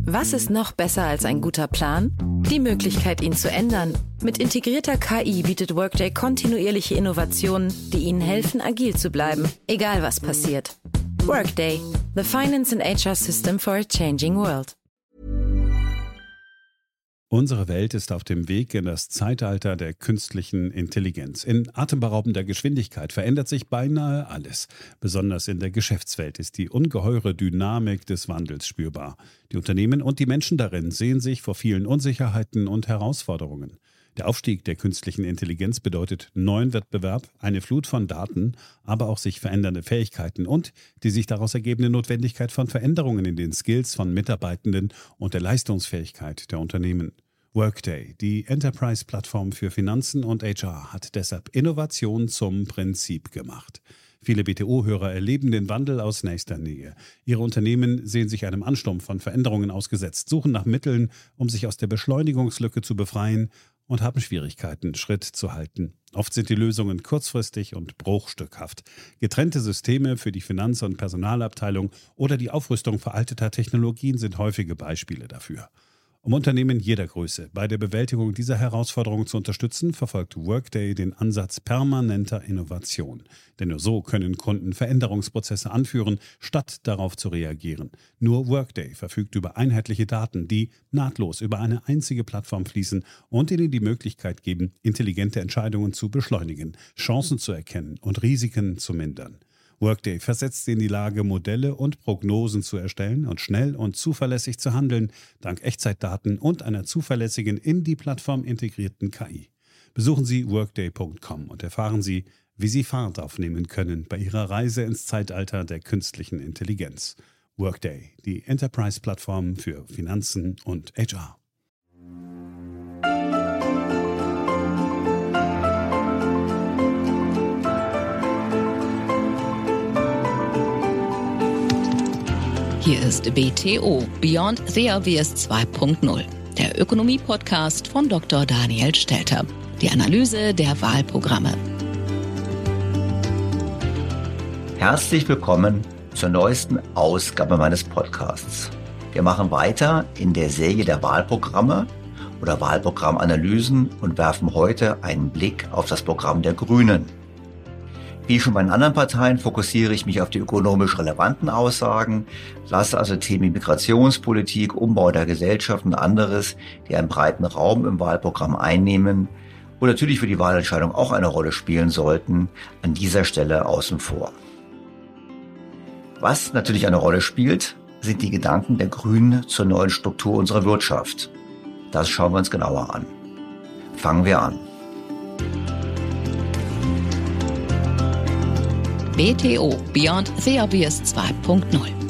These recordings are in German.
Was ist noch besser als ein guter Plan? Die Möglichkeit, ihn zu ändern. Mit integrierter KI bietet Workday kontinuierliche Innovationen, die Ihnen helfen, agil zu bleiben, egal was passiert. Workday, the finance and HR system for a changing world. Unsere Welt ist auf dem Weg in das Zeitalter der künstlichen Intelligenz. In atemberaubender Geschwindigkeit verändert sich beinahe alles. Besonders in der Geschäftswelt ist die ungeheure Dynamik des Wandels spürbar. Die Unternehmen und die Menschen darin sehen sich vor vielen Unsicherheiten und Herausforderungen. Der Aufstieg der künstlichen Intelligenz bedeutet neuen Wettbewerb, eine Flut von Daten, aber auch sich verändernde Fähigkeiten und die sich daraus ergebende Notwendigkeit von Veränderungen in den Skills von Mitarbeitenden und der Leistungsfähigkeit der Unternehmen. Workday, die Enterprise-Plattform für Finanzen und HR, hat deshalb Innovation zum Prinzip gemacht. Viele BTO-Hörer erleben den Wandel aus nächster Nähe. Ihre Unternehmen sehen sich einem Ansturm von Veränderungen ausgesetzt, suchen nach Mitteln, um sich aus der Beschleunigungslücke zu befreien und haben Schwierigkeiten, Schritt zu halten. Oft sind die Lösungen kurzfristig und bruchstückhaft. Getrennte Systeme für die Finanz- und Personalabteilung oder die Aufrüstung veralteter Technologien sind häufige Beispiele dafür. Um Unternehmen jeder Größe bei der Bewältigung dieser Herausforderungen zu unterstützen, verfolgt Workday den Ansatz permanenter Innovation. Denn nur so können Kunden Veränderungsprozesse anführen, statt darauf zu reagieren. Nur Workday verfügt über einheitliche Daten, die nahtlos über eine einzige Plattform fließen und ihnen die Möglichkeit geben, intelligente Entscheidungen zu beschleunigen, Chancen zu erkennen und Risiken zu mindern. Workday versetzt sie in die Lage, Modelle und Prognosen zu erstellen und schnell und zuverlässig zu handeln, dank Echtzeitdaten und einer zuverlässigen in die Plattform integrierten KI. Besuchen Sie workday.com und erfahren Sie, wie Sie Fahrt aufnehmen können bei Ihrer Reise ins Zeitalter der künstlichen Intelligenz. Workday, die Enterprise-Plattform für Finanzen und HR. Hier ist BTO, Beyond the Obvious 2.0, der Ökonomie-Podcast von Dr. Daniel Stelter. Die Analyse der Wahlprogramme. Herzlich willkommen zur neuesten Ausgabe meines Podcasts. Wir machen weiter in der Serie der Wahlprogramme oder Wahlprogrammanalysen und werfen heute einen Blick auf das Programm der Grünen. Wie schon bei den anderen Parteien fokussiere ich mich auf die ökonomisch relevanten Aussagen, lasse also Themen Migrationspolitik, Umbau der Gesellschaft und anderes, die einen breiten Raum im Wahlprogramm einnehmen und natürlich für die Wahlentscheidung auch eine Rolle spielen sollten, an dieser Stelle außen vor. Was natürlich eine Rolle spielt, sind die Gedanken der Grünen zur neuen Struktur unserer Wirtschaft. Das schauen wir uns genauer an. Fangen wir an. BTO, Beyond the Obvious 2.0.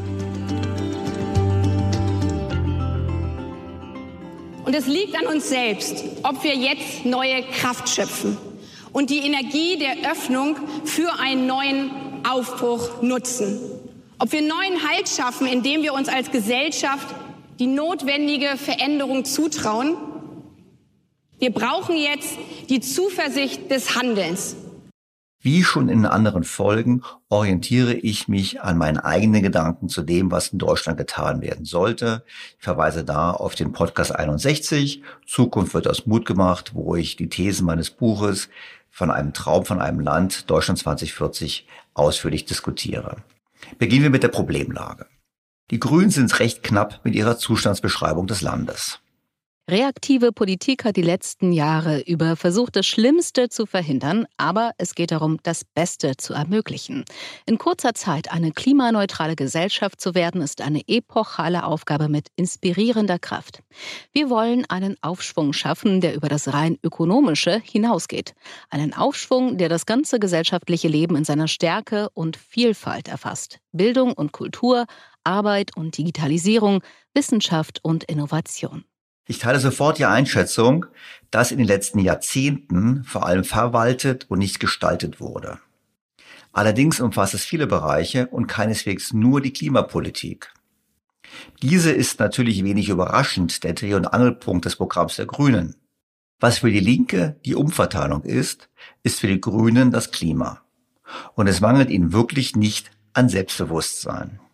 Und es liegt an uns selbst, ob wir jetzt neue Kraft schöpfen und die Energie der Öffnung für einen neuen Aufbruch nutzen. Ob wir neuen Halt schaffen, indem wir uns als Gesellschaft die notwendige Veränderung zutrauen. Wir brauchen jetzt die Zuversicht des Handelns. Wie schon in anderen Folgen orientiere ich mich an meinen eigenen Gedanken zu dem, was in Deutschland getan werden sollte. Ich verweise da auf den Podcast 61, Zukunft wird aus Mut gemacht, wo ich die Thesen meines Buches von einem Traum von einem Land, Deutschland 2040, ausführlich diskutiere. Beginnen wir mit der Problemlage. Die Grünen sind recht knapp mit ihrer Zustandsbeschreibung des Landes. Reaktive Politik hat die letzten Jahre über versucht, das Schlimmste zu verhindern, aber es geht darum, das Beste zu ermöglichen. In kurzer Zeit eine klimaneutrale Gesellschaft zu werden, ist eine epochale Aufgabe mit inspirierender Kraft. Wir wollen einen Aufschwung schaffen, der über das rein Ökonomische hinausgeht. Einen Aufschwung, der das ganze gesellschaftliche Leben in seiner Stärke und Vielfalt erfasst. Bildung und Kultur, Arbeit und Digitalisierung, Wissenschaft und Innovation. Ich teile sofort die Einschätzung, dass in den letzten Jahrzehnten vor allem verwaltet und nicht gestaltet wurde. Allerdings umfasst es viele Bereiche und keineswegs nur die Klimapolitik. Diese ist natürlich wenig überraschend der Dreh- und Angelpunkt des Programms der Grünen. Was für die Linke die Umverteilung ist für die Grünen das Klima. Und es mangelt ihnen wirklich nicht an Selbstbewusstsein.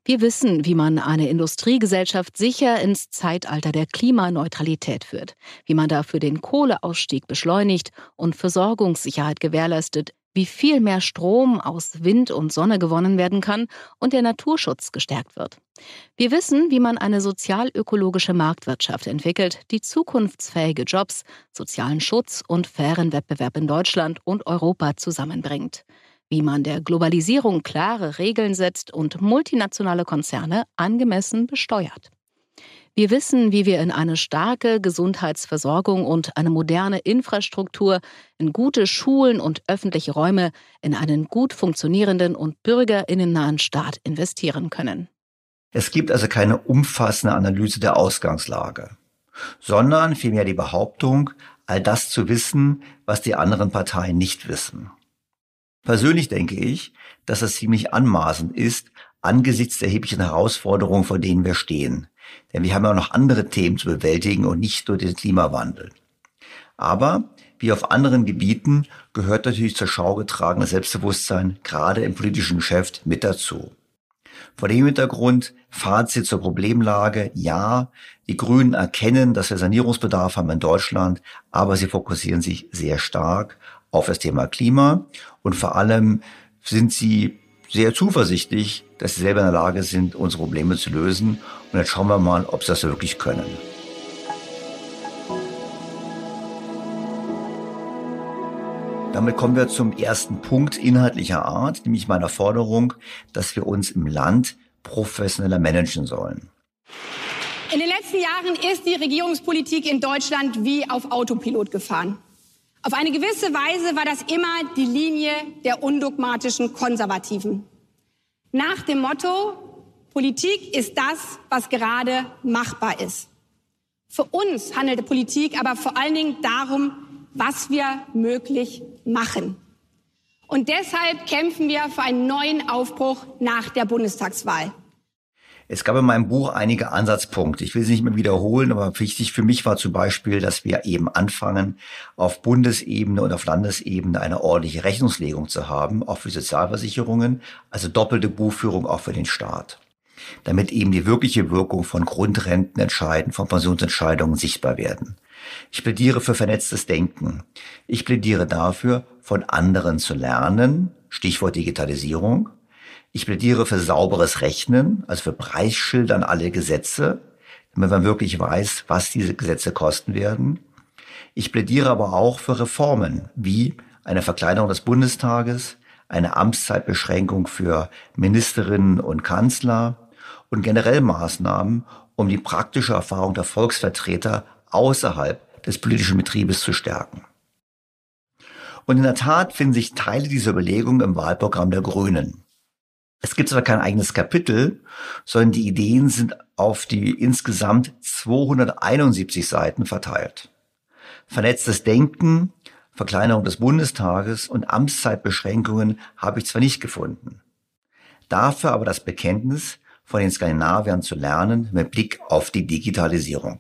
Wir wissen, wie man eine Industriegesellschaft sicher ins Zeitalter der Klimaneutralität führt, wie man dafür den Kohleausstieg beschleunigt und Versorgungssicherheit gewährleistet, wie viel mehr Strom aus Wind und Sonne gewonnen werden kann und der Naturschutz gestärkt wird. Wir wissen, wie man eine sozial-ökologische Marktwirtschaft entwickelt, die zukunftsfähige Jobs, sozialen Schutz und fairen Wettbewerb in Deutschland und Europa zusammenbringt. Wie man der Globalisierung klare Regeln setzt und multinationale Konzerne angemessen besteuert. Wir wissen, wie wir in eine starke Gesundheitsversorgung und eine moderne Infrastruktur, in gute Schulen und öffentliche Räume, in einen gut funktionierenden und bürgerinnennahen Staat investieren können. Es gibt also keine umfassende Analyse der Ausgangslage, sondern vielmehr die Behauptung, all das zu wissen, was die anderen Parteien nicht wissen. Persönlich denke ich, dass es ziemlich anmaßend ist, angesichts der erheblichen Herausforderungen, vor denen wir stehen. Denn wir haben ja auch noch andere Themen zu bewältigen und nicht nur den Klimawandel. Aber wie auf anderen Gebieten gehört natürlich zur Schau getragenes Selbstbewusstsein gerade im politischen Geschäft mit dazu. Vor dem Hintergrund Fazit zur Problemlage: Ja, die Grünen erkennen, dass wir Sanierungsbedarf haben in Deutschland, aber sie fokussieren sich sehr stark auf das Thema Klima und vor allem sind sie sehr zuversichtlich, dass sie selber in der Lage sind, unsere Probleme zu lösen. Und jetzt schauen wir mal, ob sie das wirklich können. Damit kommen wir zum ersten Punkt inhaltlicher Art, nämlich meiner Forderung, dass wir uns im Land professioneller managen sollen. In den letzten Jahren ist die Regierungspolitik in Deutschland wie auf Autopilot gefahren. Auf eine gewisse Weise war das immer die Linie der undogmatischen Konservativen. Nach dem Motto: Politik ist das, was gerade machbar ist. Für uns handelt Politik aber vor allen Dingen darum, was wir möglich machen. Und deshalb kämpfen wir für einen neuen Aufbruch nach der Bundestagswahl. Es gab in meinem Buch einige Ansatzpunkte. Ich will sie nicht mehr wiederholen, aber wichtig für mich war zum Beispiel, dass wir eben anfangen, auf Bundesebene und auf Landesebene eine ordentliche Rechnungslegung zu haben, auch für Sozialversicherungen, also doppelte Buchführung auch für den Staat, damit eben die wirkliche Wirkung von Grundrentenentscheiden, von Pensionsentscheidungen sichtbar werden. Ich plädiere für vernetztes Denken. Ich plädiere dafür, von anderen zu lernen, Stichwort Digitalisierung. Ich plädiere für sauberes Rechnen, also für Preisschilder an alle Gesetze, damit man wirklich weiß, was diese Gesetze kosten werden. Ich plädiere aber auch für Reformen, wie eine Verkleinerung des Bundestages, eine Amtszeitbeschränkung für Ministerinnen und Kanzler und generell Maßnahmen, um die praktische Erfahrung der Volksvertreter außerhalb des politischen Betriebes zu stärken. Und in der Tat finden sich Teile dieser Überlegungen im Wahlprogramm der Grünen. Es gibt zwar kein eigenes Kapitel, sondern die Ideen sind auf die insgesamt 271 Seiten verteilt. Vernetztes Denken, Verkleinerung des Bundestages und Amtszeitbeschränkungen habe ich zwar nicht gefunden. Dafür aber das Bekenntnis, von den Skandinaviern zu lernen mit Blick auf die Digitalisierung.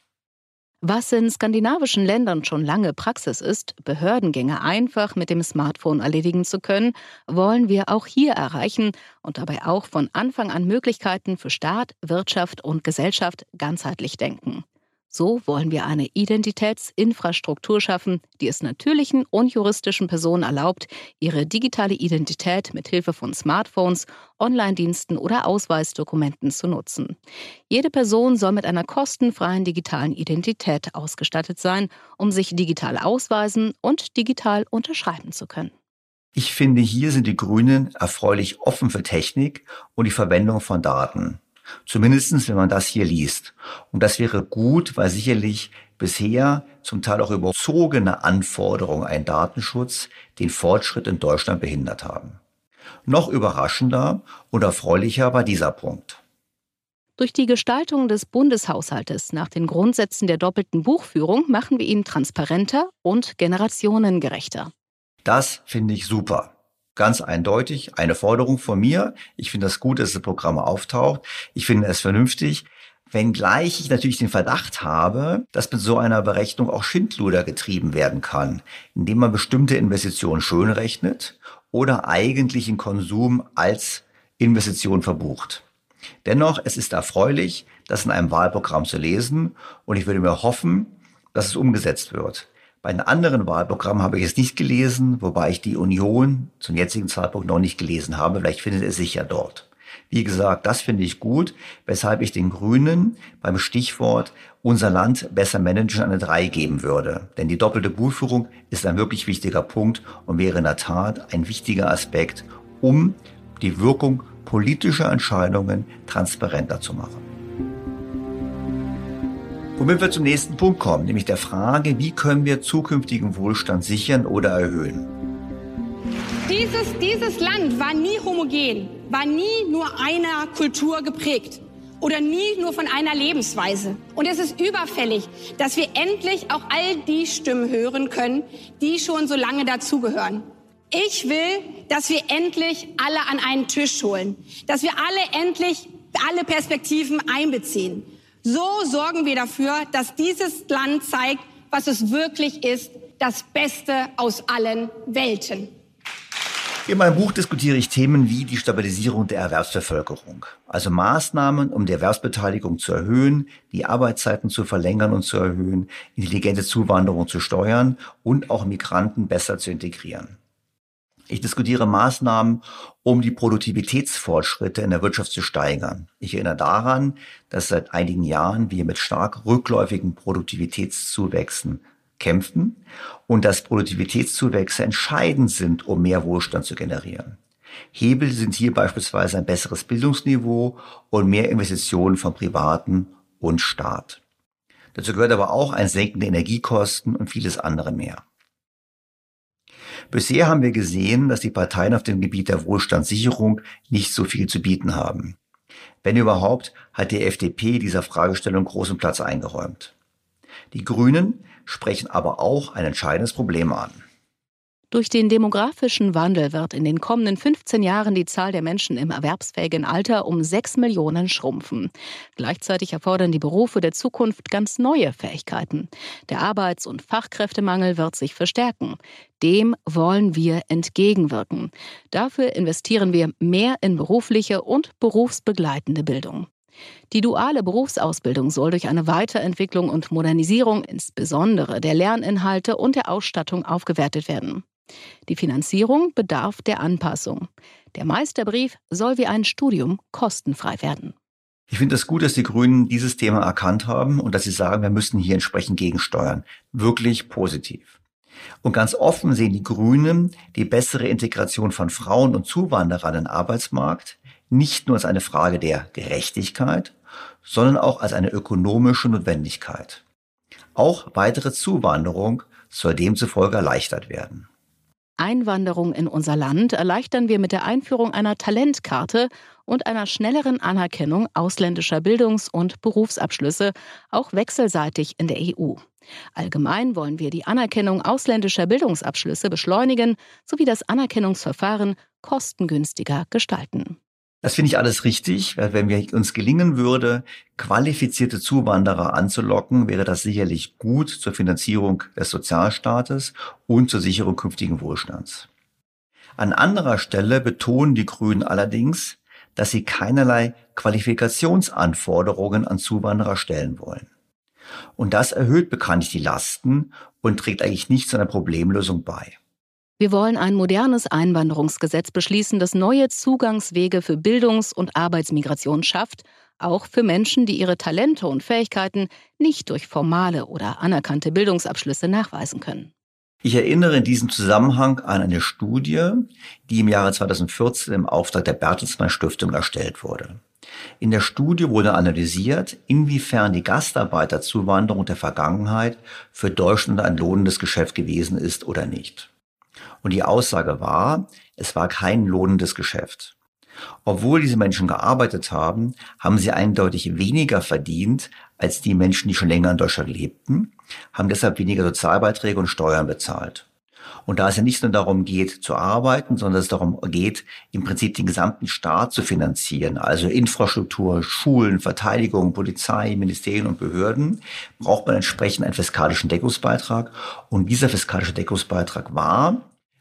Was in skandinavischen Ländern schon lange Praxis ist, Behördengänge einfach mit dem Smartphone erledigen zu können, wollen wir auch hier erreichen und dabei auch von Anfang an Möglichkeiten für Staat, Wirtschaft und Gesellschaft ganzheitlich denken. So wollen wir eine Identitätsinfrastruktur schaffen, die es natürlichen und juristischen Personen erlaubt, ihre digitale Identität mit Hilfe von Smartphones, Online-Diensten oder Ausweisdokumenten zu nutzen. Jede Person soll mit einer kostenfreien digitalen Identität ausgestattet sein, um sich digital ausweisen und digital unterschreiben zu können. Ich finde, hier sind die Grünen erfreulich offen für Technik und die Verwendung von Daten. Zumindest, wenn man das hier liest. Und das wäre gut, weil sicherlich bisher zum Teil auch überzogene Anforderungen an Datenschutz den Fortschritt in Deutschland behindert haben. Noch überraschender und erfreulicher war dieser Punkt. Durch die Gestaltung des Bundeshaushaltes nach den Grundsätzen der doppelten Buchführung machen wir ihn transparenter und generationengerechter. Das finde ich super. Ganz eindeutig eine Forderung von mir. Ich finde es gut, dass das Programm auftaucht. Ich finde es vernünftig, wenngleich ich natürlich den Verdacht habe, dass mit so einer Berechnung auch Schindluder getrieben werden kann, indem man bestimmte Investitionen schönrechnet oder eigentlichen Konsum als Investition verbucht. Dennoch, es ist erfreulich, das in einem Wahlprogramm zu lesen und ich würde mir hoffen, dass es umgesetzt wird. Bei den anderen Wahlprogrammen habe ich es nicht gelesen, wobei ich die Union zum jetzigen Zeitpunkt noch nicht gelesen habe. Vielleicht findet es sich ja dort. Wie gesagt, das finde ich gut, weshalb ich den Grünen beim Stichwort unser Land besser managen eine 3 geben würde. Denn die doppelte Buchführung ist ein wirklich wichtiger Punkt und wäre in der Tat ein wichtiger Aspekt, um die Wirkung politischer Entscheidungen transparenter zu machen. Womit wir zum nächsten Punkt kommen, nämlich der Frage, wie können wir zukünftigen Wohlstand sichern oder erhöhen? Dieses Land war nie homogen, war nie nur einer Kultur geprägt oder nie nur von einer Lebensweise. Und es ist überfällig, dass wir endlich auch all die Stimmen hören können, die schon so lange dazugehören. Ich will, dass wir endlich alle an einen Tisch holen, dass wir endlich alle Perspektiven einbeziehen. So sorgen wir dafür, dass dieses Land zeigt, was es wirklich ist, das Beste aus allen Welten. In meinem Buch diskutiere ich Themen wie die Stabilisierung der Erwerbsbevölkerung, also Maßnahmen, um die Erwerbsbeteiligung zu erhöhen, die Arbeitszeiten zu verlängern und zu erhöhen, intelligente Zuwanderung zu steuern und auch Migranten besser zu integrieren. Ich diskutiere Maßnahmen, um die Produktivitätsfortschritte in der Wirtschaft zu steigern. Ich erinnere daran, dass seit einigen Jahren wir mit stark rückläufigen Produktivitätszuwächsen kämpfen und dass Produktivitätszuwächse entscheidend sind, um mehr Wohlstand zu generieren. Hebel sind hier beispielsweise ein besseres Bildungsniveau und mehr Investitionen von Privaten und Staat. Dazu gehört aber auch ein Senken der Energiekosten und vieles andere mehr. Bisher haben wir gesehen, dass die Parteien auf dem Gebiet der Wohlstandssicherung nicht so viel zu bieten haben. Wenn überhaupt, hat die FDP dieser Fragestellung großen Platz eingeräumt. Die Grünen sprechen aber auch ein entscheidendes Problem an. Durch den demografischen Wandel wird in den kommenden 15 Jahren die Zahl der Menschen im erwerbsfähigen Alter um 6 Millionen schrumpfen. Gleichzeitig erfordern die Berufe der Zukunft ganz neue Fähigkeiten. Der Arbeits- und Fachkräftemangel wird sich verstärken. Dem wollen wir entgegenwirken. Dafür investieren wir mehr in berufliche und berufsbegleitende Bildung. Die duale Berufsausbildung soll durch eine Weiterentwicklung und Modernisierung insbesondere der Lerninhalte und der Ausstattung aufgewertet werden. Die Finanzierung bedarf der Anpassung. Der Meisterbrief soll wie ein Studium kostenfrei werden. Ich finde es gut, dass die Grünen dieses Thema erkannt haben und dass sie sagen, wir müssen hier entsprechend gegensteuern. Wirklich positiv. Und ganz offen sehen die Grünen die bessere Integration von Frauen und Zuwanderern in den Arbeitsmarkt nicht nur als eine Frage der Gerechtigkeit, sondern auch als eine ökonomische Notwendigkeit. Auch weitere Zuwanderung soll demzufolge erleichtert werden. Einwanderung in unser Land erleichtern wir mit der Einführung einer Talentkarte und einer schnelleren Anerkennung ausländischer Bildungs- und Berufsabschlüsse, auch wechselseitig in der EU. Allgemein wollen wir die Anerkennung ausländischer Bildungsabschlüsse beschleunigen sowie das Anerkennungsverfahren kostengünstiger gestalten. Das finde ich alles richtig, weil wenn wir uns gelingen würde, qualifizierte Zuwanderer anzulocken, wäre das sicherlich gut zur Finanzierung des Sozialstaates und zur Sicherung künftigen Wohlstands. An anderer Stelle betonen die Grünen allerdings, dass sie keinerlei Qualifikationsanforderungen an Zuwanderer stellen wollen. Und das erhöht bekanntlich die Lasten und trägt eigentlich nicht zu einer Problemlösung bei. Wir wollen ein modernes Einwanderungsgesetz beschließen, das neue Zugangswege für Bildungs- und Arbeitsmigration schafft, auch für Menschen, die ihre Talente und Fähigkeiten nicht durch formale oder anerkannte Bildungsabschlüsse nachweisen können. Ich erinnere in diesem Zusammenhang an eine Studie, die im Jahre 2014 im Auftrag der Bertelsmann Stiftung erstellt wurde. In der Studie wurde analysiert, inwiefern die Gastarbeiterzuwanderung der Vergangenheit für Deutschland ein lohnendes Geschäft gewesen ist oder nicht. Und die Aussage war, es war kein lohnendes Geschäft. Obwohl diese Menschen gearbeitet haben, haben sie eindeutig weniger verdient als die Menschen, die schon länger in Deutschland lebten, haben deshalb weniger Sozialbeiträge und Steuern bezahlt. Und da es ja nicht nur darum geht, zu arbeiten, sondern es darum geht, im Prinzip den gesamten Staat zu finanzieren, also Infrastruktur, Schulen, Verteidigung, Polizei, Ministerien und Behörden, braucht man entsprechend einen fiskalischen Deckungsbeitrag. Und dieser fiskalische Deckungsbeitrag war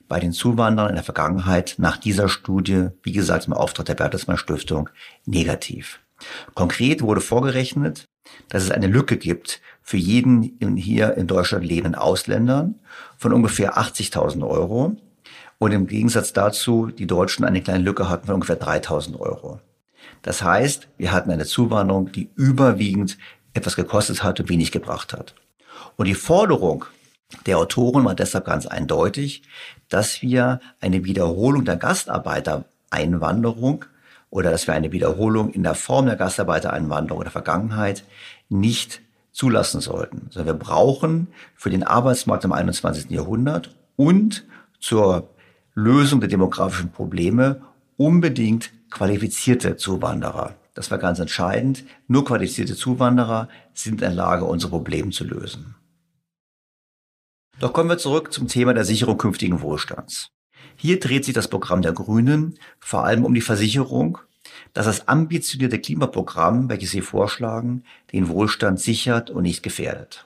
bei den Zuwanderern in der Vergangenheit nach dieser Studie, wie gesagt, im Auftrag der Bertelsmann Stiftung, negativ. Konkret wurde vorgerechnet, dass es eine Lücke gibt für jeden hier in Deutschland lebenden Ausländern von ungefähr 80.000 Euro. Und im Gegensatz dazu die Deutschen eine kleine Lücke hatten von ungefähr 3.000 Euro. Das heißt, wir hatten eine Zuwanderung, die überwiegend etwas gekostet hat und wenig gebracht hat. Und die Forderung der Autoren war deshalb ganz eindeutig, dass wir eine Wiederholung der Gastarbeitereinwanderung oder dass wir eine Wiederholung in der Form der Gastarbeitereinwanderung der Vergangenheit nicht zulassen sollten. Sondern wir brauchen für den Arbeitsmarkt im 21. Jahrhundert und zur Lösung der demografischen Probleme unbedingt qualifizierte Zuwanderer. Das war ganz entscheidend. Nur qualifizierte Zuwanderer sind in der Lage, unsere Probleme zu lösen. Doch kommen wir zurück zum Thema der Sicherung künftigen Wohlstands. Hier dreht sich das Programm der Grünen vor allem um die Versicherung, dass das ambitionierte Klimaprogramm, welches sie vorschlagen, den Wohlstand sichert und nicht gefährdet.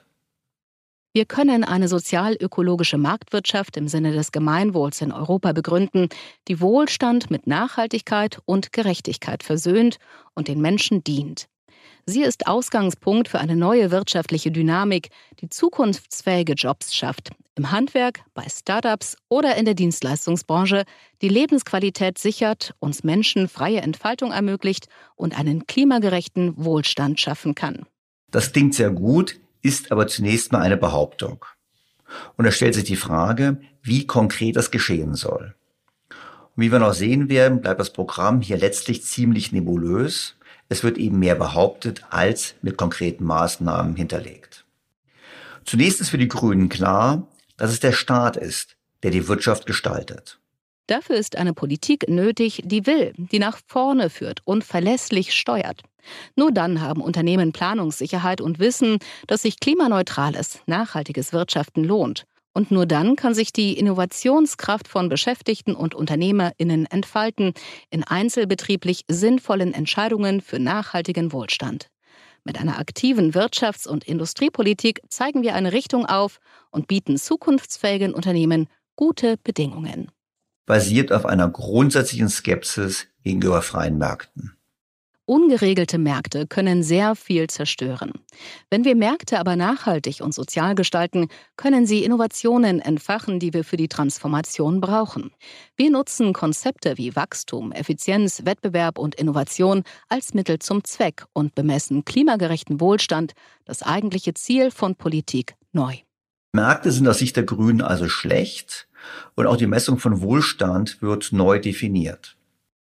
Wir können eine sozial-ökologische Marktwirtschaft im Sinne des Gemeinwohls in Europa begründen, die Wohlstand mit Nachhaltigkeit und Gerechtigkeit versöhnt und den Menschen dient. Sie ist Ausgangspunkt für eine neue wirtschaftliche Dynamik, die zukunftsfähige Jobs schafft, im Handwerk, bei Start-ups oder in der Dienstleistungsbranche, die Lebensqualität sichert, uns Menschen freie Entfaltung ermöglicht und einen klimagerechten Wohlstand schaffen kann. Das klingt sehr gut, ist aber zunächst mal eine Behauptung. Und da stellt sich die Frage, wie konkret das geschehen soll. Und wie wir noch sehen werden, bleibt das Programm hier letztlich ziemlich nebulös. Es wird eben mehr behauptet, als mit konkreten Maßnahmen hinterlegt. Zunächst ist für die Grünen klar, dass es der Staat ist, der die Wirtschaft gestaltet. Dafür ist eine Politik nötig, die will, die nach vorne führt und verlässlich steuert. Nur dann haben Unternehmen Planungssicherheit und wissen, dass sich klimaneutrales, nachhaltiges Wirtschaften lohnt. Und nur dann kann sich die Innovationskraft von Beschäftigten und UnternehmerInnen entfalten in einzelbetrieblich sinnvollen Entscheidungen für nachhaltigen Wohlstand. Mit einer aktiven Wirtschafts- und Industriepolitik zeigen wir eine Richtung auf und bieten zukunftsfähigen Unternehmen gute Bedingungen. Basiert auf einer grundsätzlichen Skepsis gegenüber freien Märkten. Ungeregelte Märkte können sehr viel zerstören. Wenn wir Märkte aber nachhaltig und sozial gestalten, können sie Innovationen entfachen, die wir für die Transformation brauchen. Wir nutzen Konzepte wie Wachstum, Effizienz, Wettbewerb und Innovation als Mittel zum Zweck und bemessen klimagerechten Wohlstand, das eigentliche Ziel von Politik, neu. Märkte sind aus Sicht der Grünen also schlecht und auch die Messung von Wohlstand wird neu definiert.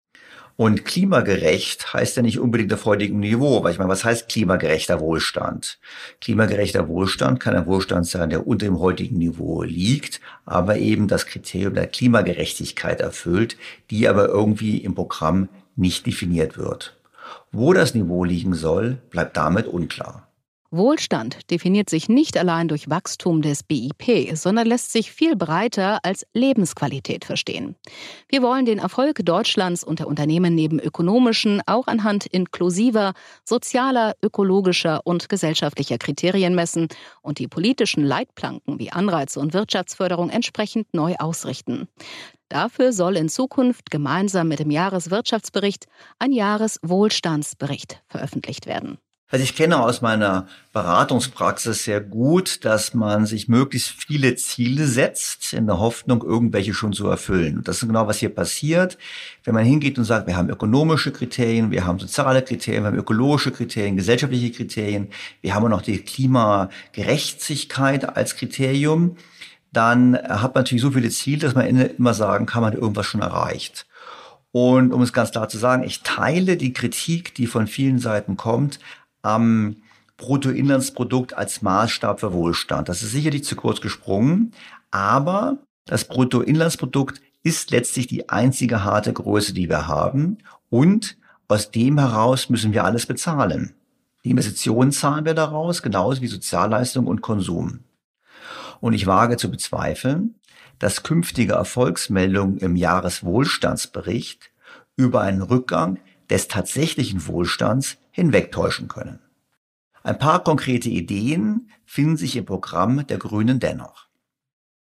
Und klimagerecht heißt ja nicht unbedingt auf heutigem Niveau, weil ich meine, was heißt klimagerechter Wohlstand? Klimagerechter Wohlstand kann ein Wohlstand sein, der unter dem heutigen Niveau liegt, aber eben das Kriterium der Klimagerechtigkeit erfüllt, die aber irgendwie im Programm nicht definiert wird. Wo das Niveau liegen soll, bleibt damit unklar. Wohlstand definiert sich nicht allein durch Wachstum des BIP, sondern lässt sich viel breiter als Lebensqualität verstehen. Wir wollen den Erfolg Deutschlands und der Unternehmen neben ökonomischen auch anhand inklusiver, sozialer, ökologischer und gesellschaftlicher Kriterien messen und die politischen Leitplanken wie Anreize und Wirtschaftsförderung entsprechend neu ausrichten. Dafür soll in Zukunft gemeinsam mit dem Jahreswirtschaftsbericht ein Jahreswohlstandsbericht veröffentlicht werden. Also ich kenne aus meiner Beratungspraxis sehr gut, dass man sich möglichst viele Ziele setzt, in der Hoffnung, irgendwelche schon zu erfüllen. Und das ist genau, was hier passiert. Wenn man hingeht und sagt, wir haben ökonomische Kriterien, wir haben soziale Kriterien, wir haben ökologische Kriterien, gesellschaftliche Kriterien, wir haben auch noch die Klimagerechtigkeit als Kriterium, dann hat man natürlich so viele Ziele, dass man immer sagen kann, man hat irgendwas schon erreicht. Und um es ganz klar zu sagen, ich teile die Kritik, die von vielen Seiten kommt, am Bruttoinlandsprodukt als Maßstab für Wohlstand. Das ist sicherlich zu kurz gesprungen, aber das Bruttoinlandsprodukt ist letztlich die einzige harte Größe, die wir haben. Und aus dem heraus müssen wir alles bezahlen. Die Investitionen zahlen wir daraus, genauso wie Sozialleistung und Konsum. Und ich wage zu bezweifeln, dass künftige Erfolgsmeldungen im Jahreswohlstandsbericht über einen Rückgang des tatsächlichen Wohlstands hinwegtäuschen können. Ein paar konkrete Ideen finden sich im Programm der Grünen dennoch.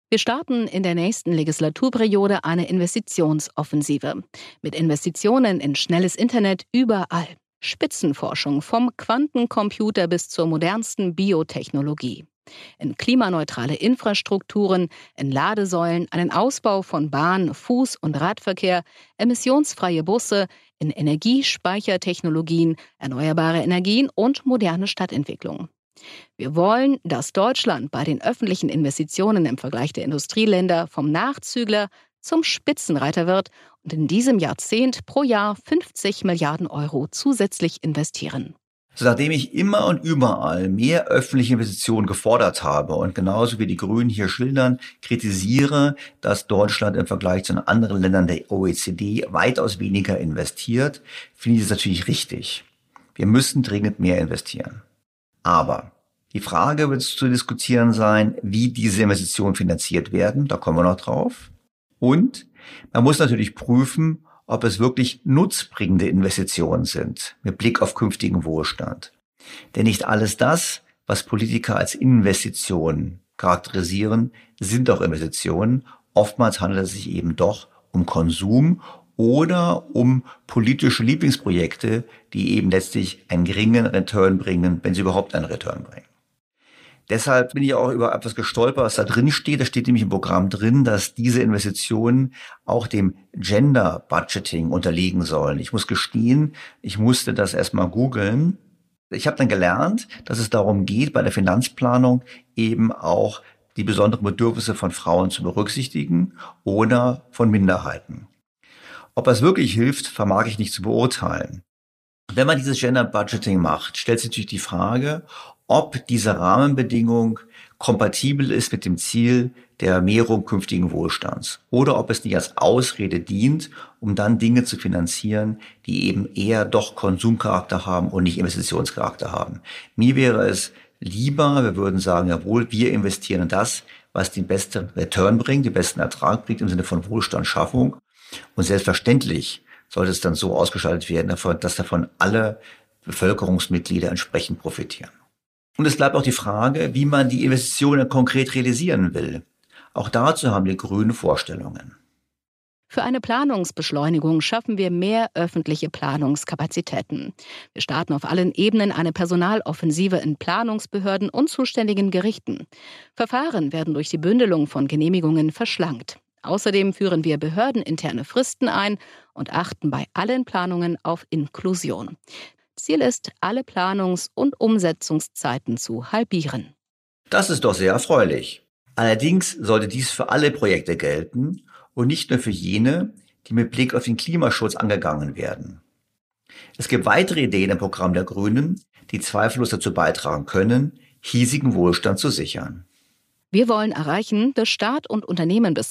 Wir starten in der nächsten Legislaturperiode eine Investitionsoffensive. Mit Investitionen in schnelles Internet überall. Spitzenforschung vom Quantencomputer bis zur modernsten Biotechnologie. In klimaneutrale Infrastrukturen, in Ladesäulen, einen Ausbau von Bahn-, Fuß- und Radverkehr, emissionsfreie Busse, in Energiespeichertechnologien, erneuerbare Energien und moderne Stadtentwicklung. Wir wollen, dass Deutschland bei den öffentlichen Investitionen im Vergleich der Industrieländer vom Nachzügler zum Spitzenreiter wird und in diesem Jahrzehnt pro Jahr 50 Milliarden Euro zusätzlich investieren. So, nachdem ich immer und überall mehr öffentliche Investitionen gefordert habe und genauso wie die Grünen hier schildern, kritisiere, dass Deutschland im Vergleich zu den anderen Ländern der OECD weitaus weniger investiert, finde ich das natürlich richtig. Wir müssen dringend mehr investieren. Aber die Frage wird zu diskutieren sein, wie diese Investitionen finanziert werden. Da kommen wir noch drauf. Und man muss natürlich prüfen, ob es wirklich nutzbringende Investitionen sind, mit Blick auf künftigen Wohlstand. Denn nicht alles das, was Politiker als Investitionen charakterisieren, sind auch Investitionen. Oftmals handelt es sich eben doch um Konsum oder um politische Lieblingsprojekte, die eben letztlich einen geringen Return bringen, wenn sie überhaupt einen Return bringen. Deshalb bin ich auch über etwas gestolpert, was da drin steht. Da steht nämlich im Programm drin, dass diese Investitionen auch dem Gender Budgeting unterliegen sollen. Ich muss gestehen, ich musste das erstmal googeln. Ich habe dann gelernt, dass es darum geht, bei der Finanzplanung eben auch die besonderen Bedürfnisse von Frauen zu berücksichtigen oder von Minderheiten. Ob das wirklich hilft, vermag ich nicht zu beurteilen. Wenn man dieses Gender Budgeting macht, stellt sich natürlich die Frage, ob diese Rahmenbedingung kompatibel ist mit dem Ziel der Mehrung künftigen Wohlstands oder ob es nicht als Ausrede dient, um dann Dinge zu finanzieren, die eben eher doch Konsumcharakter haben und nicht Investitionscharakter haben. Mir wäre es lieber, wir würden sagen, jawohl, wir investieren in das, was den besten Return bringt, den besten Ertrag bringt im Sinne von Wohlstandsschaffung. Und selbstverständlich sollte es dann so ausgestaltet werden, dass davon alle Bevölkerungsmitglieder entsprechend profitieren. Und es bleibt auch die Frage, wie man die Investitionen konkret realisieren will. Auch dazu haben die Grünen Vorstellungen. Für eine Planungsbeschleunigung schaffen wir mehr öffentliche Planungskapazitäten. Wir starten auf allen Ebenen eine Personaloffensive in Planungsbehörden und zuständigen Gerichten. Verfahren werden durch die Bündelung von Genehmigungen verschlankt. Außerdem führen wir behördeninterne Fristen ein und achten bei allen Planungen auf Inklusion. Ziel ist, alle Planungs- und Umsetzungszeiten zu halbieren. Das ist doch sehr erfreulich. Allerdings sollte dies für alle Projekte gelten und nicht nur für jene, die mit Blick auf den Klimaschutz angegangen werden. Es gibt weitere Ideen im Programm der Grünen, die zweifellos dazu beitragen können, hiesigen Wohlstand zu sichern. Wir wollen erreichen, dass Staat und Unternehmen bis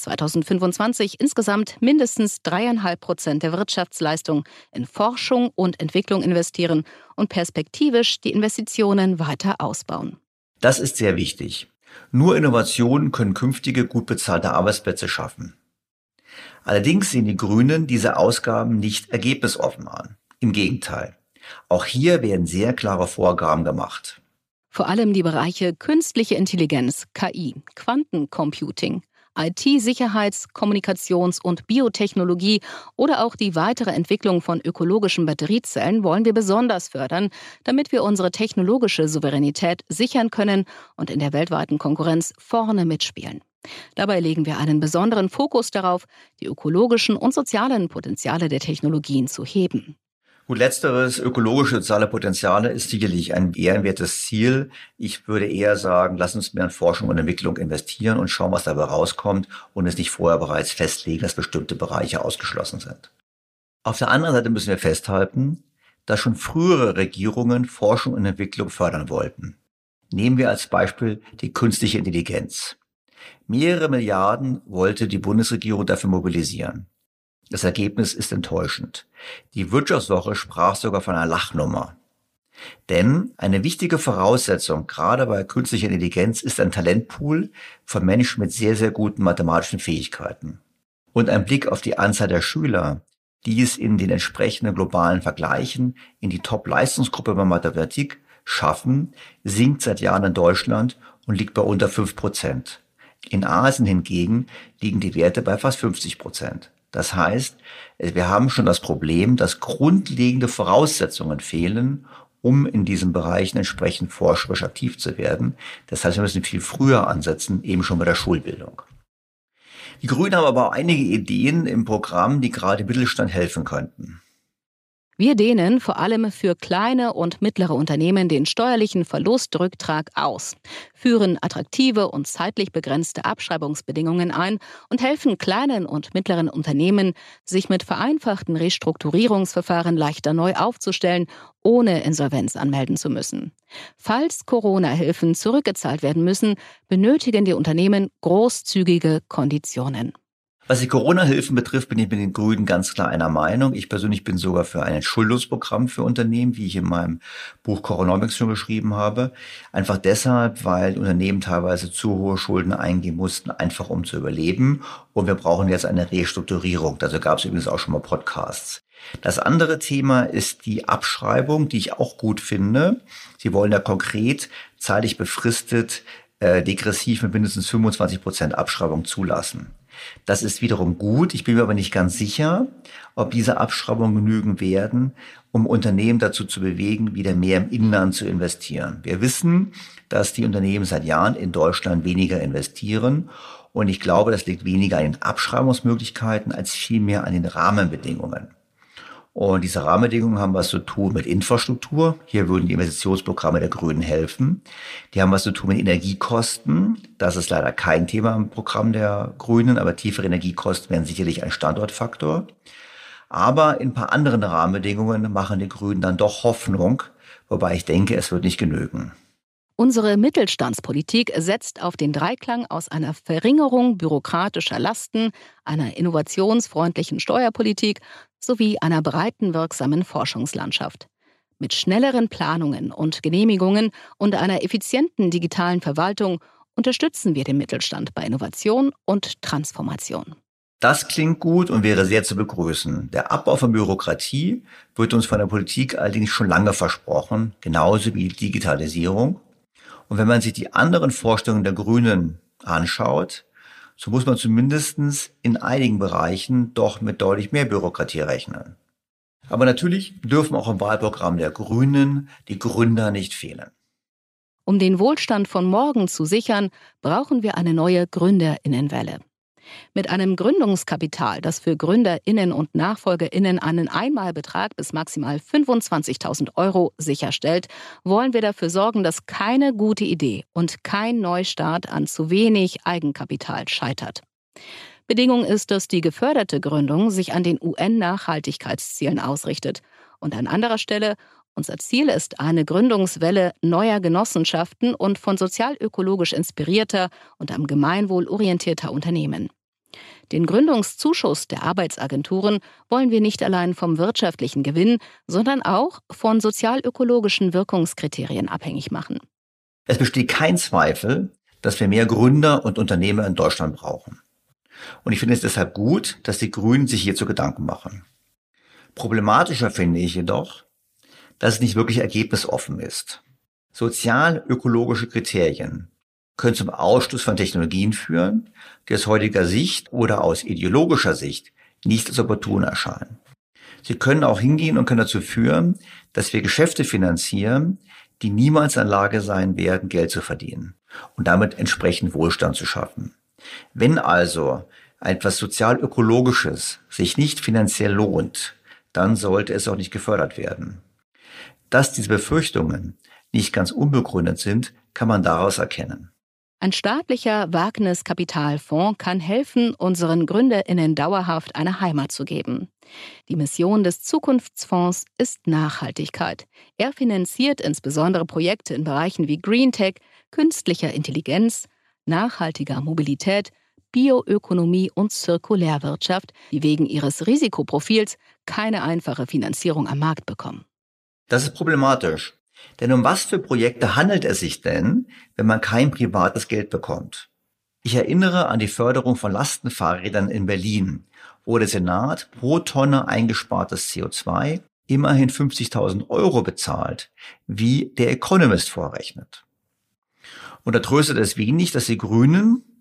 2025 insgesamt mindestens 3,5% der Wirtschaftsleistung in Forschung und Entwicklung investieren und perspektivisch die Investitionen weiter ausbauen. Das ist sehr wichtig. Nur Innovationen können künftige, gut bezahlte Arbeitsplätze schaffen. Allerdings sehen die Grünen diese Ausgaben nicht ergebnisoffen an. Im Gegenteil. Auch hier werden sehr klare Vorgaben gemacht. Vor allem die Bereiche künstliche Intelligenz, KI, Quantencomputing, IT-Sicherheits-, Kommunikations- und Biotechnologie oder auch die weitere Entwicklung von ökologischen Batteriezellen wollen wir besonders fördern, damit wir unsere technologische Souveränität sichern können und in der weltweiten Konkurrenz vorne mitspielen. Dabei legen wir einen besonderen Fokus darauf, die ökologischen und sozialen Potenziale der Technologien zu heben. Gut, letzteres, ökologische soziale Potenziale, ist sicherlich ein ehrenwertes Ziel. Ich würde eher sagen, lass uns mehr in Forschung und Entwicklung investieren und schauen, was dabei rauskommt und es nicht vorher bereits festlegen, dass bestimmte Bereiche ausgeschlossen sind. Auf der anderen Seite müssen wir festhalten, dass schon frühere Regierungen Forschung und Entwicklung fördern wollten. Nehmen wir als Beispiel die künstliche Intelligenz. Mehrere Milliarden wollte die Bundesregierung dafür mobilisieren. Das Ergebnis ist enttäuschend. Die Wirtschaftswoche sprach sogar von einer Lachnummer. Denn eine wichtige Voraussetzung, gerade bei künstlicher Intelligenz, ist ein Talentpool von Menschen mit sehr, sehr guten mathematischen Fähigkeiten. Und ein Blick auf die Anzahl der Schüler, die es in den entsprechenden globalen Vergleichen in die Top-Leistungsgruppe bei Mathematik schaffen, sinkt seit Jahren in Deutschland und liegt bei unter 5%. In Asien hingegen liegen die Werte bei fast 50%. Das heißt, wir haben schon das Problem, dass grundlegende Voraussetzungen fehlen, um in diesen Bereichen entsprechend forscherisch aktiv zu werden. Das heißt, wir müssen viel früher ansetzen, eben schon bei der Schulbildung. Die Grünen haben aber auch einige Ideen im Programm, die gerade dem Mittelstand helfen könnten. Wir dehnen vor allem für kleine und mittlere Unternehmen den steuerlichen Verlustrücktrag aus, führen attraktive und zeitlich begrenzte Abschreibungsbedingungen ein und helfen kleinen und mittleren Unternehmen, sich mit vereinfachten Restrukturierungsverfahren leichter neu aufzustellen, ohne Insolvenz anmelden zu müssen. Falls Corona-Hilfen zurückgezahlt werden müssen, benötigen die Unternehmen großzügige Konditionen. Was die Corona-Hilfen betrifft, bin ich mit den Grünen ganz klar einer Meinung. Ich persönlich bin sogar für ein Entschuldungsprogramm für Unternehmen, wie ich in meinem Buch Coronomics schon geschrieben habe. Einfach deshalb, weil Unternehmen teilweise zu hohe Schulden eingehen mussten, einfach um zu überleben. Und wir brauchen jetzt eine Restrukturierung. Dazu gab es übrigens auch schon mal Podcasts. Das andere Thema ist die Abschreibung, die ich auch gut finde. Sie wollen ja konkret zeitlich befristet degressiv mit mindestens 25% Abschreibung zulassen. Das ist wiederum gut. Ich bin mir aber nicht ganz sicher, ob diese Abschreibungen genügen werden, um Unternehmen dazu zu bewegen, wieder mehr im Inland zu investieren. Wir wissen, dass die Unternehmen seit Jahren in Deutschland weniger investieren. Und ich glaube, das liegt weniger an den Abschreibungsmöglichkeiten als vielmehr an den Rahmenbedingungen. Und diese Rahmenbedingungen haben was zu tun mit Infrastruktur. Hier würden die Investitionsprogramme der Grünen helfen. Die haben was zu tun mit Energiekosten. Das ist leider kein Thema im Programm der Grünen, aber tiefere Energiekosten wären sicherlich ein Standortfaktor. Aber in ein paar anderen Rahmenbedingungen machen die Grünen dann doch Hoffnung, wobei ich denke, es wird nicht genügen. Unsere Mittelstandspolitik setzt auf den Dreiklang aus einer Verringerung bürokratischer Lasten, einer innovationsfreundlichen Steuerpolitik sowie einer breiten, wirksamen Forschungslandschaft. Mit schnelleren Planungen und Genehmigungen und einer effizienten digitalen Verwaltung unterstützen wir den Mittelstand bei Innovation und Transformation. Das klingt gut und wäre sehr zu begrüßen. Der Abbau von Bürokratie wird uns von der Politik allerdings schon lange versprochen, genauso wie die Digitalisierung. Und wenn man sich die anderen Vorstellungen der Grünen anschaut, so muss man zumindest in einigen Bereichen doch mit deutlich mehr Bürokratie rechnen. Aber natürlich dürfen auch im Wahlprogramm der Grünen die Gründer nicht fehlen. Um den Wohlstand von morgen zu sichern, brauchen wir eine neue GründerInnenwelle. Mit einem Gründungskapital, das für GründerInnen und NachfolgerInnen einen Einmalbetrag bis maximal 25.000 € sicherstellt, wollen wir dafür sorgen, dass keine gute Idee und kein Neustart an zu wenig Eigenkapital scheitert. Bedingung ist, dass die geförderte Gründung sich an den UN-Nachhaltigkeitszielen ausrichtet. Und an anderer Stelle, unser Ziel ist eine Gründungswelle neuer Genossenschaften und von sozial-ökologisch inspirierter und am Gemeinwohl orientierter Unternehmen. Den Gründungszuschuss der Arbeitsagenturen wollen wir nicht allein vom wirtschaftlichen Gewinn, sondern auch von sozial-ökologischen Wirkungskriterien abhängig machen. Es besteht kein Zweifel, dass wir mehr Gründer und Unternehmer in Deutschland brauchen. Und ich finde es deshalb gut, dass die Grünen sich hierzu Gedanken machen. Problematischer finde ich jedoch, dass es nicht wirklich ergebnisoffen ist. Sozial-ökologische Kriterien können zum Ausschluss von Technologien führen, die aus heutiger Sicht oder aus ideologischer Sicht nicht als opportun erscheinen. Sie können auch hingehen und können dazu führen, dass wir Geschäfte finanzieren, die niemals in der Lage sein werden, Geld zu verdienen und damit entsprechend Wohlstand zu schaffen. Wenn also etwas sozial-ökologisches sich nicht finanziell lohnt, dann sollte es auch nicht gefördert werden. Dass diese Befürchtungen nicht ganz unbegründet sind, kann man daraus erkennen. Ein staatlicher Wagniskapitalfonds kann helfen, unseren GründerInnen dauerhaft eine Heimat zu geben. Die Mission des Zukunftsfonds ist Nachhaltigkeit. Er finanziert insbesondere Projekte in Bereichen wie Green Tech, künstlicher Intelligenz, nachhaltiger Mobilität, Bioökonomie und Zirkulärwirtschaft, die wegen ihres Risikoprofils keine einfache Finanzierung am Markt bekommen. Das ist problematisch. Denn um was für Projekte handelt es sich denn, wenn man kein privates Geld bekommt? Ich erinnere an die Förderung von Lastenfahrrädern in Berlin, wo der Senat pro Tonne eingespartes CO2 immerhin 50.000 € bezahlt, wie der Economist vorrechnet. Und da tröstet es wenig, dass die Grünen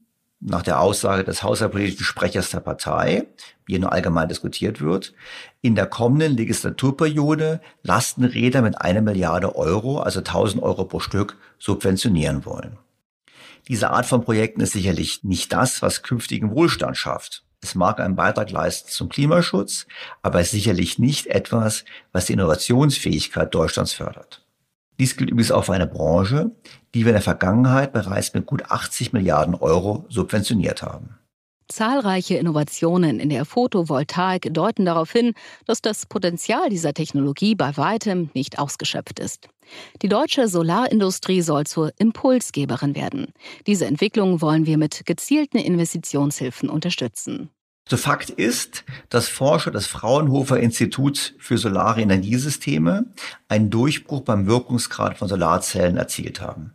nach der Aussage des haushaltspolitischen Sprechers der Partei, wie hier nur allgemein diskutiert wird, in der kommenden Legislaturperiode Lastenräder mit 1 Milliarde Euro, also 1.000 Euro pro Stück, subventionieren wollen. Diese Art von Projekten ist sicherlich nicht das, was künftigen Wohlstand schafft. Es mag einen Beitrag leisten zum Klimaschutz, aber es ist sicherlich nicht etwas, was die Innovationsfähigkeit Deutschlands fördert. Dies gilt übrigens auch für eine Branche, die wir in der Vergangenheit bereits mit gut 80 Milliarden Euro subventioniert haben. Zahlreiche Innovationen in der Photovoltaik deuten darauf hin, dass das Potenzial dieser Technologie bei weitem nicht ausgeschöpft ist. Die deutsche Solarindustrie soll zur Impulsgeberin werden. Diese Entwicklung wollen wir mit gezielten Investitionshilfen unterstützen. So Fakt ist, dass Forscher des Fraunhofer Instituts für Solare Energiesysteme einen Durchbruch beim Wirkungsgrad von Solarzellen erzielt haben.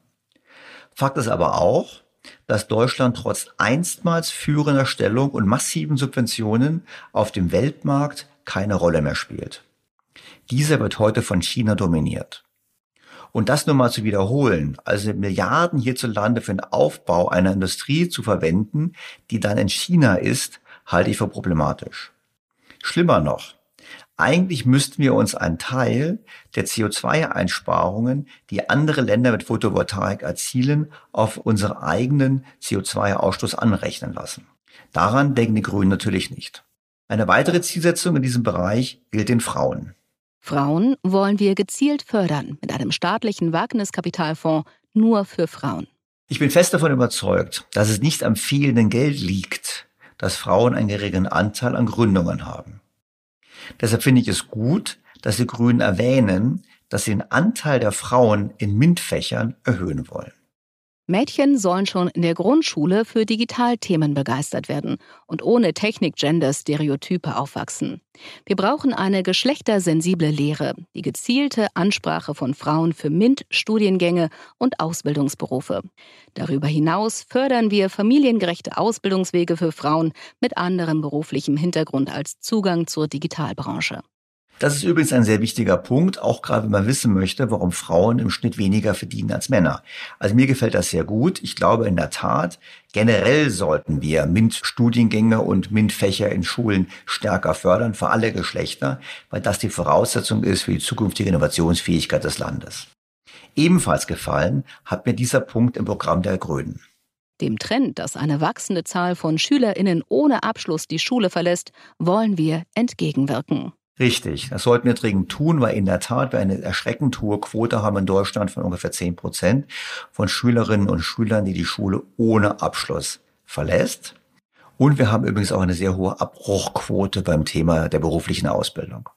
Fakt ist aber auch, dass Deutschland trotz einstmals führender Stellung und massiven Subventionen auf dem Weltmarkt keine Rolle mehr spielt. Dieser wird heute von China dominiert. Und das nur mal zu wiederholen, also Milliarden hierzulande für den Aufbau einer Industrie zu verwenden, die dann in China ist, halte ich für problematisch. Schlimmer noch, eigentlich müssten wir uns einen Teil der CO2-Einsparungen, die andere Länder mit Photovoltaik erzielen, auf unseren eigenen CO2-Ausstoß anrechnen lassen. Daran denken die Grünen natürlich nicht. Eine weitere Zielsetzung in diesem Bereich gilt den Frauen. Frauen wollen wir gezielt fördern mit einem staatlichen Wagniskapitalfonds nur für Frauen. Ich bin fest davon überzeugt, dass es nicht am fehlenden Geld liegt, dass Frauen einen geringen Anteil an Gründungen haben. Deshalb finde ich es gut, dass die Grünen erwähnen, dass sie den Anteil der Frauen in MINT-Fächern erhöhen wollen. Mädchen sollen schon in der Grundschule für Digitalthemen begeistert werden und ohne Technik-Gender-Stereotype aufwachsen. Wir brauchen eine geschlechtersensible Lehre, die gezielte Ansprache von Frauen für MINT-Studiengänge und Ausbildungsberufe. Darüber hinaus fördern wir familiengerechte Ausbildungswege für Frauen mit anderem beruflichem Hintergrund als Zugang zur Digitalbranche. Das ist übrigens ein sehr wichtiger Punkt, auch gerade wenn man wissen möchte, warum Frauen im Schnitt weniger verdienen als Männer. Also mir gefällt das sehr gut. Ich glaube in der Tat, generell sollten wir MINT-Studiengänge und MINT-Fächer in Schulen stärker fördern, für alle Geschlechter, weil das die Voraussetzung ist für die zukünftige Innovationsfähigkeit des Landes. Ebenfalls gefallen hat mir dieser Punkt im Programm der Grünen. Dem Trend, dass eine wachsende Zahl von SchülerInnen ohne Abschluss die Schule verlässt, wollen wir entgegenwirken. Richtig, das sollten wir dringend tun, weil in der Tat wir eine erschreckend hohe Quote haben in Deutschland von ungefähr 10% von Schülerinnen und Schülern, die die Schule ohne Abschluss verlässt. Und wir haben übrigens auch eine sehr hohe Abbruchquote beim Thema der beruflichen Ausbildung.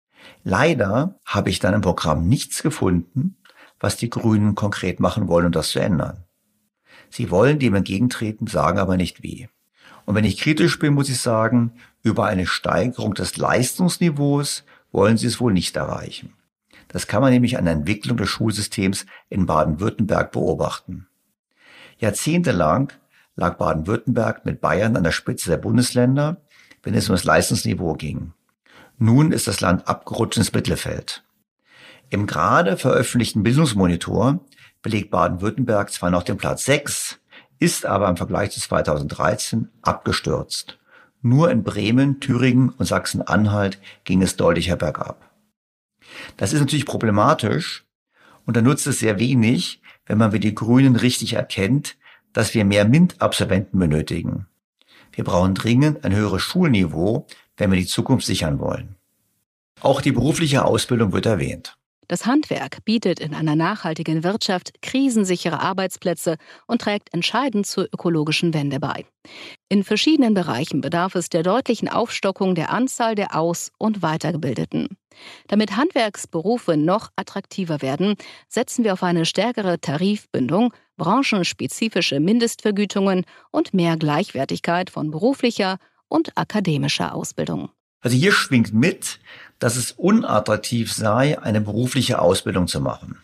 Leider habe ich dann im Programm nichts gefunden, was die Grünen konkret machen wollen, um das zu ändern. Sie wollen dem entgegentreten, sagen aber nicht wie. Und wenn ich kritisch bin, muss ich sagen, über eine Steigerung des Leistungsniveaus wollen sie es wohl nicht erreichen. Das kann man nämlich an der Entwicklung des Schulsystems in Baden-Württemberg beobachten. Jahrzehntelang lag Baden-Württemberg mit Bayern an der Spitze der Bundesländer, wenn es um das Leistungsniveau ging. Nun ist das Land abgerutscht ins Mittelfeld. Im gerade veröffentlichten Bildungsmonitor belegt Baden-Württemberg zwar noch den Platz 6, ist aber im Vergleich zu 2013 abgestürzt. Nur in Bremen, Thüringen und Sachsen-Anhalt ging es deutlicher bergab. Das ist natürlich problematisch und da nutzt es sehr wenig, wenn man wie die Grünen richtig erkennt, dass wir mehr MINT-Absolventen benötigen. Wir brauchen dringend ein höheres Schulniveau, wenn wir die Zukunft sichern wollen. Auch die berufliche Ausbildung wird erwähnt. Das Handwerk bietet in einer nachhaltigen Wirtschaft krisensichere Arbeitsplätze und trägt entscheidend zur ökologischen Wende bei. In verschiedenen Bereichen bedarf es der deutlichen Aufstockung der Anzahl der Aus- und Weitergebildeten. Damit Handwerksberufe noch attraktiver werden, setzen wir auf eine stärkere Tarifbindung, branchenspezifische Mindestvergütungen und mehr Gleichwertigkeit von beruflicher und akademischer Ausbildung. Also hier schwingt mit, dass es unattraktiv sei, eine berufliche Ausbildung zu machen.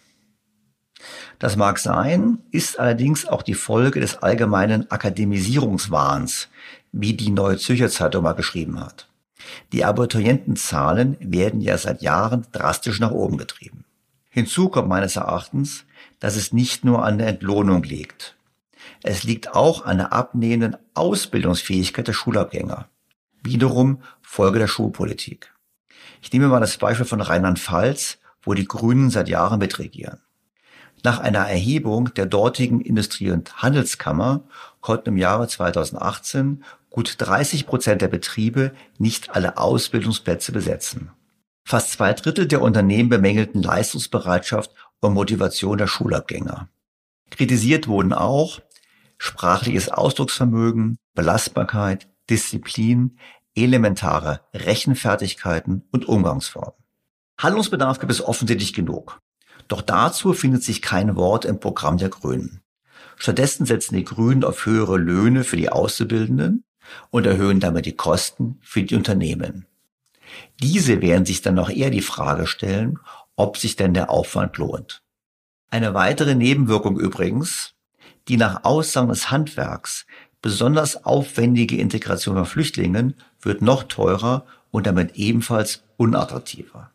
Das mag sein, ist allerdings auch die Folge des allgemeinen Akademisierungswahns, wie die Neue Zürcher Zeitung mal geschrieben hat. Die Abiturientenzahlen werden ja seit Jahren drastisch nach oben getrieben. Hinzu kommt meines Erachtens, dass es nicht nur an der Entlohnung liegt. Es liegt auch an der abnehmenden Ausbildungsfähigkeit der Schulabgänger. Wiederum Folge der Schulpolitik. Ich nehme mal das Beispiel von Rheinland-Pfalz, wo die Grünen seit Jahren mitregieren. Nach einer Erhebung der dortigen Industrie- und Handelskammer konnten im Jahre 2018 gut 30% der Betriebe nicht alle Ausbildungsplätze besetzen. Fast 2/3 der Unternehmen bemängelten Leistungsbereitschaft und Motivation der Schulabgänger. Kritisiert wurden auch sprachliches Ausdrucksvermögen, Belastbarkeit, Disziplin, elementare Rechenfertigkeiten und Umgangsformen. Handlungsbedarf gibt es offensichtlich genug. Doch dazu findet sich kein Wort im Programm der Grünen. Stattdessen setzen die Grünen auf höhere Löhne für die Auszubildenden und erhöhen damit die Kosten für die Unternehmen. Diese werden sich dann noch eher die Frage stellen, ob sich denn der Aufwand lohnt. Eine weitere Nebenwirkung übrigens, die nach Aussagen des Handwerks besonders aufwendige Integration von Flüchtlingen wird noch teurer und damit ebenfalls unattraktiver.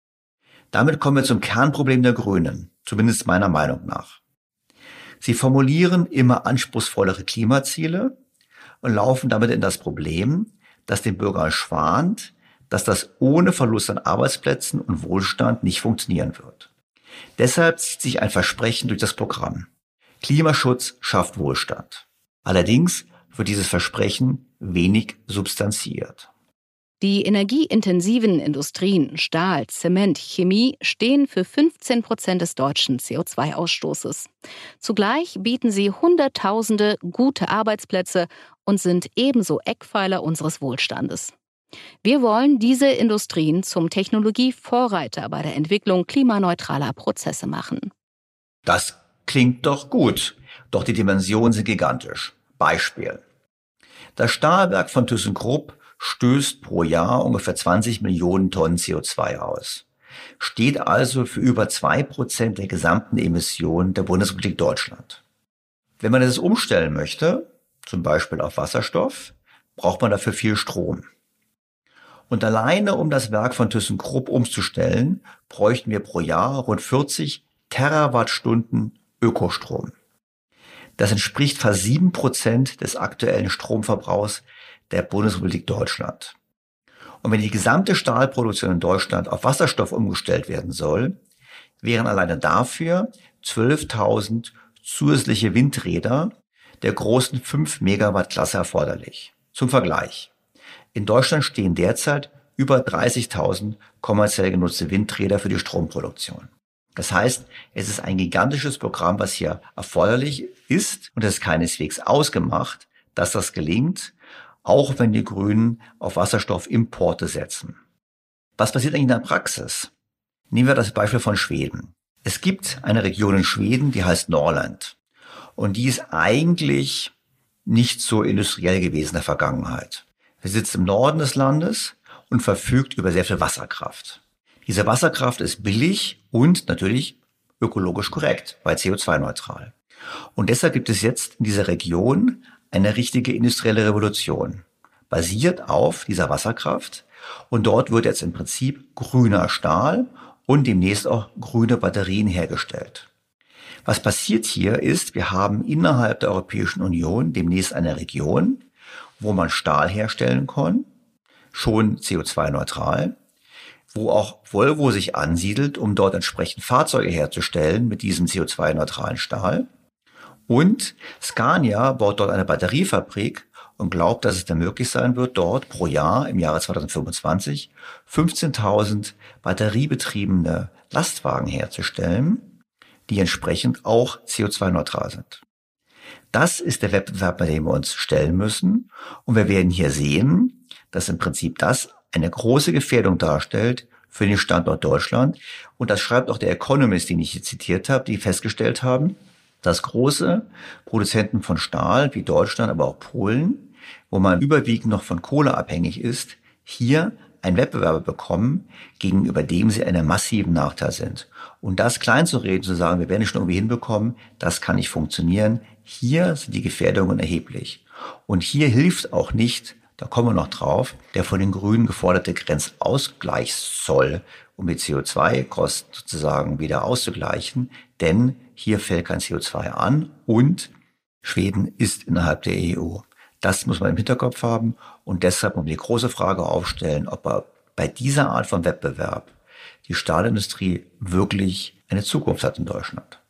Damit kommen wir zum Kernproblem der Grünen, zumindest meiner Meinung nach. Sie formulieren immer anspruchsvollere Klimaziele und laufen damit in das Problem, dass den Bürgern schwant, dass das ohne Verlust an Arbeitsplätzen und Wohlstand nicht funktionieren wird. Deshalb zieht sich ein Versprechen durch das Programm. Klimaschutz schafft Wohlstand. Allerdings wird dieses Versprechen wenig substanziert. Die energieintensiven Industrien Stahl, Zement, Chemie stehen für 15% des deutschen CO2-Ausstoßes. Zugleich bieten sie Hunderttausende gute Arbeitsplätze und sind ebenso Eckpfeiler unseres Wohlstandes. Wir wollen diese Industrien zum Technologievorreiter bei der Entwicklung klimaneutraler Prozesse machen. Das klingt doch gut, doch die Dimensionen sind gigantisch. Beispiel. Das Stahlwerk von ThyssenKrupp stößt pro Jahr ungefähr 20 Millionen Tonnen CO2 aus. Steht also für über 2% der gesamten Emissionen der Bundesrepublik Deutschland. Wenn man das umstellen möchte, zum Beispiel auf Wasserstoff, braucht man dafür viel Strom. Und alleine um das Werk von ThyssenKrupp umzustellen, bräuchten wir pro Jahr rund 40 Terawattstunden Ökostrom. Das entspricht fast 7% des aktuellen Stromverbrauchs der Bundesrepublik Deutschland. Und wenn die gesamte Stahlproduktion in Deutschland auf Wasserstoff umgestellt werden soll, wären alleine dafür 12.000 zusätzliche Windräder der großen 5 Megawatt Klasse erforderlich. Zum Vergleich. In Deutschland stehen derzeit über 30.000 kommerziell genutzte Windräder für die Stromproduktion. Das heißt, es ist ein gigantisches Programm, was hier erforderlich ist, und es ist keineswegs ausgemacht, dass das gelingt, auch wenn die Grünen auf Wasserstoffimporte setzen. Was passiert eigentlich in der Praxis? Nehmen wir das Beispiel von Schweden. Es gibt eine Region in Schweden, die heißt Norrland. Und die ist eigentlich nicht so industriell gewesen in der Vergangenheit. Sie sitzt im Norden des Landes und verfügt über sehr viel Wasserkraft. Diese Wasserkraft ist billig und natürlich ökologisch korrekt, weil CO2-neutral. Und deshalb gibt es jetzt in dieser Region eine richtige industrielle Revolution, basiert auf dieser Wasserkraft. Und dort wird jetzt im Prinzip grüner Stahl und demnächst auch grüne Batterien hergestellt. Was passiert hier ist, wir haben innerhalb der Europäischen Union demnächst eine Region, wo man Stahl herstellen kann, schon CO2-neutral, wo auch Volvo sich ansiedelt, um dort entsprechend Fahrzeuge herzustellen mit diesem CO2-neutralen Stahl. Und Scania baut dort eine Batteriefabrik und glaubt, dass es dann möglich sein wird, dort pro Jahr im Jahre 2025 15.000 batteriebetriebene Lastwagen herzustellen, die entsprechend auch CO2-neutral sind. Das ist der Wettbewerb, bei dem wir uns stellen müssen. Und wir werden hier sehen, dass im Prinzip das eine große Gefährdung darstellt für den Standort Deutschland. Und das schreibt auch der Economist, den ich hier zitiert habe, die festgestellt haben, dass große Produzenten von Stahl wie Deutschland, aber auch Polen, wo man überwiegend noch von Kohle abhängig ist, hier einen Wettbewerber bekommen, gegenüber dem sie einen massiven Nachteil sind. Und das klein zu reden, zu sagen, wir werden es schon irgendwie hinbekommen, das kann nicht funktionieren. Hier sind die Gefährdungen erheblich. Und hier hilft auch nicht, da kommen wir noch drauf, der von den Grünen geforderte Grenzausgleichszoll, um die CO2-Kosten sozusagen wieder auszugleichen. Denn hier fällt kein CO2 an und Schweden ist innerhalb der EU. Das muss man im Hinterkopf haben und deshalb muss man die große Frage aufstellen, ob bei dieser Art von Wettbewerb die Stahlindustrie wirklich eine Zukunft hat in Deutschland.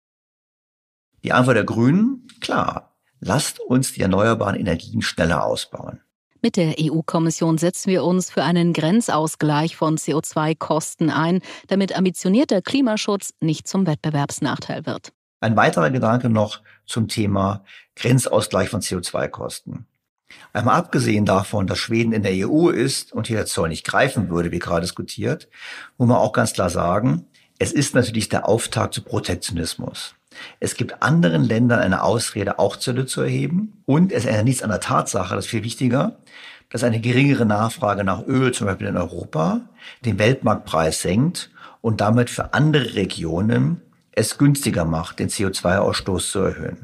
Die Antwort der Grünen? Klar, lasst uns die erneuerbaren Energien schneller ausbauen. Mit der EU-Kommission setzen wir uns für einen Grenzausgleich von CO2-Kosten ein, damit ambitionierter Klimaschutz nicht zum Wettbewerbsnachteil wird. Ein weiterer Gedanke noch zum Thema Grenzausgleich von CO2-Kosten. Einmal abgesehen davon, dass Schweden in der EU ist und hier der Zoll nicht greifen würde, wie gerade diskutiert, muss man auch ganz klar sagen, es ist natürlich der Auftakt zu Protektionismus. Es gibt anderen Ländern eine Ausrede, auch Zölle zu erheben. Und es ändert nichts an der Tatsache, das ist viel wichtiger, dass eine geringere Nachfrage nach Öl, zum Beispiel in Europa, den Weltmarktpreis senkt und damit für andere Regionen es günstiger macht, den CO2-Ausstoß zu erhöhen.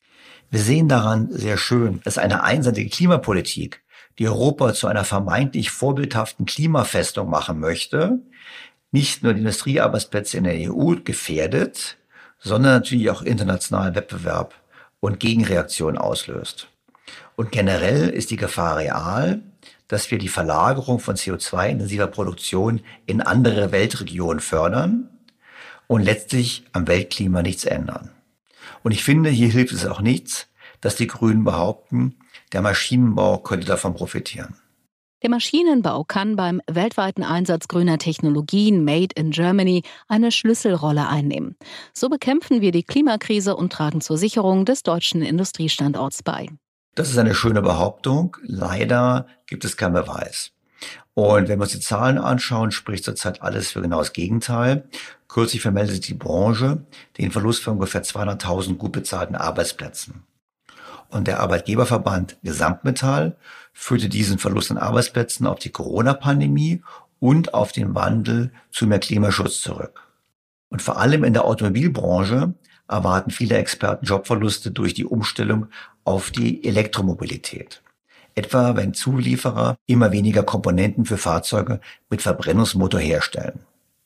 Wir sehen daran sehr schön, dass eine einseitige Klimapolitik, die Europa zu einer vermeintlich vorbildhaften Klimafestung machen möchte, nicht nur die Industriearbeitsplätze in der EU gefährdet, sondern natürlich auch internationalen Wettbewerb und Gegenreaktion auslöst. Und generell ist die Gefahr real, dass wir die Verlagerung von CO2-intensiver Produktion in andere Weltregionen fördern und letztlich am Weltklima nichts ändern. Und ich finde, hier hilft es auch nichts, dass die Grünen behaupten, der Maschinenbau könnte davon profitieren. Der Maschinenbau kann beim weltweiten Einsatz grüner Technologien Made in Germany eine Schlüsselrolle einnehmen. So bekämpfen wir die Klimakrise und tragen zur Sicherung des deutschen Industriestandorts bei. Das ist eine schöne Behauptung. Leider gibt es keinen Beweis. Und wenn wir uns die Zahlen anschauen, spricht zurzeit alles für genau das Gegenteil. Kürzlich vermeldete die Branche den Verlust von ungefähr 200.000 gut bezahlten Arbeitsplätzen. Und der Arbeitgeberverband Gesamtmetall führte diesen Verlust an Arbeitsplätzen auf die Corona-Pandemie und auf den Wandel zu mehr Klimaschutz zurück. Und vor allem in der Automobilbranche erwarten viele Experten Jobverluste durch die Umstellung auf die Elektromobilität. Etwa wenn Zulieferer immer weniger Komponenten für Fahrzeuge mit Verbrennungsmotor herstellen.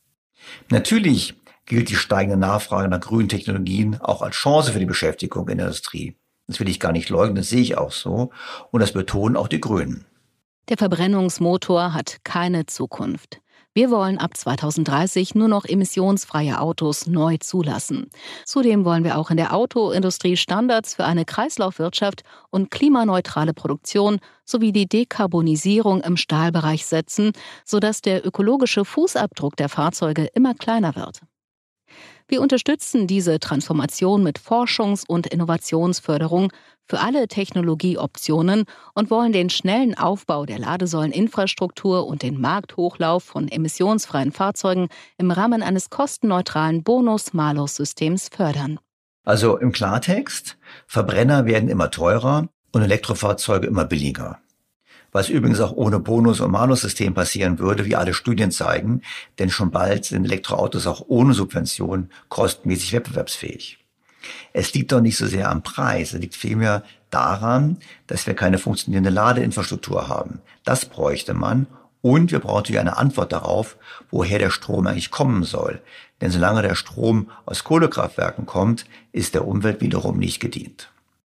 Natürlich gilt die steigende Nachfrage nach grünen Technologien auch als Chance für die Beschäftigung in der Industrie. Das will ich gar nicht leugnen, das sehe ich auch so. Und das betonen auch die Grünen. Der Verbrennungsmotor hat keine Zukunft. Wir wollen ab 2030 nur noch emissionsfreie Autos neu zulassen. Zudem wollen wir auch in der Autoindustrie Standards für eine Kreislaufwirtschaft und klimaneutrale Produktion sowie die Dekarbonisierung im Stahlbereich setzen, sodass der ökologische Fußabdruck der Fahrzeuge immer kleiner wird. Wir unterstützen diese Transformation mit Forschungs- und Innovationsförderung für alle Technologieoptionen und wollen den schnellen Aufbau der Ladesäuleninfrastruktur und den Markthochlauf von emissionsfreien Fahrzeugen im Rahmen eines kostenneutralen Bonus-Malus-Systems fördern. Also im Klartext, Verbrenner werden immer teurer und Elektrofahrzeuge immer billiger. Was übrigens auch ohne Bonus- und Malus-System passieren würde, wie alle Studien zeigen, denn schon bald sind Elektroautos auch ohne Subvention kostenmäßig wettbewerbsfähig. Es liegt doch nicht so sehr am Preis, es liegt vielmehr daran, dass wir keine funktionierende Ladeinfrastruktur haben. Das bräuchte man und wir brauchen natürlich eine Antwort darauf, woher der Strom eigentlich kommen soll. Denn solange der Strom aus Kohlekraftwerken kommt, ist der Umwelt wiederum nicht gedient.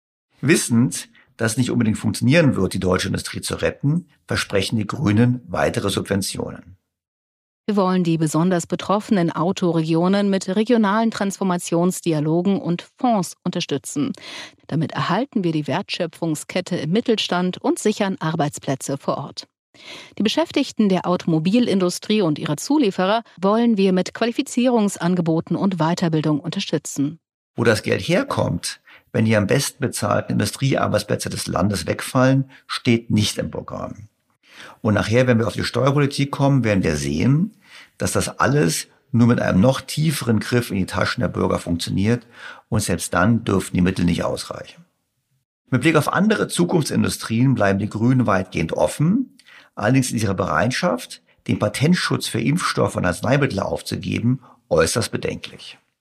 Wissend, dass es nicht unbedingt funktionieren wird, die deutsche Industrie zu retten, versprechen die Grünen weitere Subventionen. Wir wollen die besonders betroffenen Autoregionen mit regionalen Transformationsdialogen und Fonds unterstützen. Damit erhalten wir die Wertschöpfungskette im Mittelstand und sichern Arbeitsplätze vor Ort. Die Beschäftigten der Automobilindustrie und ihrer Zulieferer wollen wir mit Qualifizierungsangeboten und Weiterbildung unterstützen. Wo das Geld herkommt, wenn die am besten bezahlten Industriearbeitsplätze des Landes wegfallen, steht nicht im Programm. Und nachher, wenn wir auf die Steuerpolitik kommen, werden wir sehen, dass das alles nur mit einem noch tieferen Griff in die Taschen der Bürger funktioniert und selbst dann dürften die Mittel nicht ausreichen. Mit Blick auf andere Zukunftsindustrien bleiben die Grünen weitgehend offen, allerdings ist ihre Bereitschaft, den Patentschutz für Impfstoffe und Arzneimittel aufzugeben, äußerst bedenklich.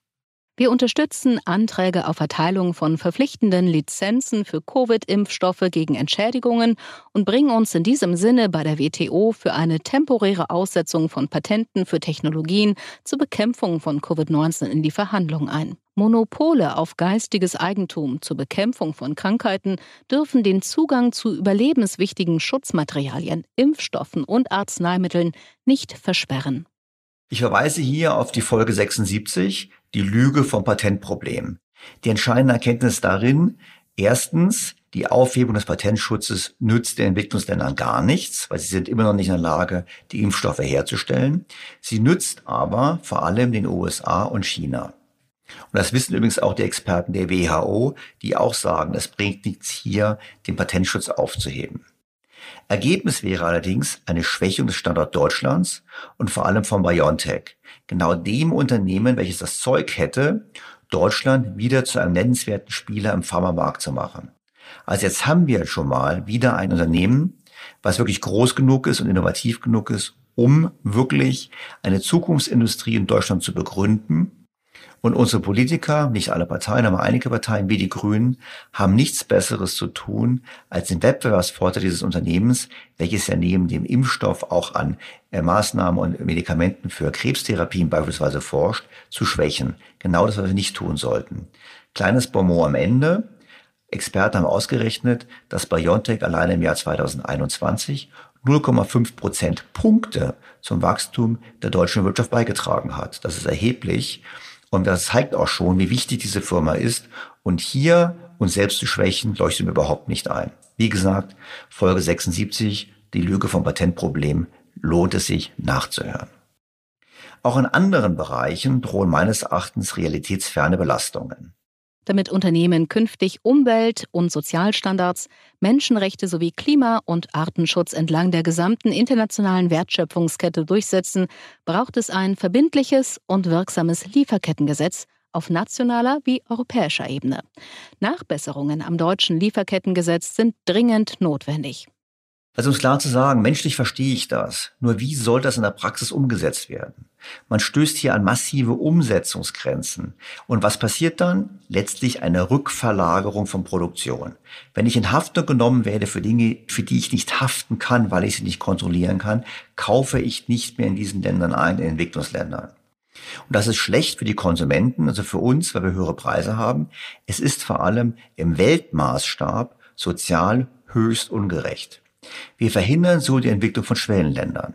Wir unterstützen Anträge auf Erteilung von verpflichtenden Lizenzen für Covid-Impfstoffe gegen Entschädigungen und bringen uns in diesem Sinne bei der WTO für eine temporäre Aussetzung von Patenten für Technologien zur Bekämpfung von Covid-19 in die Verhandlungen ein. Monopole auf geistiges Eigentum zur Bekämpfung von Krankheiten dürfen den Zugang zu überlebenswichtigen Schutzmaterialien, Impfstoffen und Arzneimitteln nicht versperren. Ich verweise hier auf die Folge 76, die Lüge vom Patentproblem. Die entscheidende Erkenntnis darin: Erstens, die Aufhebung des Patentschutzes nützt den Entwicklungsländern gar nichts, weil sie sind immer noch nicht in der Lage, die Impfstoffe herzustellen. Sie nützt aber vor allem den USA und China. Und das wissen übrigens auch die Experten der WHO, die auch sagen, es bringt nichts hier, den Patentschutz aufzuheben. Ergebnis wäre allerdings eine Schwächung des Standorts Deutschlands und vor allem von BioNTech, genau dem Unternehmen, welches das Zeug hätte, Deutschland wieder zu einem nennenswerten Spieler im Pharmamarkt zu machen. Also jetzt haben wir schon mal wieder ein Unternehmen, was wirklich groß genug ist und innovativ genug ist, um wirklich eine Zukunftsindustrie in Deutschland zu begründen. Und unsere Politiker, nicht alle Parteien, aber einige Parteien wie die Grünen, haben nichts Besseres zu tun, als den Wettbewerbsvorteil dieses Unternehmens, welches ja neben dem Impfstoff auch an Maßnahmen und Medikamenten für Krebstherapien beispielsweise forscht, zu schwächen. Genau das, was wir nicht tun sollten. Kleines Bonmot am Ende. Experten haben ausgerechnet, dass BioNTech alleine im Jahr 2021 0,5 Prozentpunkte zum Wachstum der deutschen Wirtschaft beigetragen hat. Das ist erheblich. Und das zeigt auch schon, wie wichtig diese Firma ist. Und hier uns selbst zu schwächen, leuchtet mir überhaupt nicht ein. Wie gesagt, Folge 76, die Lüge vom Patentproblem, lohnt es sich nachzuhören. Auch in anderen Bereichen drohen meines Erachtens realitätsferne Belastungen. Damit Unternehmen künftig Umwelt- und Sozialstandards, Menschenrechte sowie Klima- und Artenschutz entlang der gesamten internationalen Wertschöpfungskette durchsetzen, braucht es ein verbindliches und wirksames Lieferkettengesetz auf nationaler wie europäischer Ebene. Nachbesserungen am deutschen Lieferkettengesetz sind dringend notwendig. Also um es klar zu sagen, menschlich verstehe ich das. Nur wie soll das in der Praxis umgesetzt werden? Man stößt hier an massive Umsetzungsgrenzen. Und was passiert dann? Letztlich eine Rückverlagerung von Produktion. Wenn ich in Haftung genommen werde für Dinge, für die ich nicht haften kann, weil ich sie nicht kontrollieren kann, kaufe ich nicht mehr in diesen Ländern ein, in Entwicklungsländern. Und das ist schlecht für die Konsumenten, also für uns, weil wir höhere Preise haben. Es ist vor allem im Weltmaßstab sozial höchst ungerecht. Wir verhindern so die Entwicklung von Schwellenländern.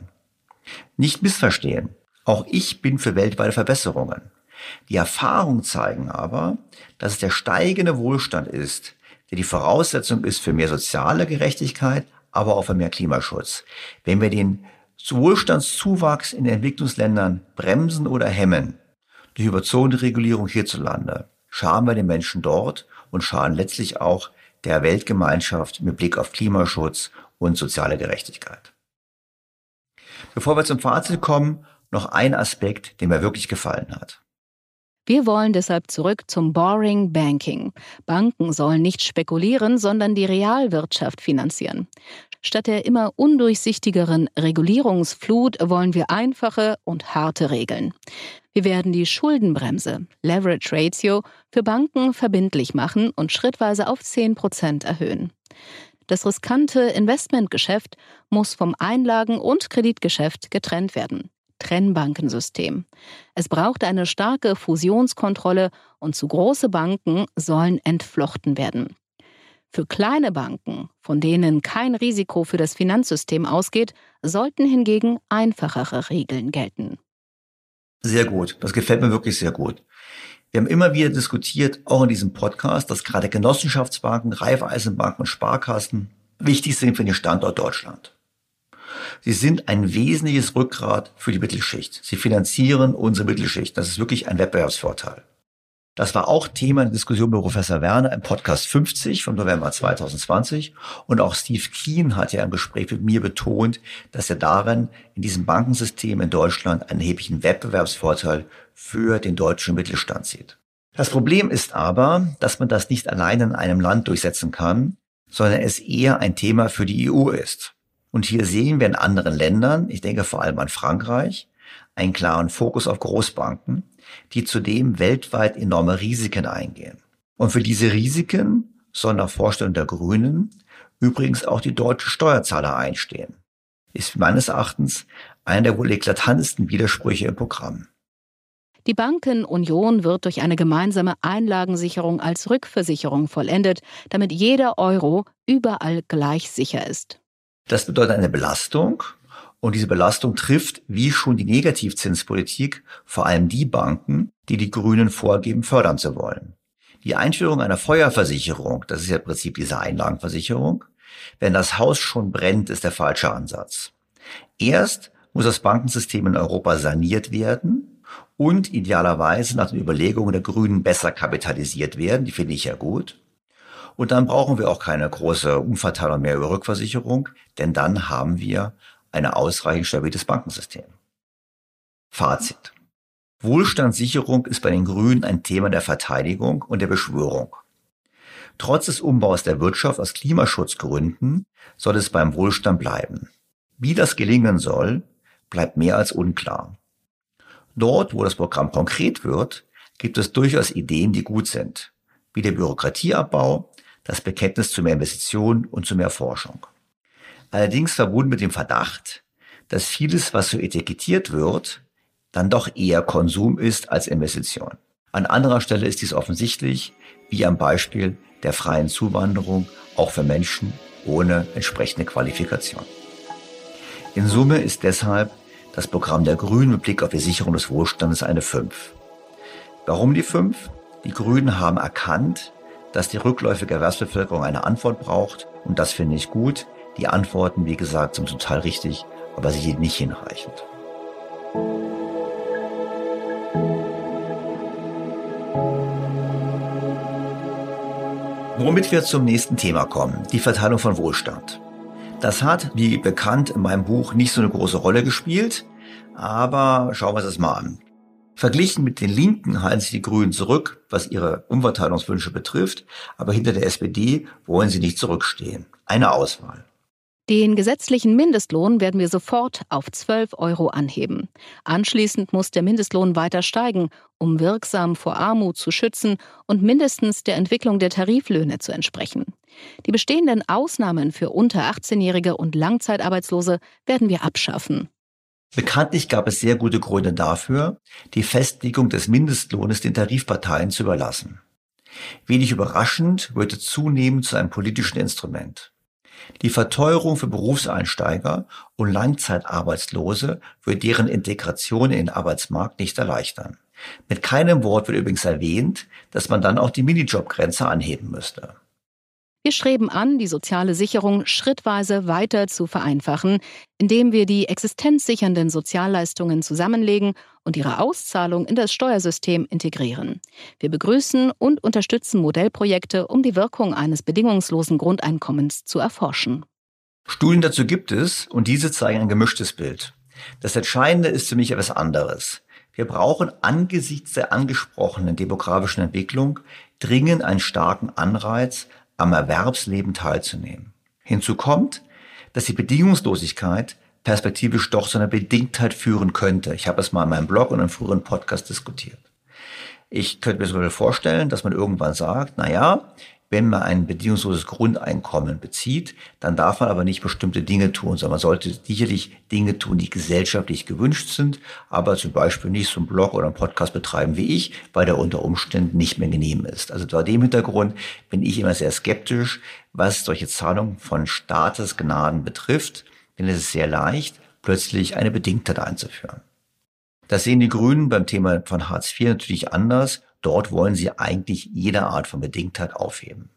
Nicht missverstehen, auch ich bin für weltweite Verbesserungen. Die Erfahrungen zeigen aber, dass es der steigende Wohlstand ist, der die Voraussetzung ist für mehr soziale Gerechtigkeit, aber auch für mehr Klimaschutz. Wenn wir den Wohlstandszuwachs in den Entwicklungsländern bremsen oder hemmen, durch Überzogenregulierung hierzulande, schaden wir den Menschen dort und schaden letztlich auch der Weltgemeinschaft mit Blick auf Klimaschutz und soziale Gerechtigkeit. Bevor wir zum Fazit kommen, noch ein Aspekt, der mir wirklich gefallen hat. Wir wollen deshalb zurück zum Boring Banking. Banken sollen nicht spekulieren, sondern die Realwirtschaft finanzieren. Statt der immer undurchsichtigeren Regulierungsflut wollen wir einfache und harte Regeln. Wir werden die Schuldenbremse, Leverage Ratio, für Banken verbindlich machen und schrittweise auf 10% erhöhen. Das riskante Investmentgeschäft muss vom Einlagen- und Kreditgeschäft getrennt werden. Trennbankensystem. Es braucht eine starke Fusionskontrolle und zu große Banken sollen entflochten werden. Für kleine Banken, von denen kein Risiko für das Finanzsystem ausgeht, sollten hingegen einfachere Regeln gelten. Sehr gut, das gefällt mir wirklich sehr gut. Wir haben immer wieder diskutiert, auch in diesem Podcast, dass gerade Genossenschaftsbanken, Raiffeisenbanken und Sparkassen wichtig sind für den Standort Deutschland. Sie sind ein wesentliches Rückgrat für die Mittelschicht. Sie finanzieren unsere Mittelschicht. Das ist wirklich ein Wettbewerbsvorteil. Das war auch Thema in der Diskussion mit Professor Werner im Podcast 50 vom November 2020. Und auch Steve Keen hat ja im Gespräch mit mir betont, dass er darin in diesem Bankensystem in Deutschland einen erheblichen Wettbewerbsvorteil für den deutschen Mittelstand sieht. Das Problem ist aber, dass man das nicht allein in einem Land durchsetzen kann, sondern es eher ein Thema für die EU ist. Und hier sehen wir in anderen Ländern, ich denke vor allem an Frankreich, einen klaren Fokus auf Großbanken, die zudem weltweit enorme Risiken eingehen. Und für diese Risiken sollen nach Vorstellung der Grünen übrigens auch die deutschen Steuerzahler einstehen. Ist meines Erachtens einer der wohl eklatantesten Widersprüche im Programm. Die Bankenunion wird durch eine gemeinsame Einlagensicherung als Rückversicherung vollendet, damit jeder Euro überall gleich sicher ist. Das bedeutet eine Belastung, und diese Belastung trifft, wie schon die Negativzinspolitik, vor allem die Banken, die die Grünen vorgeben, fördern zu wollen. Die Einführung einer Feuerversicherung, das ist ja im Prinzip diese Einlagenversicherung, wenn das Haus schon brennt, ist der falsche Ansatz. Erst muss das Bankensystem in Europa saniert werden und idealerweise nach den Überlegungen der Grünen besser kapitalisiert werden. Die finde ich ja gut. Und dann brauchen wir auch keine große Umverteilung mehr über Rückversicherung, denn dann haben wir ein ausreichend stabiles Bankensystem. Fazit. Wohlstandssicherung ist bei den Grünen ein Thema der Verteidigung und der Beschwörung. Trotz des Umbaus der Wirtschaft aus Klimaschutzgründen soll es beim Wohlstand bleiben. Wie das gelingen soll, bleibt mehr als unklar. Dort, wo das Programm konkret wird, gibt es durchaus Ideen, die gut sind, wie der Bürokratieabbau, das Bekenntnis zu mehr Investitionen und zu mehr Forschung. Allerdings verbunden mit dem Verdacht, dass vieles, was so etikettiert wird, dann doch eher Konsum ist als Investition. An anderer Stelle ist dies offensichtlich, wie am Beispiel der freien Zuwanderung, auch für Menschen ohne entsprechende Qualifikation. In Summe ist deshalb das Programm der Grünen mit Blick auf die Sicherung des Wohlstandes eine 5. Warum die 5? Die Grünen haben erkannt, dass die rückläufige Erwerbsbevölkerung eine Antwort braucht, und das finde ich gut. Die Antworten, wie gesagt, sind total richtig, aber sie sind nicht hinreichend. Womit wir zum nächsten Thema kommen, die Verteilung von Wohlstand. Das hat, wie bekannt, in meinem Buch nicht so eine große Rolle gespielt, aber schauen wir uns das mal an. Verglichen mit den Linken halten sich die Grünen zurück, was ihre Umverteilungswünsche betrifft, aber hinter der SPD wollen sie nicht zurückstehen. Eine Auswahl. Den gesetzlichen Mindestlohn werden wir sofort auf 12 Euro anheben. Anschließend muss der Mindestlohn weiter steigen, um wirksam vor Armut zu schützen und mindestens der Entwicklung der Tariflöhne zu entsprechen. Die bestehenden Ausnahmen für unter 18-Jährige und Langzeitarbeitslose werden wir abschaffen. Bekanntlich gab es sehr gute Gründe dafür, die Festlegung des Mindestlohnes den Tarifparteien zu überlassen. Wenig überraschend wird es zunehmend zu einem politischen Instrument. Die Verteuerung für Berufseinsteiger und Langzeitarbeitslose wird deren Integration in den Arbeitsmarkt nicht erleichtern. Mit keinem Wort wird übrigens erwähnt, dass man dann auch die Minijobgrenze anheben müsste. Wir streben an, die soziale Sicherung schrittweise weiter zu vereinfachen, indem wir die existenzsichernden Sozialleistungen zusammenlegen und ihre Auszahlung in das Steuersystem integrieren. Wir begrüßen und unterstützen Modellprojekte, um die Wirkung eines bedingungslosen Grundeinkommens zu erforschen. Studien dazu gibt es, und diese zeigen ein gemischtes Bild. Das Entscheidende ist für mich etwas anderes. Wir brauchen angesichts der angesprochenen demografischen Entwicklung dringend einen starken Anreiz, am Erwerbsleben teilzunehmen. Hinzu kommt, dass die Bedingungslosigkeit perspektivisch doch zu einer Bedingtheit führen könnte. Ich habe es mal in meinem Blog und im früheren Podcast diskutiert. Ich könnte mir sogar vorstellen, dass man irgendwann sagt, wenn man ein bedingungsloses Grundeinkommen bezieht, dann darf man aber nicht bestimmte Dinge tun, sondern man sollte sicherlich Dinge tun, die gesellschaftlich gewünscht sind, aber zum Beispiel nicht so einen Blog oder einen Podcast betreiben wie ich, weil der unter Umständen nicht mehr genehm ist. Also vor dem Hintergrund bin ich immer sehr skeptisch, was solche Zahlungen von Staatesgnaden betrifft, denn es ist sehr leicht, plötzlich eine Bedingtheit einzuführen. Das sehen die Grünen beim Thema von Hartz IV natürlich anders. Dort wollen sie eigentlich jede Art von Bedingtheit aufheben.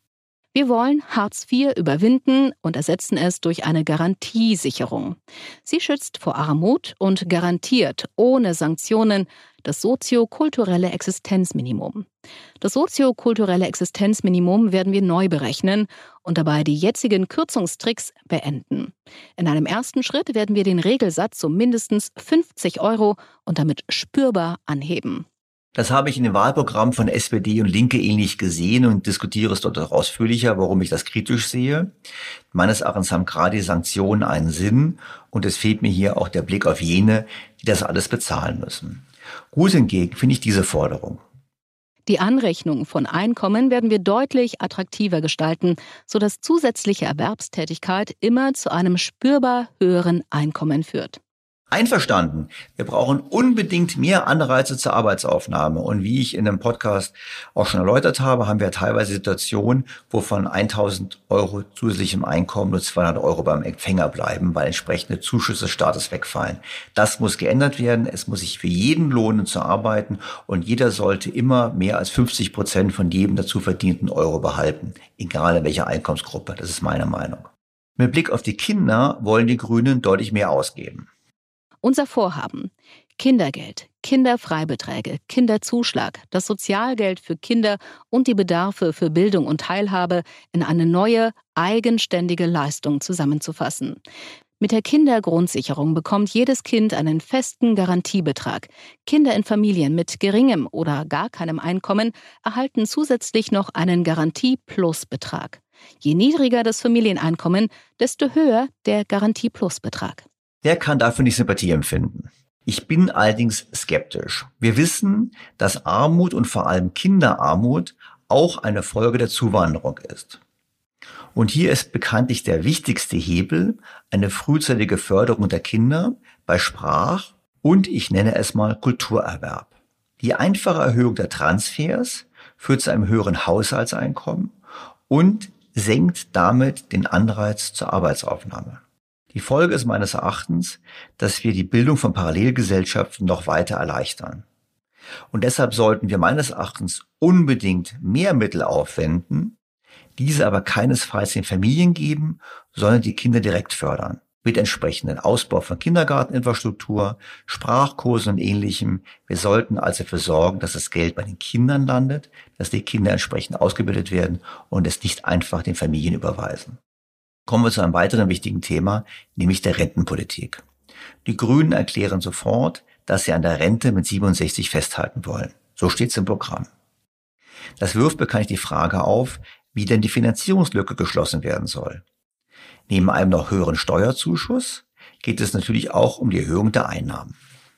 Wir wollen Hartz IV überwinden und ersetzen es durch eine Garantiesicherung. Sie schützt vor Armut und garantiert ohne Sanktionen das soziokulturelle Existenzminimum. Das soziokulturelle Existenzminimum werden wir neu berechnen und dabei die jetzigen Kürzungstricks beenden. In einem ersten Schritt werden wir den Regelsatz um mindestens 50 Euro und damit spürbar anheben. Das habe ich in dem Wahlprogramm von SPD und Linke ähnlich gesehen und diskutiere es dort auch ausführlicher, warum ich das kritisch sehe. Meines Erachtens haben gerade die Sanktionen einen Sinn und es fehlt mir hier auch der Blick auf jene, die das alles bezahlen müssen. Gut hingegen finde ich diese Forderung. Die Anrechnung von Einkommen werden wir deutlich attraktiver gestalten, sodass zusätzliche Erwerbstätigkeit immer zu einem spürbar höheren Einkommen führt. Einverstanden. Wir brauchen unbedingt mehr Anreize zur Arbeitsaufnahme. Und wie ich in einem Podcast auch schon erläutert habe, haben wir teilweise Situationen, wo von 1.000 Euro zusätzlichem Einkommen nur 200 Euro beim Empfänger bleiben, weil entsprechende Zuschüsse des Staates wegfallen. Das muss geändert werden. Es muss sich für jeden lohnen zu arbeiten und jeder sollte immer mehr als 50% von jedem dazu verdienten Euro behalten, egal in welcher Einkommensgruppe. Das ist meine Meinung. Mit Blick auf die Kinder wollen die Grünen deutlich mehr ausgeben. Unser Vorhaben: Kindergeld, Kinderfreibeträge, Kinderzuschlag, das Sozialgeld für Kinder und die Bedarfe für Bildung und Teilhabe in eine neue, eigenständige Leistung zusammenzufassen. Mit der Kindergrundsicherung bekommt jedes Kind einen festen Garantiebetrag. Kinder in Familien mit geringem oder gar keinem Einkommen erhalten zusätzlich noch einen Garantie-Plus-Betrag. Je niedriger das Familieneinkommen, desto höher der Garantie-Plus-Betrag. Wer kann dafür nicht Sympathie empfinden? Ich bin allerdings skeptisch. Wir wissen, dass Armut und vor allem Kinderarmut auch eine Folge der Zuwanderung ist. Und hier ist bekanntlich der wichtigste Hebel eine frühzeitige Förderung der Kinder bei Sprach- und ich nenne es mal Kulturerwerb. Die einfache Erhöhung der Transfers führt zu einem höheren Haushaltseinkommen und senkt damit den Anreiz zur Arbeitsaufnahme. Die Folge ist meines Erachtens, dass wir die Bildung von Parallelgesellschaften noch weiter erleichtern. Und deshalb sollten wir meines Erachtens unbedingt mehr Mittel aufwenden, diese aber keinesfalls den Familien geben, sondern die Kinder direkt fördern. Mit entsprechendem Ausbau von Kindergarteninfrastruktur, Sprachkursen und Ähnlichem. Wir sollten also dafür sorgen, dass das Geld bei den Kindern landet, dass die Kinder entsprechend ausgebildet werden und es nicht einfach den Familien überweisen. Kommen wir zu einem weiteren wichtigen Thema, nämlich der Rentenpolitik. Die Grünen erklären sofort, dass sie an der Rente mit 67 festhalten wollen. So steht es im Programm. Das wirft bekanntlich die Frage auf, wie denn die Finanzierungslücke geschlossen werden soll. Neben einem noch höheren Steuerzuschuss geht es natürlich auch um die Erhöhung der Einnahmen.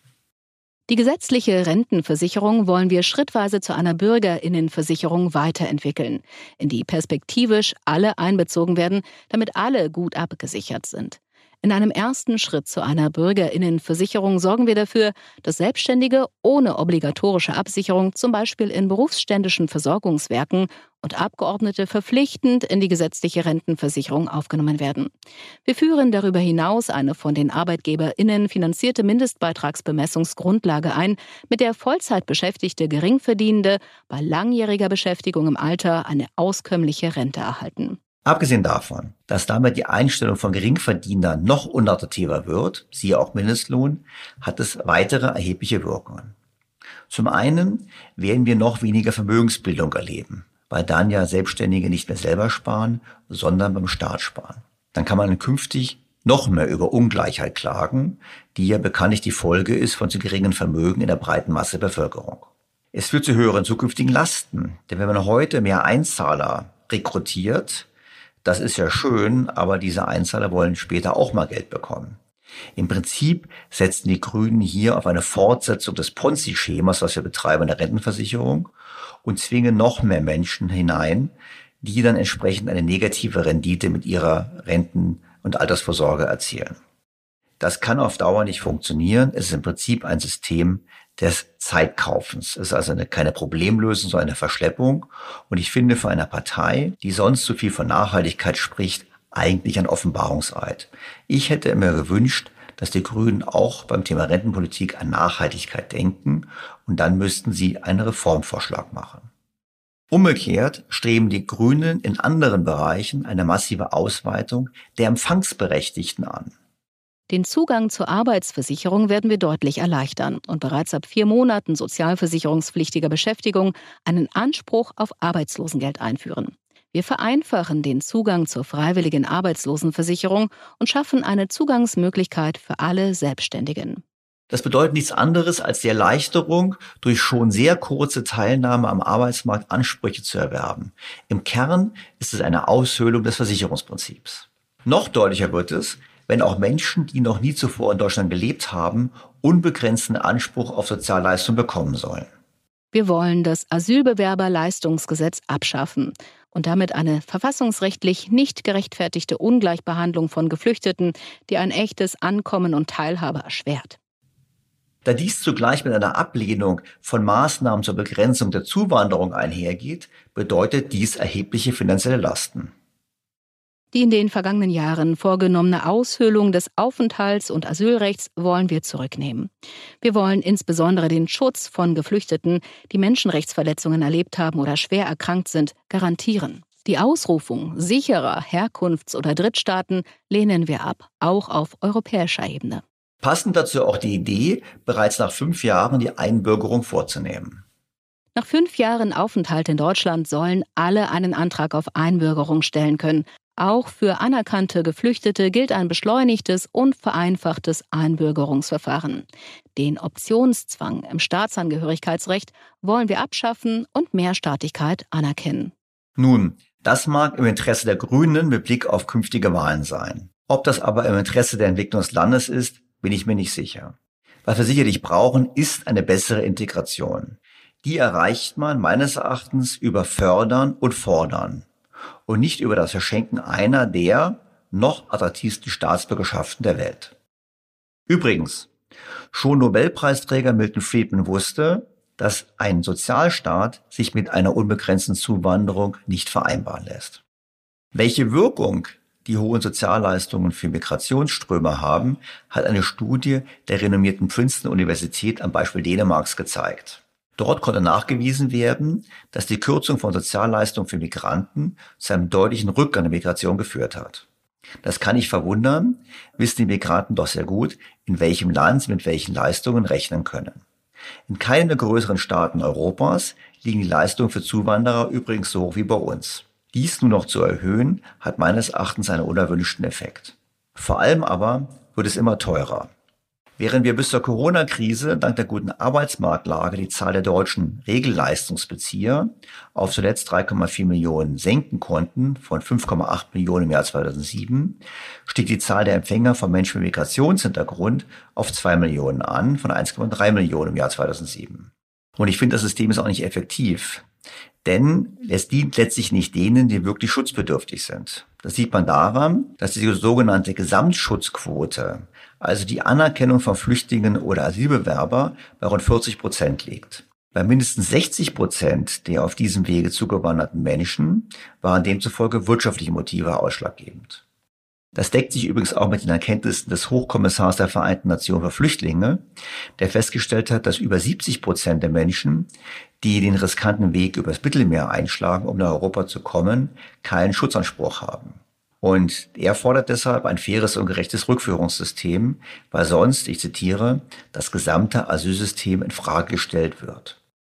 Die gesetzliche Rentenversicherung wollen wir schrittweise zu einer Bürgerinnenversicherung weiterentwickeln, in die perspektivisch alle einbezogen werden, damit alle gut abgesichert sind. In einem ersten Schritt zu einer Bürgerinnenversicherung sorgen wir dafür, dass Selbstständige ohne obligatorische Absicherung zum Beispiel in berufsständischen Versorgungswerken und Abgeordnete verpflichtend in die gesetzliche Rentenversicherung aufgenommen werden. Wir führen darüber hinaus eine von den ArbeitgeberInnen finanzierte Mindestbeitragsbemessungsgrundlage ein, mit der Vollzeitbeschäftigte Geringverdienende bei langjähriger Beschäftigung im Alter eine auskömmliche Rente erhalten. Abgesehen davon, dass damit die Einstellung von Geringverdienern noch unattraktiver wird, siehe auch Mindestlohn, hat es weitere erhebliche Wirkungen. Zum einen werden wir noch weniger Vermögensbildung erleben, weil dann ja Selbstständige nicht mehr selber sparen, sondern beim Staat sparen. Dann kann man künftig noch mehr über Ungleichheit klagen, die ja bekanntlich die Folge ist von zu geringen Vermögen in der breiten Masse der Bevölkerung. Es führt zu höheren zukünftigen Lasten, denn wenn man heute mehr Einzahler rekrutiert, das ist ja schön, aber diese Einzahler wollen später auch mal Geld bekommen. Im Prinzip setzen die Grünen hier auf eine Fortsetzung des Ponzi-Schemas, was wir betreiben in der Rentenversicherung, und zwingen noch mehr Menschen hinein, die dann entsprechend eine negative Rendite mit ihrer Renten- und Altersvorsorge erzielen. Das kann auf Dauer nicht funktionieren. Es ist im Prinzip ein System des Zeitkaufens. Es ist also keine Problemlösung, sondern eine Verschleppung. Und ich finde für eine Partei, die sonst so viel von Nachhaltigkeit spricht, eigentlich ein Offenbarungseid. Ich hätte immer gewünscht, dass die Grünen auch beim Thema Rentenpolitik an Nachhaltigkeit denken und dann müssten sie einen Reformvorschlag machen. Umgekehrt streben die Grünen in anderen Bereichen eine massive Ausweitung der Empfangsberechtigten an. Den Zugang zur Arbeitsversicherung werden wir deutlich erleichtern und bereits ab 4 Monaten sozialversicherungspflichtiger Beschäftigung einen Anspruch auf Arbeitslosengeld einführen. Wir vereinfachen den Zugang zur freiwilligen Arbeitslosenversicherung und schaffen eine Zugangsmöglichkeit für alle Selbstständigen. Das bedeutet nichts anderes als die Erleichterung, durch schon sehr kurze Teilnahme am Arbeitsmarkt Ansprüche zu erwerben. Im Kern ist es eine Aushöhlung des Versicherungsprinzips. Noch deutlicher wird es, wenn auch Menschen, die noch nie zuvor in Deutschland gelebt haben unbegrenzten Anspruch auf Sozialleistung bekommen sollen. Wir wollen das Asylbewerberleistungsgesetz abschaffen und damit eine verfassungsrechtlich nicht gerechtfertigte Ungleichbehandlung von Geflüchteten, die ein echtes Ankommen und Teilhabe erschwert. Da dies zugleich mit einer Ablehnung von Maßnahmen zur Begrenzung der Zuwanderung einhergeht, bedeutet dies erhebliche finanzielle Lasten. Die in den vergangenen Jahren vorgenommene Aushöhlung des Aufenthalts- und Asylrechts wollen wir zurücknehmen. Wir wollen insbesondere den Schutz von Geflüchteten, die Menschenrechtsverletzungen erlebt haben oder schwer erkrankt sind, garantieren. Die Ausrufung sicherer Herkunfts- oder Drittstaaten lehnen wir ab, auch auf europäischer Ebene. Passend dazu auch die Idee, bereits nach 5 Jahren die Einbürgerung vorzunehmen. Nach 5 Jahren Aufenthalt in Deutschland sollen alle einen Antrag auf Einbürgerung stellen können. Auch für anerkannte Geflüchtete gilt ein beschleunigtes und vereinfachtes Einbürgerungsverfahren. Den Optionszwang im Staatsangehörigkeitsrecht wollen wir abschaffen und Mehrstaatlichkeit anerkennen. Nun, das mag im Interesse der Grünen mit Blick auf künftige Wahlen sein. Ob das aber im Interesse der Entwicklung des Landes ist, bin ich mir nicht sicher. Was wir sicherlich brauchen, ist eine bessere Integration. Die erreicht man meines Erachtens über Fördern und Fordern und nicht über das Verschenken einer der noch attraktivsten Staatsbürgerschaften der Welt. Übrigens, schon Nobelpreisträger Milton Friedman wusste, dass ein Sozialstaat sich mit einer unbegrenzten Zuwanderung nicht vereinbaren lässt. Welche Wirkung die hohen Sozialleistungen für Migrationsströme haben, hat eine Studie der renommierten Princeton-Universität am Beispiel Dänemarks gezeigt. Dort konnte nachgewiesen werden, dass die Kürzung von Sozialleistungen für Migranten zu einem deutlichen Rückgang der Migration geführt hat. Das kann nicht verwundern, wissen die Migranten doch sehr gut, in welchem Land sie mit welchen Leistungen rechnen können. In keinem der größeren Staaten Europas liegen die Leistungen für Zuwanderer übrigens so hoch wie bei uns. Dies nur noch zu erhöhen, hat meines Erachtens einen unerwünschten Effekt. Vor allem aber wird es immer teurer. Während wir bis zur Corona-Krise dank der guten Arbeitsmarktlage die Zahl der deutschen Regelleistungsbezieher auf zuletzt 3,4 Millionen senken konnten, von 5,8 Millionen im Jahr 2007, stieg die Zahl der Empfänger von Menschen mit Migrationshintergrund auf 2 Millionen an, von 1,3 Millionen im Jahr 2007. Und ich finde, das System ist auch nicht effektiv. Denn es dient letztlich nicht denen, die wirklich schutzbedürftig sind. Das sieht man daran, dass die sogenannte Gesamtschutzquote, also die Anerkennung von Flüchtlingen oder Asylbewerber, bei rund 40% liegt. Bei mindestens 60% der auf diesem Wege zugewanderten Menschen waren demzufolge wirtschaftliche Motive ausschlaggebend. Das deckt sich übrigens auch mit den Erkenntnissen des Hochkommissars der Vereinten Nationen für Flüchtlinge, der festgestellt hat, dass über 70% der Menschen, die den riskanten Weg übers Mittelmeer einschlagen, um nach Europa zu kommen, keinen Schutzanspruch haben. Und er fordert deshalb ein faires und gerechtes Rückführungssystem, weil sonst, ich zitiere, das gesamte Asylsystem in Frage gestellt wird.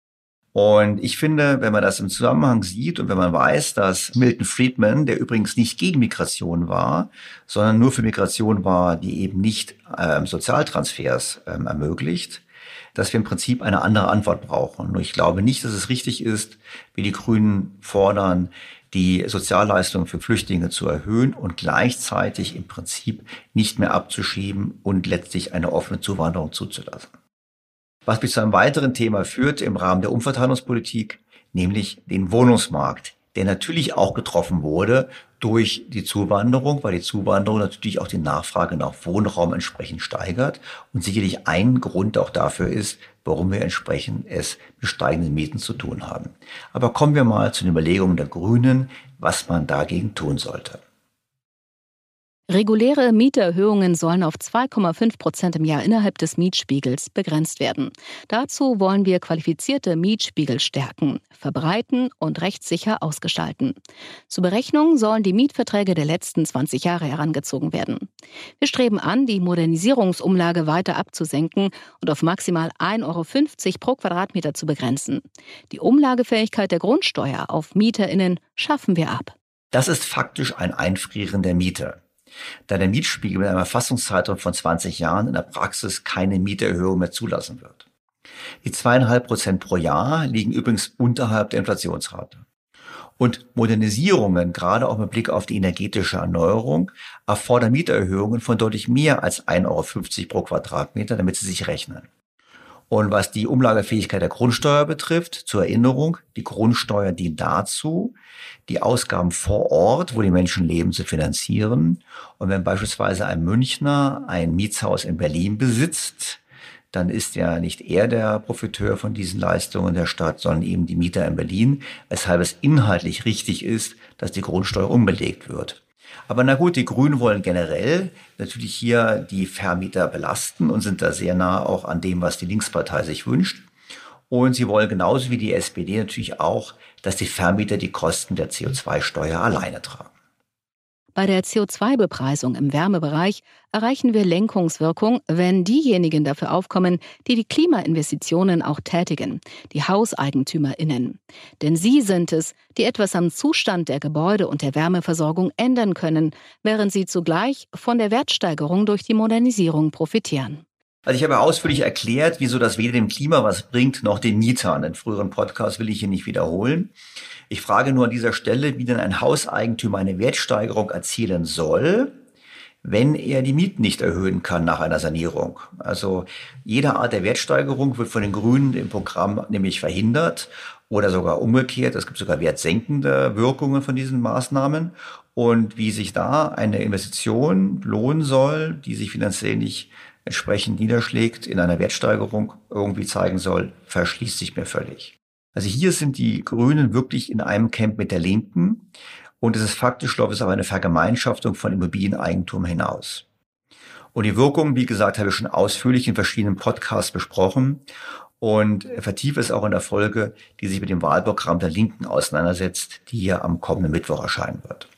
Und ich finde, wenn man das im Zusammenhang sieht und wenn man weiß, dass Milton Friedman, der übrigens nicht gegen Migration war, sondern nur für Migration war, die eben nicht Sozialtransfers ermöglicht, dass wir im Prinzip eine andere Antwort brauchen. Und ich glaube nicht, dass es richtig ist, wie die Grünen fordern, die Sozialleistungen für Flüchtlinge zu erhöhen und gleichzeitig im Prinzip nicht mehr abzuschieben und letztlich eine offene Zuwanderung zuzulassen. Was mich zu einem weiteren Thema führt im Rahmen der Umverteilungspolitik, nämlich den Wohnungsmarkt, der natürlich auch getroffen wurde durch die Zuwanderung, weil die Zuwanderung natürlich auch die Nachfrage nach Wohnraum entsprechend steigert und sicherlich ein Grund auch dafür ist, warum wir entsprechend es mit steigenden Mieten zu tun haben. Aber kommen wir mal zu den Überlegungen der Grünen, was man dagegen tun sollte. Reguläre Mieterhöhungen sollen auf 2,5% im Jahr innerhalb des Mietspiegels begrenzt werden. Dazu wollen wir qualifizierte Mietspiegel stärken, verbreiten und rechtssicher ausgestalten. Zur Berechnung sollen die Mietverträge der letzten 20 Jahre herangezogen werden. Wir streben an, die Modernisierungsumlage weiter abzusenken und auf maximal 1,50 € pro Quadratmeter zu begrenzen. Die Umlagefähigkeit der Grundsteuer auf MieterInnen schaffen wir ab. Das ist faktisch ein Einfrieren der Miete, da der Mietspiegel mit einem Erfassungszeitraum von 20 Jahren in der Praxis keine Mieterhöhung mehr zulassen wird. Die 2,5% pro Jahr liegen übrigens unterhalb der Inflationsrate. Und Modernisierungen, gerade auch mit Blick auf die energetische Erneuerung, erfordern Mieterhöhungen von deutlich mehr als 1,50 € pro Quadratmeter, damit sie sich rechnen. Und was die Umlagefähigkeit der Grundsteuer betrifft, zur Erinnerung, die Grundsteuer dient dazu, die Ausgaben vor Ort, wo die Menschen leben, zu finanzieren. Und wenn beispielsweise ein Münchner ein Mietshaus in Berlin besitzt, dann ist ja nicht er der Profiteur von diesen Leistungen der Stadt, sondern eben die Mieter in Berlin, weshalb es inhaltlich richtig ist, dass die Grundsteuer umbelegt wird. Aber na gut, die Grünen wollen generell natürlich hier die Vermieter belasten und sind da sehr nah auch an dem, was die Linkspartei sich wünscht. Und sie wollen genauso wie die SPD natürlich auch, dass die Vermieter die Kosten der CO2-Steuer alleine tragen. Bei der CO2-Bepreisung im Wärmebereich erreichen wir Lenkungswirkung, wenn diejenigen dafür aufkommen, die Klimainvestitionen auch tätigen, die HauseigentümerInnen. Denn sie sind es, die etwas am Zustand der Gebäude und der Wärmeversorgung ändern können, während sie zugleich von der Wertsteigerung durch die Modernisierung profitieren. Also ich habe ausführlich erklärt, wieso das weder dem Klima was bringt, noch den Mietern. Den früheren Podcast will ich hier nicht wiederholen. Ich frage nur an dieser Stelle, wie denn ein Hauseigentümer eine Wertsteigerung erzielen soll, wenn er die Mieten nicht erhöhen kann nach einer Sanierung. Also jede Art der Wertsteigerung wird von den Grünen im Programm nämlich verhindert oder sogar umgekehrt. Es gibt sogar wertsenkende Wirkungen von diesen Maßnahmen. Und wie sich da eine Investition lohnen soll, die sich finanziell nicht entsprechend niederschlägt, in einer Wertsteigerung irgendwie zeigen soll, verschließt sich mir völlig. Also hier sind die Grünen wirklich in einem Camp mit der Linken und es ist faktisch, glaube ich, auf eine Vergemeinschaftung von Immobilieneigentum hinaus. Und die Wirkung, wie gesagt, habe ich schon ausführlich in verschiedenen Podcasts besprochen und vertiefe es auch in der Folge, die sich mit dem Wahlprogramm der Linken auseinandersetzt, die hier am kommenden Mittwoch erscheinen wird.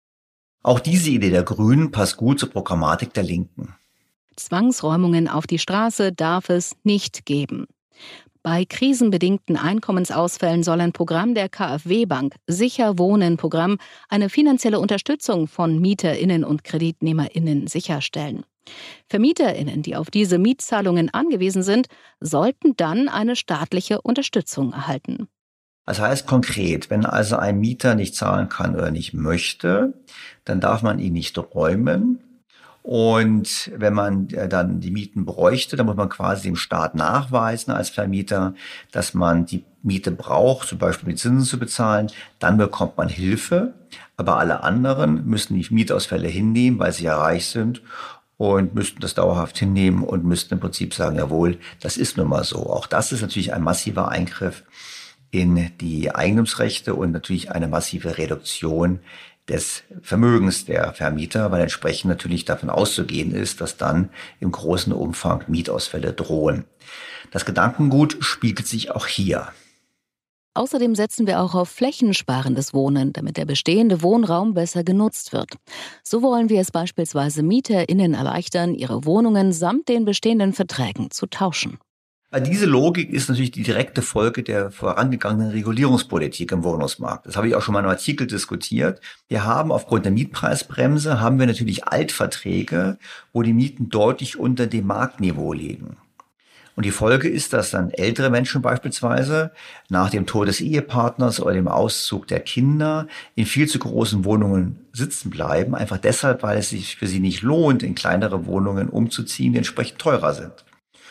Auch diese Idee der Grünen passt gut zur Programmatik der Linken. Zwangsräumungen auf die Straße darf es nicht geben. Bei krisenbedingten Einkommensausfällen soll ein Programm der KfW-Bank, Sicher Wohnen-Programm, eine finanzielle Unterstützung von MieterInnen und KreditnehmerInnen sicherstellen. VermieterInnen, die auf diese Mietzahlungen angewiesen sind, sollten dann eine staatliche Unterstützung erhalten. Das heißt konkret, wenn also ein Mieter nicht zahlen kann oder nicht möchte, dann darf man ihn nicht räumen. Und wenn man dann die Mieten bräuchte, dann muss man quasi dem Staat nachweisen als Vermieter, dass man die Miete braucht, zum Beispiel die Zinsen zu bezahlen. Dann bekommt man Hilfe. Aber alle anderen müssen die Mietausfälle hinnehmen, weil sie ja reich sind und müssten das dauerhaft hinnehmen und müssten im Prinzip sagen, jawohl, das ist nun mal so. Auch das ist natürlich ein massiver Eingriff in die Eigentumsrechte und natürlich eine massive Reduktion des Vermögens der Vermieter, weil entsprechend natürlich davon auszugehen ist, dass dann im großen Umfang Mietausfälle drohen. Das Gedankengut spiegelt sich auch hier. Außerdem setzen wir auch auf flächensparendes Wohnen, damit der bestehende Wohnraum besser genutzt wird. So wollen wir es beispielsweise MieterInnen erleichtern, ihre Wohnungen samt den bestehenden Verträgen zu tauschen. Diese Logik ist natürlich die direkte Folge der vorangegangenen Regulierungspolitik im Wohnungsmarkt. Das habe ich auch schon mal in einem Artikel diskutiert. Wir haben aufgrund der Mietpreisbremse natürlich Altverträge, wo die Mieten deutlich unter dem Marktniveau liegen. Und die Folge ist, dass dann ältere Menschen beispielsweise nach dem Tod des Ehepartners oder dem Auszug der Kinder in viel zu großen Wohnungen sitzen bleiben, einfach deshalb, weil es sich für sie nicht lohnt, in kleinere Wohnungen umzuziehen, die entsprechend teurer sind.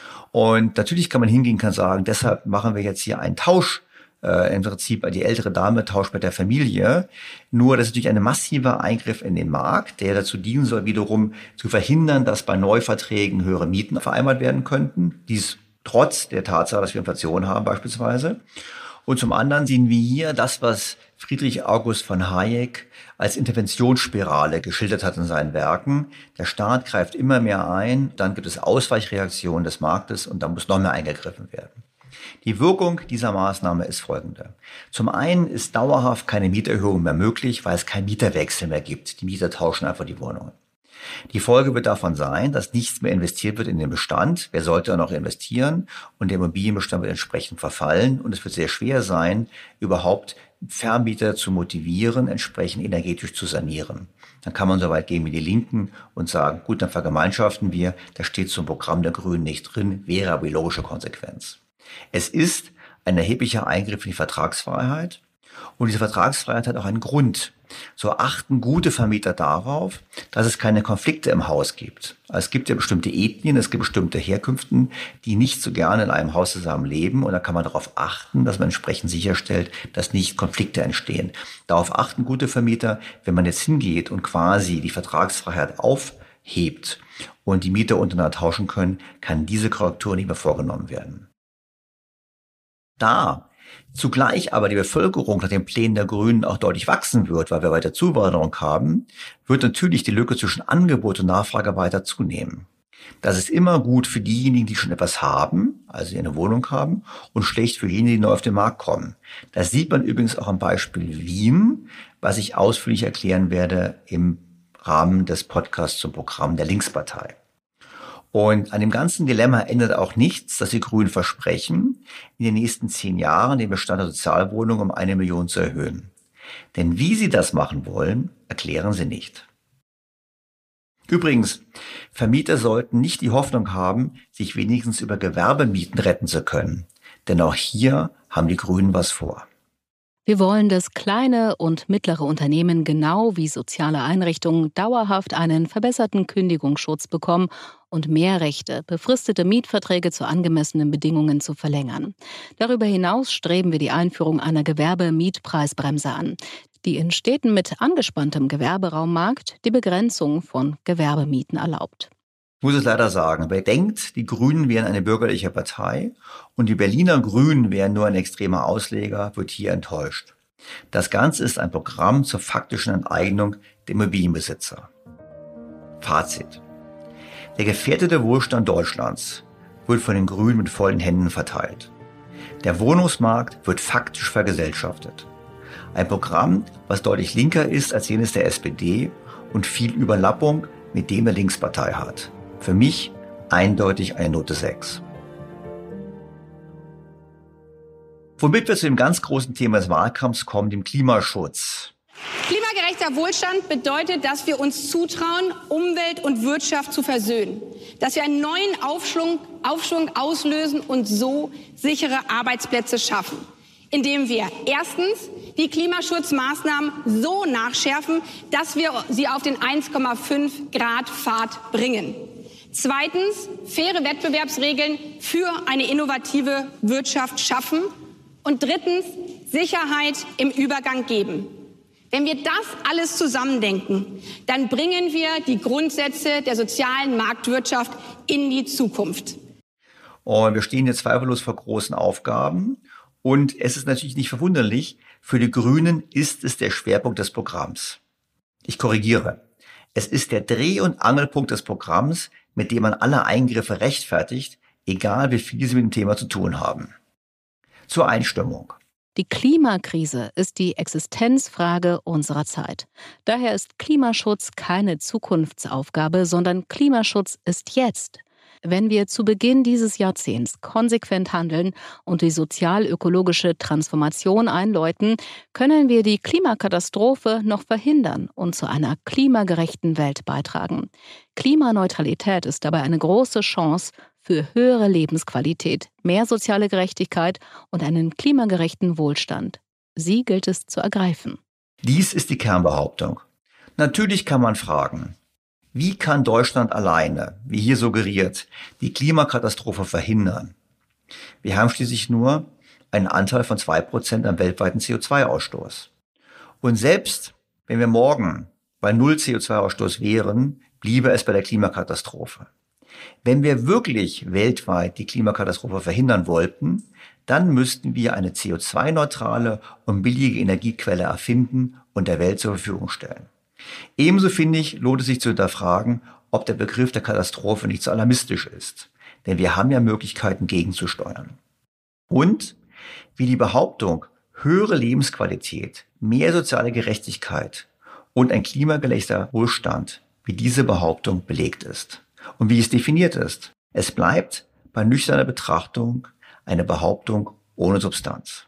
Und natürlich kann man hingehen, kann sagen, deshalb machen wir jetzt hier einen Tausch, im Prinzip die ältere Dame tauscht mit der Familie. Nur das ist natürlich ein massiver Eingriff in den Markt, der dazu dienen soll, wiederum zu verhindern, dass bei Neuverträgen höhere Mieten vereinbart werden könnten. Dies trotz der Tatsache, dass wir Inflation haben beispielsweise. Und zum anderen sehen wir hier das, was Friedrich August von Hayek als Interventionsspirale geschildert hat in seinen Werken. Der Staat greift immer mehr ein, dann gibt es Ausweichreaktionen des Marktes und dann muss noch mehr eingegriffen werden. Die Wirkung dieser Maßnahme ist folgende. Zum einen ist dauerhaft keine Mieterhöhung mehr möglich, weil es keinen Mieterwechsel mehr gibt. Die Mieter tauschen einfach die Wohnungen. Die Folge wird davon sein, dass nichts mehr investiert wird in den Bestand. Wer sollte noch investieren? Und der Immobilienbestand wird entsprechend verfallen. Und es wird sehr schwer sein, überhaupt Vermieter zu motivieren, entsprechend energetisch zu sanieren. Dann kann man so weit gehen wie die Linken und sagen, gut, dann vergemeinschaften wir. Das steht zum Programm der Grünen nicht drin, wäre aber die logische Konsequenz. Es ist ein erheblicher Eingriff in die Vertragsfreiheit. Und diese Vertragsfreiheit hat auch einen Grund. So achten gute Vermieter darauf, dass es keine Konflikte im Haus gibt. Also es gibt ja bestimmte Ethnien, es gibt bestimmte Herkünften, die nicht so gerne in einem Haus zusammen leben. Und da kann man darauf achten, dass man entsprechend sicherstellt, dass nicht Konflikte entstehen. Darauf achten gute Vermieter, wenn man jetzt hingeht und quasi die Vertragsfreiheit aufhebt und die Mieter untereinander tauschen können, kann diese Korrektur nicht mehr vorgenommen werden. Da zugleich aber die Bevölkerung nach den Plänen der Grünen auch deutlich wachsen wird, weil wir weiter Zuwanderung haben, wird natürlich die Lücke zwischen Angebot und Nachfrage weiter zunehmen. Das ist immer gut für diejenigen, die schon etwas haben, also eine Wohnung haben, und schlecht für diejenigen, die neu auf den Markt kommen. Das sieht man übrigens auch am Beispiel Wien, was ich ausführlich erklären werde im Rahmen des Podcasts zum Programm der Linkspartei. Und an dem ganzen Dilemma ändert auch nichts, dass die Grünen versprechen, in den nächsten 10 Jahren den Bestand der Sozialwohnungen um 1 Million zu erhöhen. Denn wie sie das machen wollen, erklären sie nicht. Übrigens, Vermieter sollten nicht die Hoffnung haben, sich wenigstens über Gewerbemieten retten zu können. Denn auch hier haben die Grünen was vor. Wir wollen, dass kleine und mittlere Unternehmen genau wie soziale Einrichtungen dauerhaft einen verbesserten Kündigungsschutz bekommen und mehr Rechte, befristete Mietverträge zu angemessenen Bedingungen zu verlängern. Darüber hinaus streben wir die Einführung einer Gewerbemietpreisbremse an, die in Städten mit angespanntem Gewerberaummarkt die Begrenzung von Gewerbemieten erlaubt. Ich muss es leider sagen, wer denkt, die Grünen wären eine bürgerliche Partei und die Berliner Grünen wären nur ein extremer Ausleger, wird hier enttäuscht. Das Ganze ist ein Programm zur faktischen Enteignung der Immobilienbesitzer. Fazit. Der gefährdete Wohlstand Deutschlands wird von den Grünen mit vollen Händen verteilt. Der Wohnungsmarkt wird faktisch vergesellschaftet. Ein Programm, was deutlich linker ist als jenes der SPD und viel Überlappung mit dem der Linkspartei hat. Für mich eindeutig eine Note 6. Womit wir zu dem ganz großen Thema des Wahlkampfs kommen, dem Klimaschutz. Klimagerechter Wohlstand bedeutet, dass wir uns zutrauen, Umwelt und Wirtschaft zu versöhnen. Dass wir einen neuen Aufschwung auslösen und so sichere Arbeitsplätze schaffen. Indem wir erstens die Klimaschutzmaßnahmen so nachschärfen, dass wir sie auf den 1,5 Grad Pfad bringen. Zweitens, faire Wettbewerbsregeln für eine innovative Wirtschaft schaffen. Und drittens, Sicherheit im Übergang geben. Wenn wir das alles zusammendenken, dann bringen wir die Grundsätze der sozialen Marktwirtschaft in die Zukunft. Und wir stehen hier zweifellos vor großen Aufgaben. Und es ist natürlich nicht verwunderlich, für die Grünen ist es der Schwerpunkt des Programms. Ich korrigiere. Es ist der Dreh- und Angelpunkt des Programms, mit dem man alle Eingriffe rechtfertigt, egal wie viel sie mit dem Thema zu tun haben. Zur Einstimmung. Die Klimakrise ist die Existenzfrage unserer Zeit. Daher ist Klimaschutz keine Zukunftsaufgabe, sondern Klimaschutz ist jetzt. Wenn wir zu Beginn dieses Jahrzehnts konsequent handeln und die sozial-ökologische Transformation einläuten, können wir die Klimakatastrophe noch verhindern und zu einer klimagerechten Welt beitragen. Klimaneutralität ist dabei eine große Chance für höhere Lebensqualität, mehr soziale Gerechtigkeit und einen klimagerechten Wohlstand. Sie gilt es zu ergreifen. Dies ist die Kernbehauptung. Natürlich kann man fragen, wie kann Deutschland alleine, wie hier suggeriert, die Klimakatastrophe verhindern? Wir haben schließlich nur einen Anteil von 2% am weltweiten CO2-Ausstoß. Und selbst wenn wir morgen bei 0 CO2-Ausstoß wären, bliebe es bei der Klimakatastrophe. Wenn wir wirklich weltweit die Klimakatastrophe verhindern wollten, dann müssten wir eine CO2-neutrale und billige Energiequelle erfinden und der Welt zur Verfügung stellen. Ebenso finde ich, lohnt es sich zu hinterfragen, ob der Begriff der Katastrophe nicht so alarmistisch ist. Denn wir haben ja Möglichkeiten gegenzusteuern. Und wie die Behauptung, höhere Lebensqualität, mehr soziale Gerechtigkeit und ein klimagerechter Wohlstand, wie diese Behauptung belegt ist. Und wie es definiert ist. Es bleibt bei nüchterner Betrachtung eine Behauptung ohne Substanz.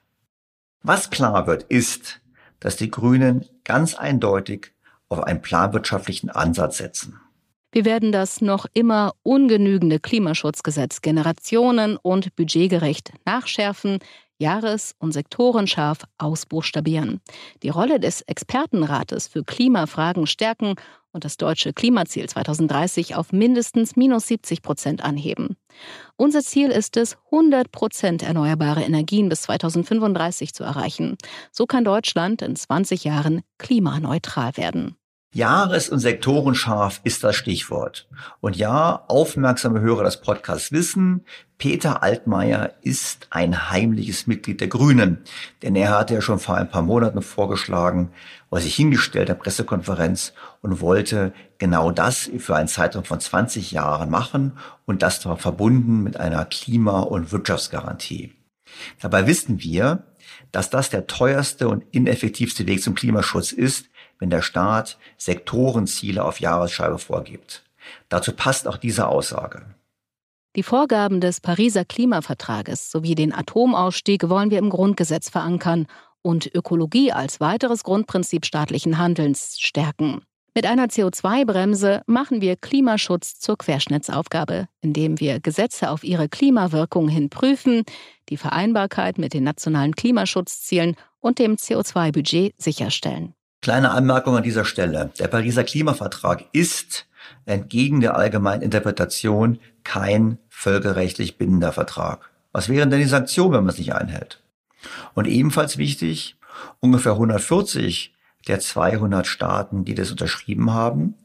Was klar wird, ist, dass die Grünen ganz eindeutig auf einen planwirtschaftlichen Ansatz setzen. Wir werden das noch immer ungenügende Klimaschutzgesetz generationen- und budgetgerecht nachschärfen. jahres- und sektorenscharf ausbuchstabieren, die Rolle des Expertenrates für Klimafragen stärken und das deutsche Klimaziel 2030 auf mindestens -70% anheben. Unser Ziel ist es, 100% erneuerbare Energien bis 2035 zu erreichen. So kann Deutschland in 20 Jahren klimaneutral werden. Jahres- und sektorenscharf ist das Stichwort. Und ja, aufmerksame Hörer des Podcasts wissen, Peter Altmaier ist ein heimliches Mitglied der Grünen. Denn er hatte ja schon vor ein paar Monaten vorgeschlagen, oder sich hingestellt in der Pressekonferenz und wollte genau das für einen Zeitraum von 20 Jahren machen und das war verbunden mit einer Klima- und Wirtschaftsgarantie. Dabei wissen wir, dass das der teuerste und ineffektivste Weg zum Klimaschutz ist, wenn der Staat Sektorenziele auf Jahresscheibe vorgibt. Dazu passt auch diese Aussage. Die Vorgaben des Pariser Klimavertrages sowie den Atomausstieg wollen wir im Grundgesetz verankern und Ökologie als weiteres Grundprinzip staatlichen Handelns stärken. Mit einer CO2-Bremse machen wir Klimaschutz zur Querschnittsaufgabe, indem wir Gesetze auf ihre Klimawirkung hin prüfen, die Vereinbarkeit mit den nationalen Klimaschutzzielen und dem CO2-Budget sicherstellen. Kleine Anmerkung an dieser Stelle. Der Pariser Klimavertrag ist entgegen der allgemeinen Interpretation kein völkerrechtlich bindender Vertrag. Was wären denn die Sanktionen, wenn man es nicht einhält? Und ebenfalls wichtig, ungefähr 140 der 200 Staaten, die das unterschrieben haben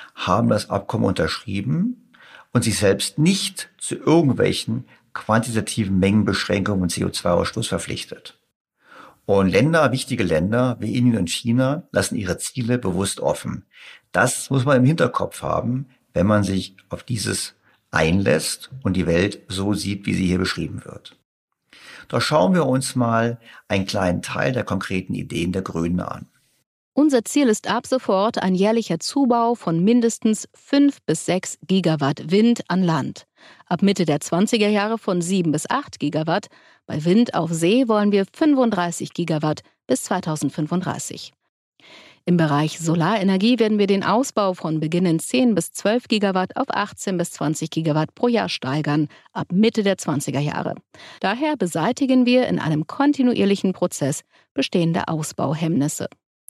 das Abkommen unterschrieben und sich selbst nicht zu irgendwelchen quantitativen Mengenbeschränkungen und CO2-Ausstoß verpflichtet. Und wichtige Länder wie Indien und China lassen ihre Ziele bewusst offen. Das muss man im Hinterkopf haben, wenn man sich auf dieses einlässt und die Welt so sieht, wie sie hier beschrieben wird. Doch schauen wir uns mal einen kleinen Teil der konkreten Ideen der Grünen an. Unser Ziel ist ab sofort ein jährlicher Zubau von mindestens 5 bis 6 Gigawatt Wind an Land. Ab Mitte der 20er Jahre von 7 bis 8 Gigawatt. Bei Wind auf See wollen wir 35 Gigawatt bis 2035. Im Bereich Solarenergie werden wir den Ausbau von beginnend 10 bis 12 Gigawatt auf 18 bis 20 Gigawatt pro Jahr steigern, ab Mitte der 20er Jahre. Daher beseitigen wir in einem kontinuierlichen Prozess bestehende Ausbauhemmnisse.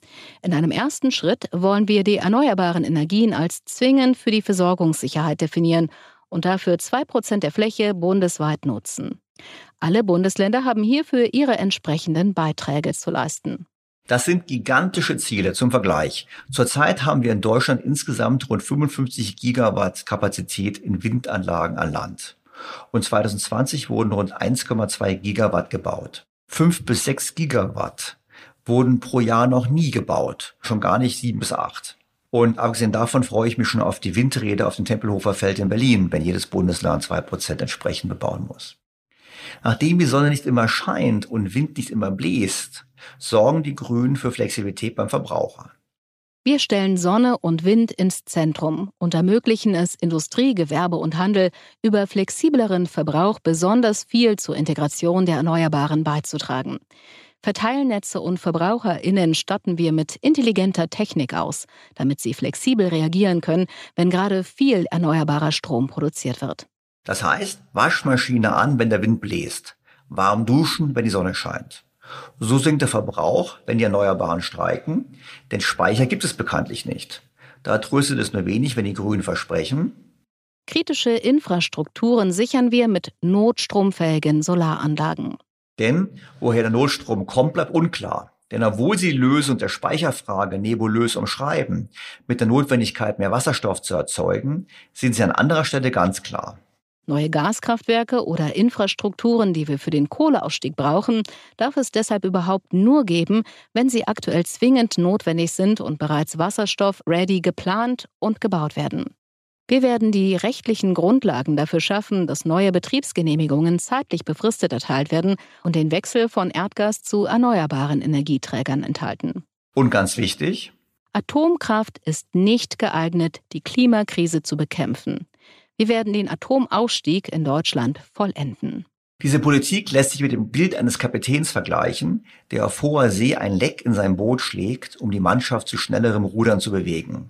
In einem ersten Schritt wollen wir die erneuerbaren Energien als zwingend für die Versorgungssicherheit definieren und dafür 2% der Fläche bundesweit nutzen. Alle Bundesländer haben hierfür ihre entsprechenden Beiträge zu leisten. Das sind gigantische Ziele zum Vergleich. Zurzeit haben wir in Deutschland insgesamt rund 55 Gigawatt Kapazität in Windanlagen an Land. Und 2020 wurden rund 1,2 Gigawatt gebaut. 5 bis 6 Gigawatt wurden pro Jahr noch nie gebaut, schon gar nicht 7 bis 8. Und abgesehen davon freue ich mich schon auf die Windräder auf dem Tempelhofer Feld in Berlin, wenn jedes Bundesland 2% entsprechend bebauen muss. Nachdem die Sonne nicht immer scheint und Wind nicht immer bläst, sorgen die Grünen für Flexibilität beim Verbraucher. Wir stellen Sonne und Wind ins Zentrum und ermöglichen es Industrie, Gewerbe und Handel, über flexibleren Verbrauch besonders viel zur Integration der Erneuerbaren beizutragen. Verteilnetze und VerbraucherInnen statten wir mit intelligenter Technik aus, damit sie flexibel reagieren können, wenn gerade viel erneuerbarer Strom produziert wird. Das heißt, Waschmaschine an, wenn der Wind bläst, warm duschen, wenn die Sonne scheint. So sinkt der Verbrauch, wenn die Erneuerbaren streiken, denn Speicher gibt es bekanntlich nicht. Da tröstet es nur wenig, wenn die Grünen versprechen: Kritische Infrastrukturen sichern wir mit notstromfähigen Solaranlagen. Denn woher der Notstrom kommt, bleibt unklar. Denn obwohl sie die Lösung der Speicherfrage nebulös umschreiben, mit der Notwendigkeit, mehr Wasserstoff zu erzeugen, sind sie an anderer Stelle ganz klar. Neue Gaskraftwerke oder Infrastrukturen, die wir für den Kohleausstieg brauchen, darf es deshalb überhaupt nur geben, wenn sie aktuell zwingend notwendig sind und bereits wasserstoff-ready geplant und gebaut werden. Wir werden die rechtlichen Grundlagen dafür schaffen, dass neue Betriebsgenehmigungen zeitlich befristet erteilt werden und den Wechsel von Erdgas zu erneuerbaren Energieträgern enthalten. Und ganz wichtig: Atomkraft ist nicht geeignet, die Klimakrise zu bekämpfen. Wir werden den Atomausstieg in Deutschland vollenden. Diese Politik lässt sich mit dem Bild eines Kapitäns vergleichen, der auf hoher See ein Leck in sein Boot schlägt, um die Mannschaft zu schnellerem Rudern zu bewegen.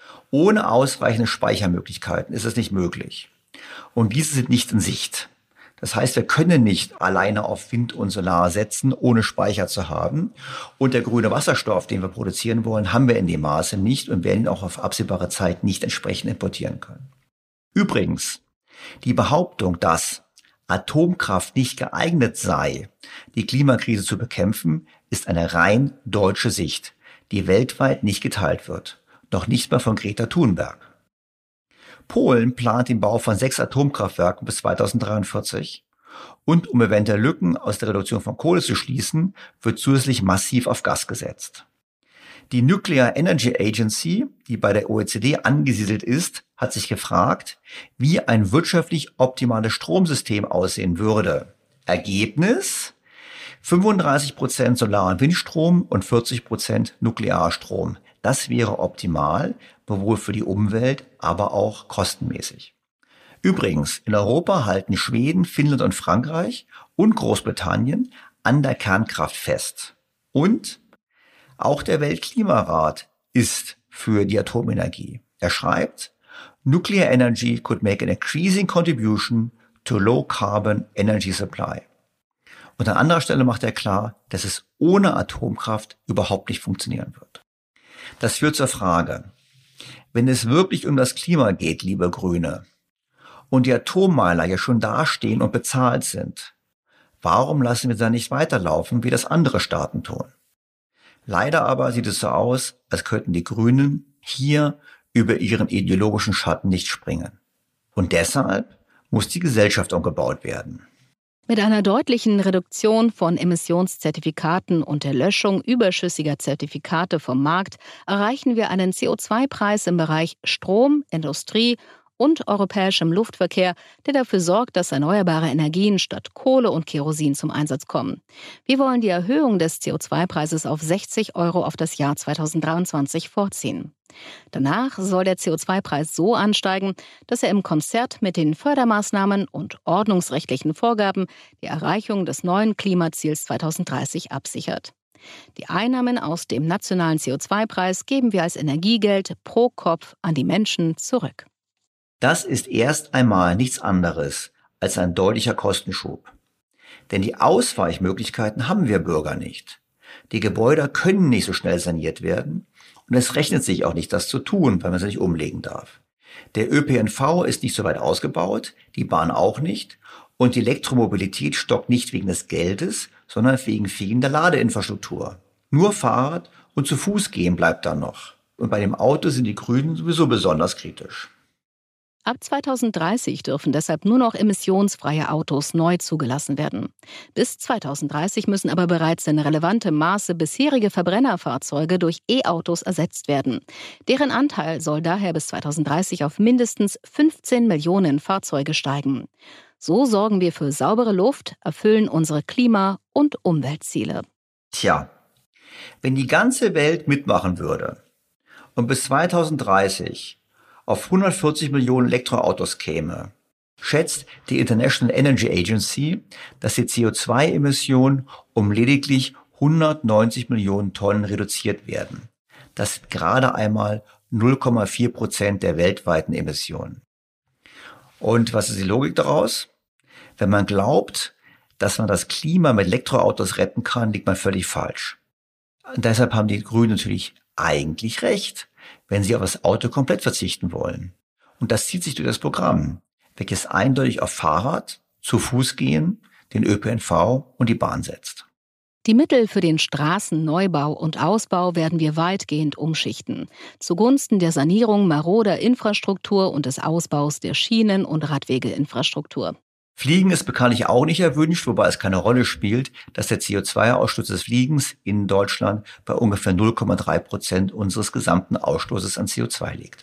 Ohne ausreichende Speichermöglichkeiten ist es nicht möglich. Und diese sind nicht in Sicht. Das heißt, wir können nicht alleine auf Wind und Solar setzen, ohne Speicher zu haben. Und der grüne Wasserstoff, den wir produzieren wollen, haben wir in dem Maße nicht und werden ihn auch auf absehbare Zeit nicht entsprechend importieren können. Übrigens, die Behauptung, dass Atomkraft nicht geeignet sei, die Klimakrise zu bekämpfen, ist eine rein deutsche Sicht, die weltweit nicht geteilt wird. Noch nicht mal von Greta Thunberg. Polen plant den Bau von 6 Atomkraftwerken bis 2043 und um eventuelle Lücken aus der Reduktion von Kohle zu schließen, wird zusätzlich massiv auf Gas gesetzt. Die Nuclear Energy Agency, die bei der OECD angesiedelt ist, hat sich gefragt, wie ein wirtschaftlich optimales Stromsystem aussehen würde. Ergebnis: 35% Solar- und Windstrom und 40% Nuklearstrom. Das wäre optimal, sowohl für die Umwelt, aber auch kostenmäßig. Übrigens, in Europa halten Schweden, Finnland und Frankreich und Großbritannien an der Kernkraft fest. Und auch der Weltklimarat ist für die Atomenergie. Er schreibt, Nuclear energy could make an increasing contribution to low carbon energy supply. Und an anderer Stelle macht er klar, dass es ohne Atomkraft überhaupt nicht funktionieren wird. Das führt zur Frage, wenn es wirklich um das Klima geht, liebe Grüne, und die Atommeiler ja schon dastehen und bezahlt sind, warum lassen wir da nicht weiterlaufen, wie das andere Staaten tun? Leider aber sieht es so aus, als könnten die Grünen hier über ihren ideologischen Schatten nicht springen. Und deshalb muss die Gesellschaft umgebaut werden. Mit einer deutlichen Reduktion von Emissionszertifikaten und der Löschung überschüssiger Zertifikate vom Markt erreichen wir einen CO2-Preis im Bereich Strom, Industrie und europäischem Luftverkehr, der dafür sorgt, dass erneuerbare Energien statt Kohle und Kerosin zum Einsatz kommen. Wir wollen die Erhöhung des CO2-Preises auf 60 € auf das Jahr 2023 vorziehen. Danach soll der CO2-Preis so ansteigen, dass er im Konzert mit den Fördermaßnahmen und ordnungsrechtlichen Vorgaben die Erreichung des neuen Klimaziels 2030 absichert. Die Einnahmen aus dem nationalen CO2-Preis geben wir als Energiegeld pro Kopf an die Menschen zurück. Das ist erst einmal nichts anderes als ein deutlicher Kostenschub. Denn die Ausweichmöglichkeiten haben wir Bürger nicht. Die Gebäude können nicht so schnell saniert werden und es rechnet sich auch nicht, das zu tun, weil man sie nicht umlegen darf. Der ÖPNV ist nicht so weit ausgebaut, die Bahn auch nicht und die Elektromobilität stockt nicht wegen des Geldes, sondern wegen fehlender Ladeinfrastruktur. Nur Fahrrad und zu Fuß gehen bleibt dann noch. Und bei dem Auto sind die Grünen sowieso besonders kritisch. Ab 2030 dürfen deshalb nur noch emissionsfreie Autos neu zugelassen werden. Bis 2030 müssen aber bereits in relevantem Maße bisherige Verbrennerfahrzeuge durch E-Autos ersetzt werden. Deren Anteil soll daher bis 2030 auf mindestens 15 Millionen Fahrzeuge steigen. So sorgen wir für saubere Luft, erfüllen unsere Klima- und Umweltziele. Tja, wenn die ganze Welt mitmachen würde und bis 2030 auf 140 Millionen Elektroautos käme, schätzt die International Energy Agency, dass die CO2-Emissionen um lediglich 190 Millionen Tonnen reduziert werden. Das sind gerade einmal 0,4% der weltweiten Emissionen. Und was ist die Logik daraus? Wenn man glaubt, dass man das Klima mit Elektroautos retten kann, liegt man völlig falsch. Und deshalb haben die Grünen natürlich eigentlich recht, wenn sie auf das Auto komplett verzichten wollen. Und das zieht sich durch das Programm, welches eindeutig auf Fahrrad, zu Fuß gehen, den ÖPNV und die Bahn setzt. Die Mittel für den Straßenneubau und Ausbau werden wir weitgehend umschichten, zugunsten der Sanierung maroder Infrastruktur und des Ausbaus der Schienen- und Radwegeinfrastruktur. Fliegen ist bekanntlich auch nicht erwünscht, wobei es keine Rolle spielt, dass der CO2-Ausstoß des Fliegens in Deutschland bei ungefähr 0,3% unseres gesamten Ausstoßes an CO2 liegt.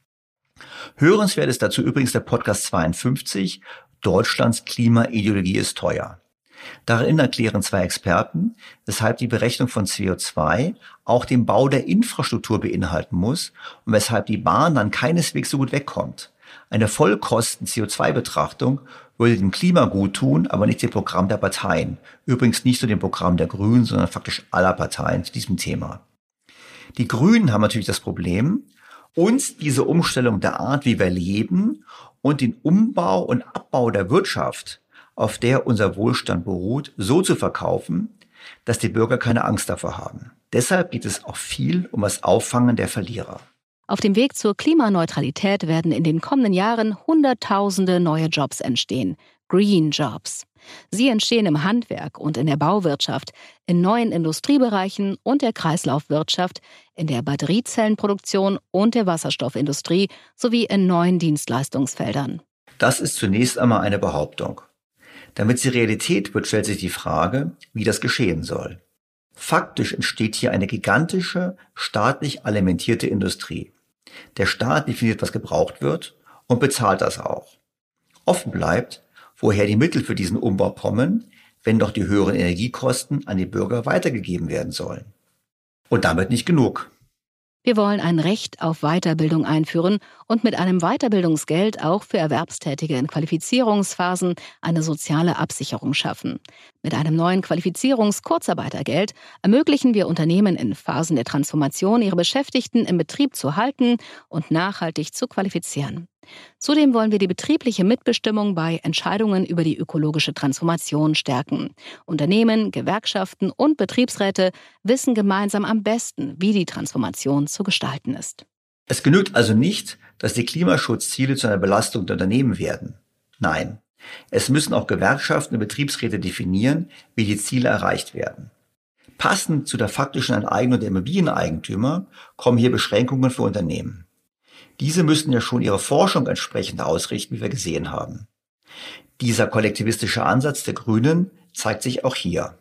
Hörenswert ist dazu übrigens der Podcast 52, Deutschlands Klimaideologie ist teuer. Darin erklären 2 Experten, weshalb die Berechnung von CO2 auch den Bau der Infrastruktur beinhalten muss und weshalb die Bahn dann keineswegs so gut wegkommt. Eine Vollkosten-CO2-Betrachtung würde dem Klima gut tun, aber nicht dem Programm der Parteien. Übrigens nicht nur dem Programm der Grünen, sondern faktisch aller Parteien zu diesem Thema. Die Grünen haben natürlich das Problem, uns diese Umstellung der Art, wie wir leben und den Umbau und Abbau der Wirtschaft auf der unser Wohlstand beruht, so zu verkaufen, dass die Bürger keine Angst davor haben. Deshalb geht es auch viel um das Auffangen der Verlierer. Auf dem Weg zur Klimaneutralität werden in den kommenden Jahren Hunderttausende neue Jobs entstehen. Green Jobs. Sie entstehen im Handwerk und in der Bauwirtschaft, in neuen Industriebereichen und der Kreislaufwirtschaft, in der Batteriezellenproduktion und der Wasserstoffindustrie sowie in neuen Dienstleistungsfeldern. Das ist zunächst einmal eine Behauptung. Damit sie Realität wird, stellt sich die Frage, wie das geschehen soll. Faktisch entsteht hier eine gigantische, staatlich alimentierte Industrie. Der Staat definiert, was gebraucht wird und bezahlt das auch. Offen bleibt, woher die Mittel für diesen Umbau kommen, wenn doch die höheren Energiekosten an die Bürger weitergegeben werden sollen. Und damit nicht genug. Wir wollen ein Recht auf Weiterbildung einführen und mit einem Weiterbildungsgeld auch für Erwerbstätige in Qualifizierungsphasen eine soziale Absicherung schaffen. Mit einem neuen Qualifizierungskurzarbeitergeld ermöglichen wir Unternehmen in Phasen der Transformation, ihre Beschäftigten im Betrieb zu halten und nachhaltig zu qualifizieren. Zudem wollen wir die betriebliche Mitbestimmung bei Entscheidungen über die ökologische Transformation stärken. Unternehmen, Gewerkschaften und Betriebsräte wissen gemeinsam am besten, wie die Transformation zu gestalten ist. Es genügt also nicht, dass die Klimaschutzziele zu einer Belastung der Unternehmen werden. Nein, es müssen auch Gewerkschaften und Betriebsräte definieren, wie die Ziele erreicht werden. Passend zu der faktischen Enteignung der Immobilieneigentümer kommen hier Beschränkungen für Unternehmen. Diese müssen ja schon ihre Forschung entsprechend ausrichten, wie wir gesehen haben. Dieser kollektivistische Ansatz der Grünen zeigt sich auch hier.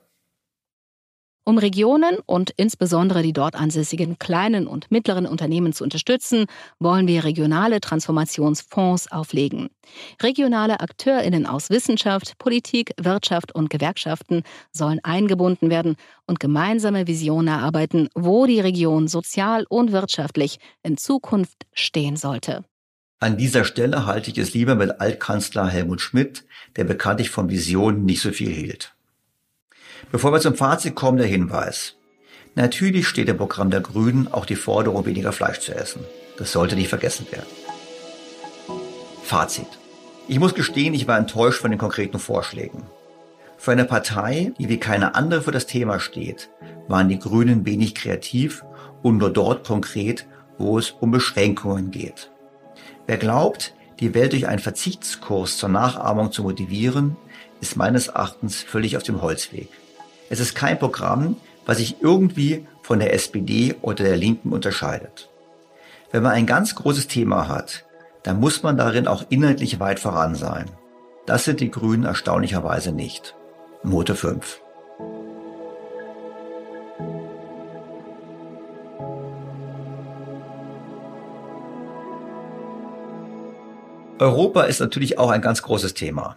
Um Regionen und insbesondere die dort ansässigen kleinen und mittleren Unternehmen zu unterstützen, wollen wir regionale Transformationsfonds auflegen. Regionale AkteurInnen aus Wissenschaft, Politik, Wirtschaft und Gewerkschaften sollen eingebunden werden und gemeinsame Visionen erarbeiten, wo die Region sozial und wirtschaftlich in Zukunft stehen sollte. An dieser Stelle halte ich es lieber mit Altkanzler Helmut Schmidt, der bekanntlich von Visionen nicht so viel hielt. Bevor wir zum Fazit kommen, der Hinweis. Natürlich steht im Programm der Grünen auch die Forderung, weniger Fleisch zu essen. Das sollte nicht vergessen werden. Fazit. Ich muss gestehen, ich war enttäuscht von den konkreten Vorschlägen. Für eine Partei, die wie keine andere für das Thema steht, waren die Grünen wenig kreativ und nur dort konkret, wo es um Beschränkungen geht. Wer glaubt, die Welt durch einen Verzichtskurs zur Nachahmung zu motivieren, ist meines Erachtens völlig auf dem Holzweg. Es ist kein Programm, was sich irgendwie von der SPD oder der Linken unterscheidet. Wenn man ein ganz großes Thema hat, dann muss man darin auch inhaltlich weit voran sein. Das sind die Grünen erstaunlicherweise nicht. Note 5. Europa ist natürlich auch ein ganz großes Thema.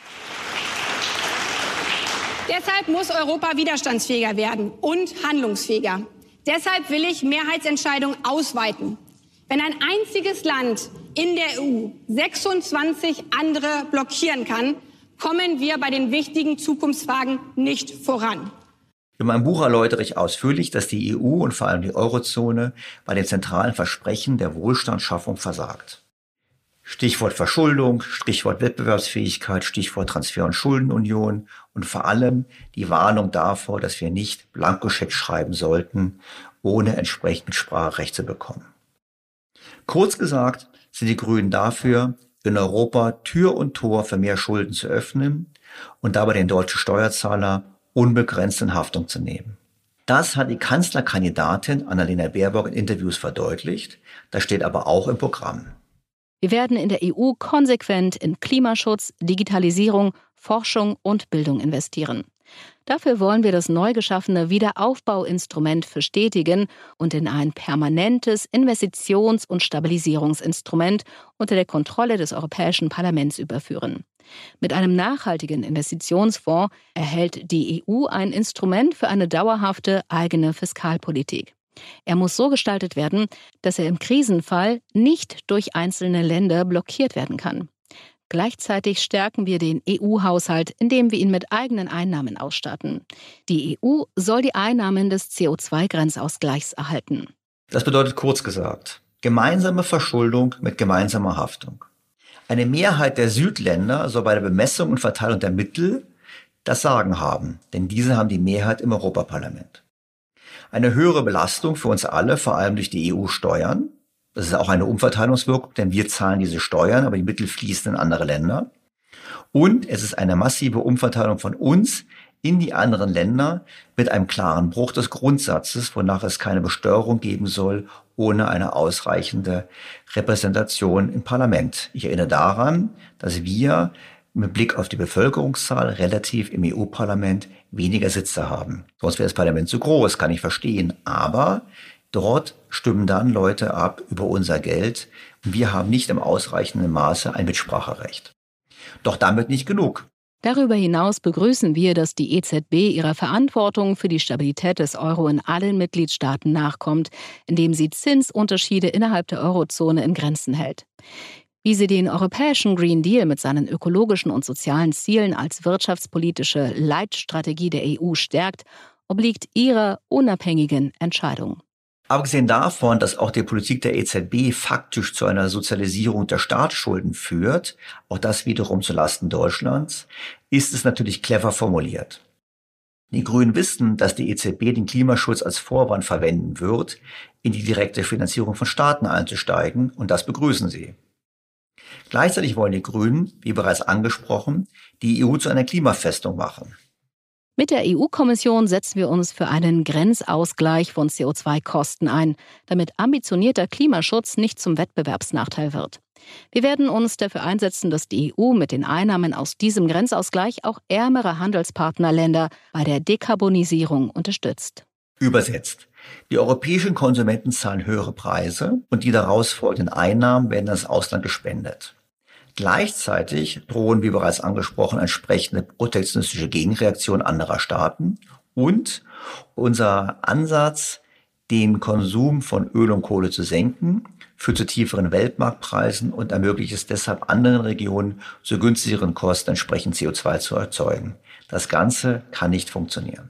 Deshalb muss Europa widerstandsfähiger werden und handlungsfähiger. Deshalb will ich Mehrheitsentscheidungen ausweiten. Wenn ein einziges Land in der EU 26 andere blockieren kann, kommen wir bei den wichtigen Zukunftsfragen nicht voran. In meinem Buch erläutere ich ausführlich, dass die EU und vor allem die Eurozone bei den zentralen Versprechen der Wohlstandsschaffung versagt. Stichwort Verschuldung, Stichwort Wettbewerbsfähigkeit, Stichwort Transfer- und Schuldenunion und vor allem die Warnung davor, dass wir nicht Blankoscheck schreiben sollten, ohne entsprechend Mitspracherecht zu bekommen. Kurz gesagt sind die Grünen dafür, in Europa Tür und Tor für mehr Schulden zu öffnen und dabei den deutschen Steuerzahler unbegrenzt in Haftung zu nehmen. Das hat die Kanzlerkandidatin Annalena Baerbock in Interviews verdeutlicht, das steht aber auch im Programm. Wir werden in der EU konsequent in Klimaschutz, Digitalisierung, Forschung und Bildung investieren. Dafür wollen wir das neu geschaffene Wiederaufbauinstrument verstetigen und in ein permanentes Investitions- und Stabilisierungsinstrument unter der Kontrolle des Europäischen Parlaments überführen. Mit einem nachhaltigen Investitionsfonds erhält die EU ein Instrument für eine dauerhafte eigene Fiskalpolitik. Er muss so gestaltet werden, dass er im Krisenfall nicht durch einzelne Länder blockiert werden kann. Gleichzeitig stärken wir den EU-Haushalt, indem wir ihn mit eigenen Einnahmen ausstatten. Die EU soll die Einnahmen des CO2-Grenzausgleichs erhalten. Das bedeutet kurz gesagt, gemeinsame Verschuldung mit gemeinsamer Haftung. Eine Mehrheit der Südländer soll bei der Bemessung und Verteilung der Mittel das Sagen haben, denn diese haben die Mehrheit im Europaparlament. Eine höhere Belastung für uns alle, vor allem durch die EU-Steuern. Das ist auch eine Umverteilungswirkung, denn wir zahlen diese Steuern, aber die Mittel fließen in andere Länder. Und es ist eine massive Umverteilung von uns in die anderen Länder mit einem klaren Bruch des Grundsatzes, wonach es keine Besteuerung geben soll, ohne eine ausreichende Repräsentation im Parlament. Ich erinnere daran, dass wir mit Blick auf die Bevölkerungszahl relativ im EU-Parlament weniger Sitze haben. Sonst wäre das Parlament zu groß, kann ich verstehen. Aber dort stimmen dann Leute ab über unser Geld und wir haben nicht im ausreichenden Maße ein Mitspracherecht. Doch damit nicht genug. Darüber hinaus begrüßen wir, dass die EZB ihrer Verantwortung für die Stabilität des Euro in allen Mitgliedstaaten nachkommt, indem sie Zinsunterschiede innerhalb der Eurozone in Grenzen hält. Wie sie den europäischen Green Deal mit seinen ökologischen und sozialen Zielen als wirtschaftspolitische Leitstrategie der EU stärkt, obliegt ihrer unabhängigen Entscheidung. Abgesehen davon, dass auch die Politik der EZB faktisch zu einer Sozialisierung der Staatsschulden führt, auch das wiederum zulasten Deutschlands, ist es natürlich clever formuliert. Die Grünen wissen, dass die EZB den Klimaschutz als Vorwand verwenden wird, in die direkte Finanzierung von Staaten einzusteigen, und das begrüßen sie. Gleichzeitig wollen die Grünen, wie bereits angesprochen, die EU zu einer Klimafestung machen. Mit der EU-Kommission setzen wir uns für einen Grenzausgleich von CO2-Kosten ein, damit ambitionierter Klimaschutz nicht zum Wettbewerbsnachteil wird. Wir werden uns dafür einsetzen, dass die EU mit den Einnahmen aus diesem Grenzausgleich auch ärmere Handelspartnerländer bei der Dekarbonisierung unterstützt. Übersetzt: Die europäischen Konsumenten zahlen höhere Preise und die daraus folgenden Einnahmen werden ins Ausland gespendet. Gleichzeitig drohen, wie bereits angesprochen, entsprechende protektionistische Gegenreaktionen anderer Staaten und unser Ansatz, den Konsum von Öl und Kohle zu senken, führt zu tieferen Weltmarktpreisen und ermöglicht es deshalb anderen Regionen zu günstigeren Kosten entsprechend CO2 zu erzeugen. Das Ganze kann nicht funktionieren.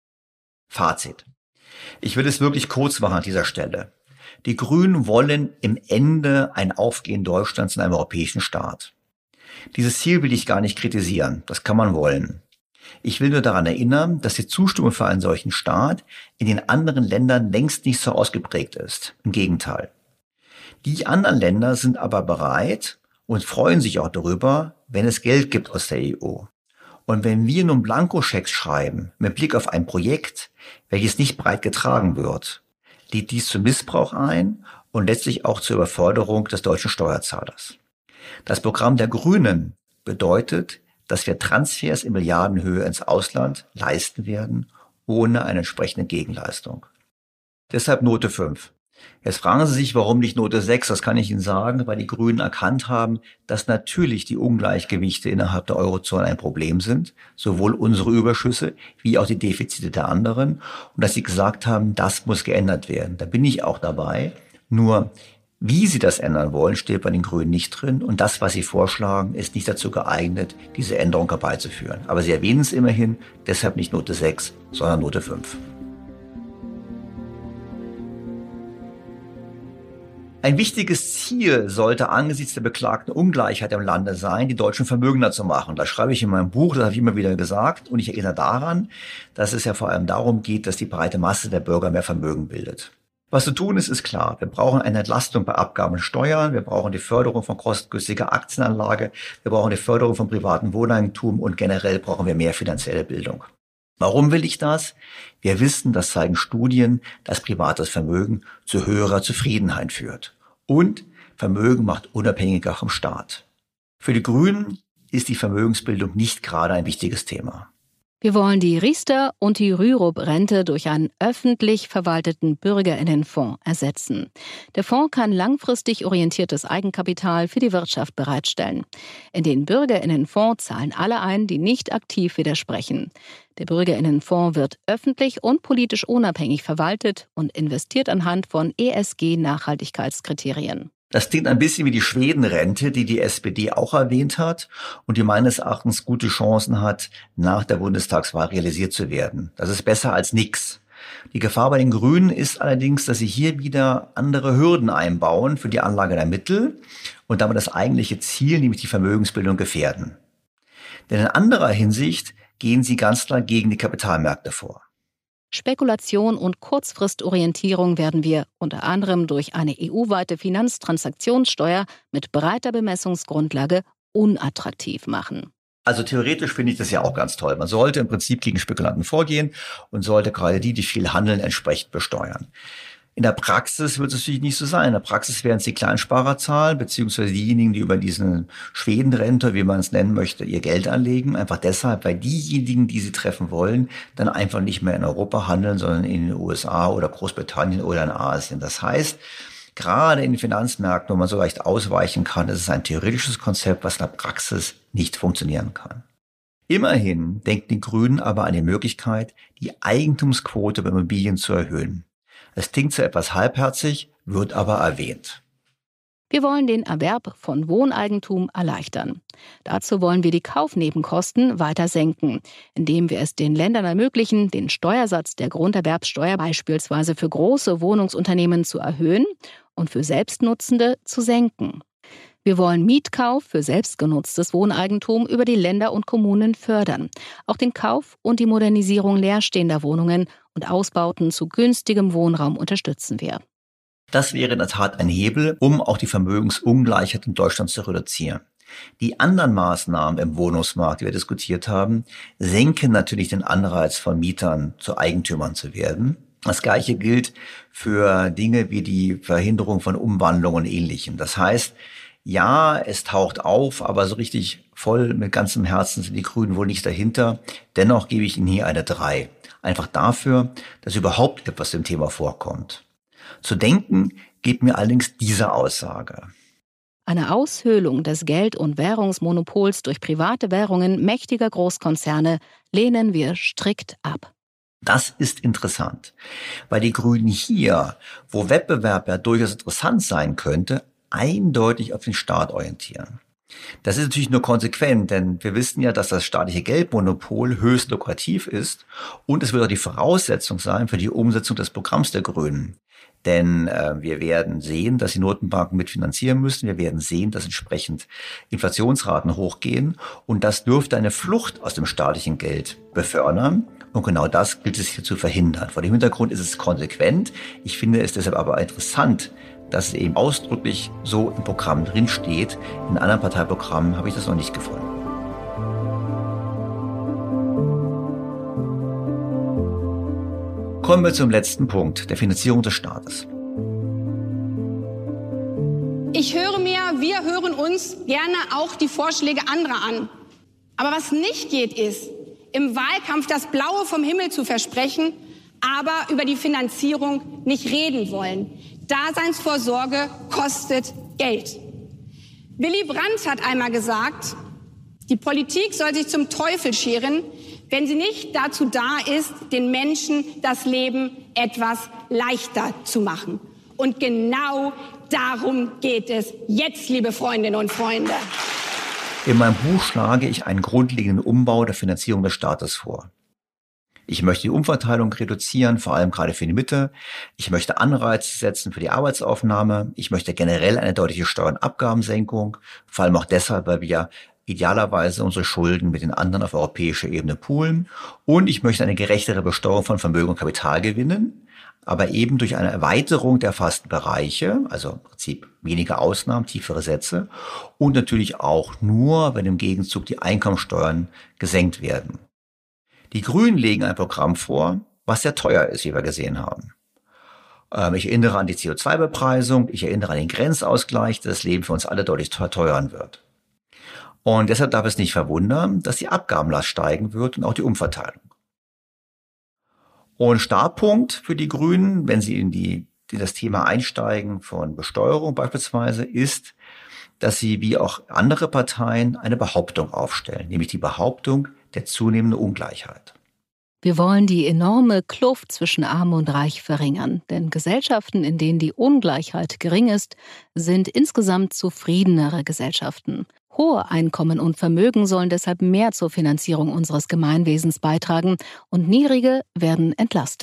Fazit: Ich will es wirklich kurz machen an dieser Stelle. Die Grünen wollen im Ende ein Aufgehen Deutschlands in einem europäischen Staat. Dieses Ziel will ich gar nicht kritisieren, das kann man wollen. Ich will nur daran erinnern, dass die Zustimmung für einen solchen Staat in den anderen Ländern längst nicht so ausgeprägt ist. Im Gegenteil. Die anderen Länder sind aber bereit und freuen sich auch darüber, wenn es Geld gibt aus der EU. Und wenn wir nun Blankoschecks schreiben, mit Blick auf ein Projekt, welches nicht breit getragen wird, lädt dies zu Missbrauch ein und letztlich auch zur Überforderung des deutschen Steuerzahlers. Das Programm der Grünen bedeutet, dass wir Transfers in Milliardenhöhe ins Ausland leisten werden, ohne eine entsprechende Gegenleistung. Deshalb Note 5. Jetzt fragen Sie sich, warum nicht Note 6? Das kann ich Ihnen sagen, weil die Grünen erkannt haben, dass natürlich die Ungleichgewichte innerhalb der Eurozone ein Problem sind, sowohl unsere Überschüsse wie auch die Defizite der anderen, und dass sie gesagt haben, das muss geändert werden. Da bin ich auch dabei. Nur, wie sie das ändern wollen, steht bei den Grünen nicht drin, und das, was sie vorschlagen, ist nicht dazu geeignet, diese Änderung herbeizuführen. Aber sie erwähnen es immerhin, deshalb nicht Note 6, sondern Note 5. Ein wichtiges Ziel sollte angesichts der beklagten Ungleichheit im Lande sein, die Deutschen vermögender zu machen. Das schreibe ich in meinem Buch, das habe ich immer wieder gesagt. Und ich erinnere daran, dass es ja vor allem darum geht, dass die breite Masse der Bürger mehr Vermögen bildet. Was zu tun ist, ist klar. Wir brauchen eine Entlastung bei Abgaben und Steuern. Wir brauchen die Förderung von kostengünstiger Aktienanlage. Wir brauchen die Förderung von privatem Wohneigentum und generell brauchen wir mehr finanzielle Bildung. Warum will ich das? Wir wissen, das zeigen Studien, dass privates Vermögen zu höherer Zufriedenheit führt. Und Vermögen macht unabhängiger vom Staat. Für die Grünen ist die Vermögensbildung nicht gerade ein wichtiges Thema. Wir wollen die Riester- und die Rürup-Rente durch einen öffentlich verwalteten BürgerInnenfonds ersetzen. Der Fonds kann langfristig orientiertes Eigenkapital für die Wirtschaft bereitstellen. In den BürgerInnenfonds zahlen alle ein, die nicht aktiv widersprechen. Der BürgerInnenfonds wird öffentlich und politisch unabhängig verwaltet und investiert anhand von ESG-Nachhaltigkeitskriterien. Das klingt ein bisschen wie die Schwedenrente, die die SPD auch erwähnt hat und die meines Erachtens gute Chancen hat, nach der Bundestagswahl realisiert zu werden. Das ist besser als nichts. Die Gefahr bei den Grünen ist allerdings, dass sie hier wieder andere Hürden einbauen für die Anlage der Mittel und damit das eigentliche Ziel, nämlich die Vermögensbildung, gefährden. Denn in anderer Hinsicht gehen sie ganz klar gegen die Kapitalmärkte vor. Spekulation und Kurzfristorientierung werden wir unter anderem durch eine EU-weite Finanztransaktionssteuer mit breiter Bemessungsgrundlage unattraktiv machen. Also theoretisch finde ich das ja auch ganz toll. Man sollte im Prinzip gegen Spekulanten vorgehen und sollte gerade die viel handeln, entsprechend besteuern. In der Praxis wird es natürlich nicht so sein. In der Praxis werden es die Kleinsparerzahl beziehungsweise diejenigen, die über diesen Schwedenrente, wie man es nennen möchte, ihr Geld anlegen. Einfach deshalb, weil diejenigen, die sie treffen wollen, dann einfach nicht mehr in Europa handeln, sondern in den USA oder Großbritannien oder in Asien. Das heißt, gerade in den Finanzmärkten, wo man so leicht ausweichen kann, ist es ein theoretisches Konzept, was in der Praxis nicht funktionieren kann. Immerhin denken die Grünen aber an die Möglichkeit, die Eigentumsquote bei Immobilien zu erhöhen. Es klingt zwar etwas halbherzig, wird aber erwähnt. Wir wollen den Erwerb von Wohneigentum erleichtern. Dazu wollen wir die Kaufnebenkosten weiter senken, indem wir es den Ländern ermöglichen, den Steuersatz der Grunderwerbsteuer beispielsweise für große Wohnungsunternehmen zu erhöhen und für Selbstnutzende zu senken. Wir wollen Mietkauf für selbstgenutztes Wohneigentum über die Länder und Kommunen fördern. Auch den Kauf und die Modernisierung leerstehender Wohnungen und Ausbauten zu günstigem Wohnraum unterstützen wir. Das wäre in der Tat ein Hebel, um auch die Vermögensungleichheit in Deutschland zu reduzieren. Die anderen Maßnahmen im Wohnungsmarkt, die wir diskutiert haben, senken natürlich den Anreiz von Mietern zu Eigentümern zu werden. Das Gleiche gilt für Dinge wie die Verhinderung von Umwandlungen und Ähnlichem. Das heißt, ja, es taucht auf, aber so richtig voll mit ganzem Herzen sind die Grünen wohl nicht dahinter. Dennoch gebe ich Ihnen hier eine 3. Einfach dafür, dass überhaupt etwas zum Thema vorkommt. Zu denken gibt mir allerdings diese Aussage. Eine Aushöhlung des Geld- und Währungsmonopols durch private Währungen mächtiger Großkonzerne lehnen wir strikt ab. Das ist interessant, weil die Grünen hier, wo Wettbewerb ja durchaus interessant sein könnte, eindeutig auf den Staat orientieren. Das ist natürlich nur konsequent, denn wir wissen ja, dass das staatliche Geldmonopol höchst lukrativ ist und es wird auch die Voraussetzung sein für die Umsetzung des Programms der Grünen. Denn wir werden sehen, dass die Notenbanken mitfinanzieren müssen. Wir werden sehen, dass entsprechend Inflationsraten hochgehen. Und das dürfte eine Flucht aus dem staatlichen Geld befördern. Und genau das gilt es hier zu verhindern. Vor dem Hintergrund ist es konsequent. Ich finde es deshalb aber interessant, dass es eben ausdrücklich so im Programm drinsteht. In anderen Parteiprogrammen habe ich das noch nicht gefunden. Kommen wir zum letzten Punkt, der Finanzierung des Staates. Wir hören uns gerne auch die Vorschläge anderer an. Aber was nicht geht, ist, im Wahlkampf das Blaue vom Himmel zu versprechen, aber über die Finanzierung nicht reden wollen. Daseinsvorsorge kostet Geld. Willy Brandt hat einmal gesagt, die Politik soll sich zum Teufel scheren, wenn sie nicht dazu da ist, den Menschen das Leben etwas leichter zu machen. Und genau darum geht es jetzt, liebe Freundinnen und Freunde. In meinem Buch schlage ich einen grundlegenden Umbau der Finanzierung des Staates vor. Ich möchte die Umverteilung reduzieren, vor allem gerade für die Mitte. Ich möchte Anreize setzen für die Arbeitsaufnahme. Ich möchte generell eine deutliche Steuer- und Abgabensenkung, vor allem auch deshalb, weil wir ja idealerweise unsere Schulden mit den anderen auf europäischer Ebene poolen. Und ich möchte eine gerechtere Besteuerung von Vermögen und Kapitalgewinnen, aber eben durch eine Erweiterung der erfassten Bereiche, also im Prinzip weniger Ausnahmen, tiefere Sätze und natürlich auch nur, wenn im Gegenzug die Einkommensteuern gesenkt werden. Die Grünen legen ein Programm vor, was sehr teuer ist, wie wir gesehen haben. Ich erinnere an die CO2-Bepreisung, ich erinnere an den Grenzausgleich, dass das Leben für uns alle deutlich teurer wird. Und deshalb darf es nicht verwundern, dass die Abgabenlast steigen wird und auch die Umverteilung. Und Startpunkt für die Grünen, wenn sie in das Thema einsteigen von Besteuerung beispielsweise, ist, dass sie wie auch andere Parteien eine Behauptung aufstellen, nämlich die Behauptung der zunehmenden Ungleichheit. Wir wollen die enorme Kluft zwischen Arm und Reich verringern, denn Gesellschaften, in denen die Ungleichheit gering ist, sind insgesamt zufriedenere Gesellschaften. Hohe Einkommen und Vermögen sollen deshalb mehr zur Finanzierung unseres Gemeinwesens beitragen und niedrige werden entlastet.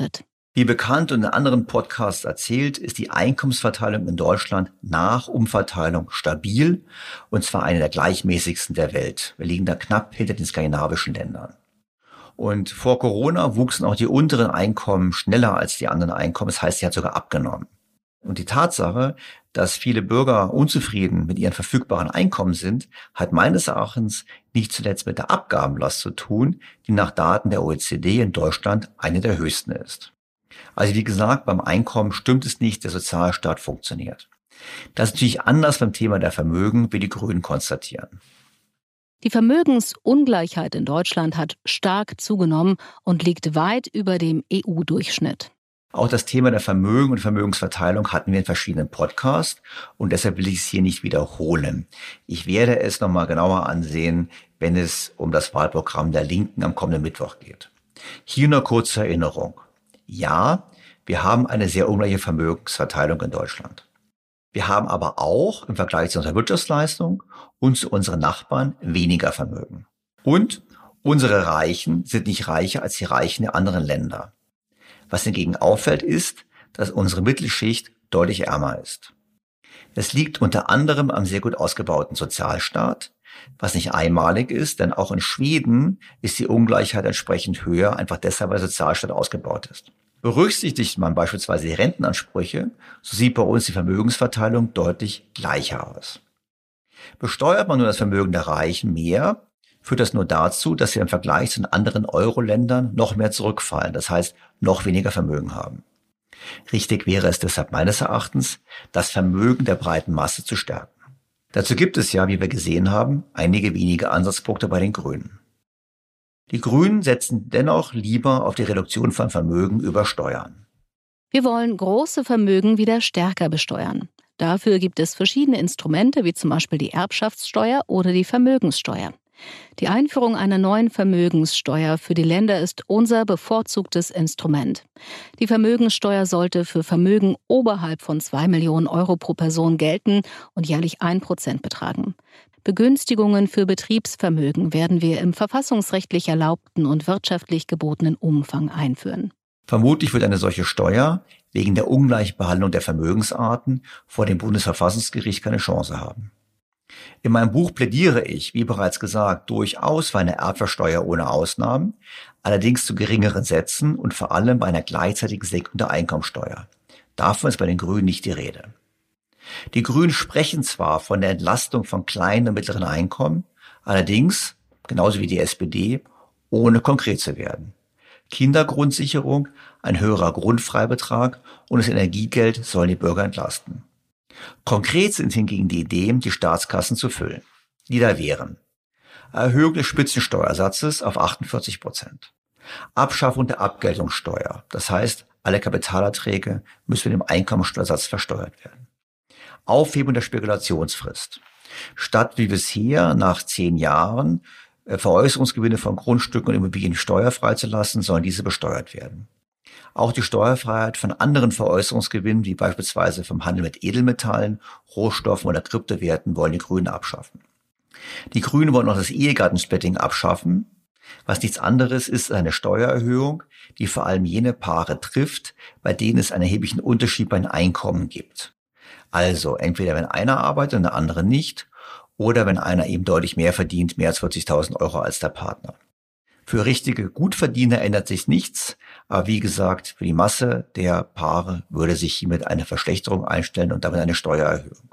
Wie bekannt und in anderen Podcasts erzählt, ist die Einkommensverteilung in Deutschland nach Umverteilung stabil, und zwar eine der gleichmäßigsten der Welt. Wir liegen da knapp hinter den skandinavischen Ländern. Und vor Corona wuchsen auch die unteren Einkommen schneller als die anderen Einkommen. Das heißt, sie hat sogar abgenommen. Und die Tatsache, dass viele Bürger unzufrieden mit ihren verfügbaren Einkommen sind, hat meines Erachtens nicht zuletzt mit der Abgabenlast zu tun, die nach Daten der OECD in Deutschland eine der höchsten ist. Also wie gesagt, beim Einkommen stimmt es nicht, der Sozialstaat funktioniert. Das ist natürlich anders beim Thema der Vermögen, wie die Grünen konstatieren. Die Vermögensungleichheit in Deutschland hat stark zugenommen und liegt weit über dem EU-Durchschnitt. Auch das Thema der Vermögen und Vermögensverteilung hatten wir in verschiedenen Podcasts und deshalb will ich es hier nicht wiederholen. Ich werde es nochmal genauer ansehen, wenn es um das Wahlprogramm der Linken am kommenden Mittwoch geht. Hier nur kurz zur Erinnerung. Ja, wir haben eine sehr ungleiche Vermögensverteilung in Deutschland. Wir haben aber auch im Vergleich zu unserer Wirtschaftsleistung und zu unseren Nachbarn weniger Vermögen. Und unsere Reichen sind nicht reicher als die Reichen der anderen Länder. Was hingegen auffällt, ist, dass unsere Mittelschicht deutlich ärmer ist. Es liegt unter anderem am sehr gut ausgebauten Sozialstaat, was nicht einmalig ist, denn auch in Schweden ist die Ungleichheit entsprechend höher, einfach deshalb, weil der Sozialstaat ausgebaut ist. Berücksichtigt man beispielsweise die Rentenansprüche, so sieht bei uns die Vermögensverteilung deutlich gleicher aus. Besteuert man nur das Vermögen der Reichen mehr, führt das nur dazu, dass sie im Vergleich zu den anderen Euro-Ländern noch mehr zurückfallen, das heißt noch weniger Vermögen haben. Richtig wäre es deshalb meines Erachtens, das Vermögen der breiten Masse zu stärken. Dazu gibt es ja, wie wir gesehen haben, einige wenige Ansatzpunkte bei den Grünen. Die Grünen setzen dennoch lieber auf die Reduktion von Vermögen über Steuern. Wir wollen große Vermögen wieder stärker besteuern. Dafür gibt es verschiedene Instrumente, wie zum Beispiel die Erbschaftssteuer oder die Vermögenssteuer. Die Einführung einer neuen Vermögenssteuer für die Länder ist unser bevorzugtes Instrument. Die Vermögenssteuer sollte für Vermögen oberhalb von 2 Millionen Euro pro Person gelten und jährlich 1% betragen. Begünstigungen für Betriebsvermögen werden wir im verfassungsrechtlich erlaubten und wirtschaftlich gebotenen Umfang einführen. Vermutlich wird eine solche Steuer wegen der Ungleichbehandlung der Vermögensarten vor dem Bundesverfassungsgericht keine Chance haben. In meinem Buch plädiere ich, wie bereits gesagt, durchaus für eine Erbschaftssteuer ohne Ausnahmen, allerdings zu geringeren Sätzen und vor allem bei einer gleichzeitigen Senkung der Einkommensteuer. Davon ist bei den Grünen nicht die Rede. Die Grünen sprechen zwar von der Entlastung von kleinen und mittleren Einkommen, allerdings, genauso wie die SPD, ohne konkret zu werden. Kindergrundsicherung, ein höherer Grundfreibetrag und das Energiegeld sollen die Bürger entlasten. Konkret sind hingegen die Ideen, die Staatskassen zu füllen. Die da wären: Erhöhung des Spitzensteuersatzes auf 48%, Abschaffung der Abgeltungssteuer, das heißt, alle Kapitalerträge müssen mit dem Einkommensteuersatz versteuert werden, Aufhebung der Spekulationsfrist. Statt wie bisher nach 10 Jahren Veräußerungsgewinne von Grundstücken und Immobilien steuerfrei zu lassen, sollen diese besteuert werden. Auch die Steuerfreiheit von anderen Veräußerungsgewinnen, wie beispielsweise vom Handel mit Edelmetallen, Rohstoffen oder Kryptowerten, wollen die Grünen abschaffen. Die Grünen wollen auch das Ehegattensplitting abschaffen, was nichts anderes ist als eine Steuererhöhung, die vor allem jene Paare trifft, bei denen es einen erheblichen Unterschied bei den Einkommen gibt. Also entweder wenn einer arbeitet und der andere nicht, oder wenn einer eben deutlich mehr verdient, mehr als 40.000 Euro als der Partner. Für richtige Gutverdiener ändert sich nichts, aber wie gesagt, für die Masse der Paare würde sich hiermit eine Verschlechterung einstellen und damit eine Steuererhöhung.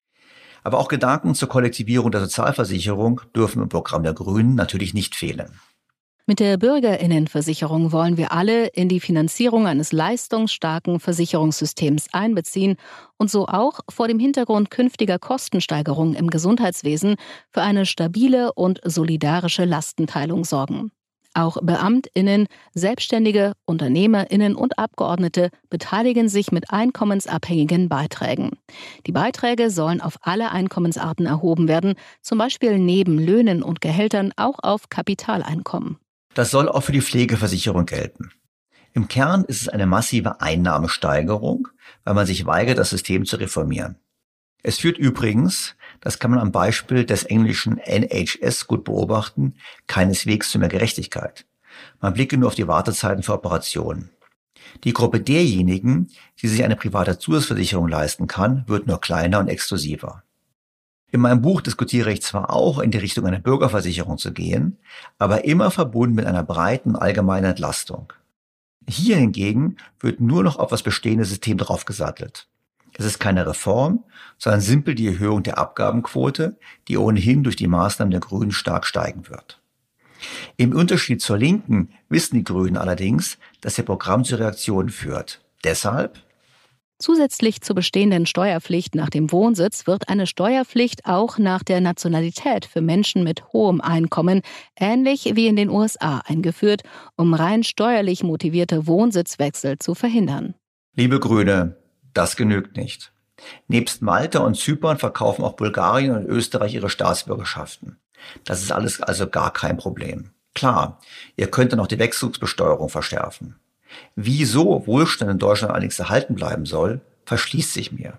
Aber auch Gedanken zur Kollektivierung der Sozialversicherung dürfen im Programm der Grünen natürlich nicht fehlen. Mit der Bürgerinnenversicherung wollen wir alle in die Finanzierung eines leistungsstarken Versicherungssystems einbeziehen und so auch vor dem Hintergrund künftiger Kostensteigerungen im Gesundheitswesen für eine stabile und solidarische Lastenteilung sorgen. Auch BeamtInnen, Selbstständige, UnternehmerInnen und Abgeordnete beteiligen sich mit einkommensabhängigen Beiträgen. Die Beiträge sollen auf alle Einkommensarten erhoben werden, zum Beispiel neben Löhnen und Gehältern auch auf Kapitaleinkommen. Das soll auch für die Pflegeversicherung gelten. Im Kern ist es eine massive Einnahmesteigerung, weil man sich weigert, das System zu reformieren. Es führt übrigens, das kann man am Beispiel des englischen NHS gut beobachten, keineswegs zu mehr Gerechtigkeit. Man blicke nur auf die Wartezeiten für Operationen. Die Gruppe derjenigen, die sich eine private Zusatzversicherung leisten kann, wird nur kleiner und exklusiver. In meinem Buch diskutiere ich zwar auch, in die Richtung einer Bürgerversicherung zu gehen, aber immer verbunden mit einer breiten allgemeinen Entlastung. Hier hingegen wird nur noch auf das bestehende System draufgesattelt. Es ist keine Reform, sondern simpel die Erhöhung der Abgabenquote, die ohnehin durch die Maßnahmen der Grünen stark steigen wird. Im Unterschied zur Linken wissen die Grünen allerdings, dass ihr Programm zu Reaktionen führt. Deshalb: Zusätzlich zur bestehenden Steuerpflicht nach dem Wohnsitz wird eine Steuerpflicht auch nach der Nationalität für Menschen mit hohem Einkommen, ähnlich wie in den USA, eingeführt, um rein steuerlich motivierte Wohnsitzwechsel zu verhindern. Liebe Grüne, das genügt nicht. Nebst Malta und Zypern verkaufen auch Bulgarien und Österreich ihre Staatsbürgerschaften. Das ist alles also gar kein Problem. Klar, ihr könnt dann auch die Wechselbesteuerung verschärfen. Wieso Wohlstand in Deutschland allerdings erhalten bleiben soll, verschließt sich mir.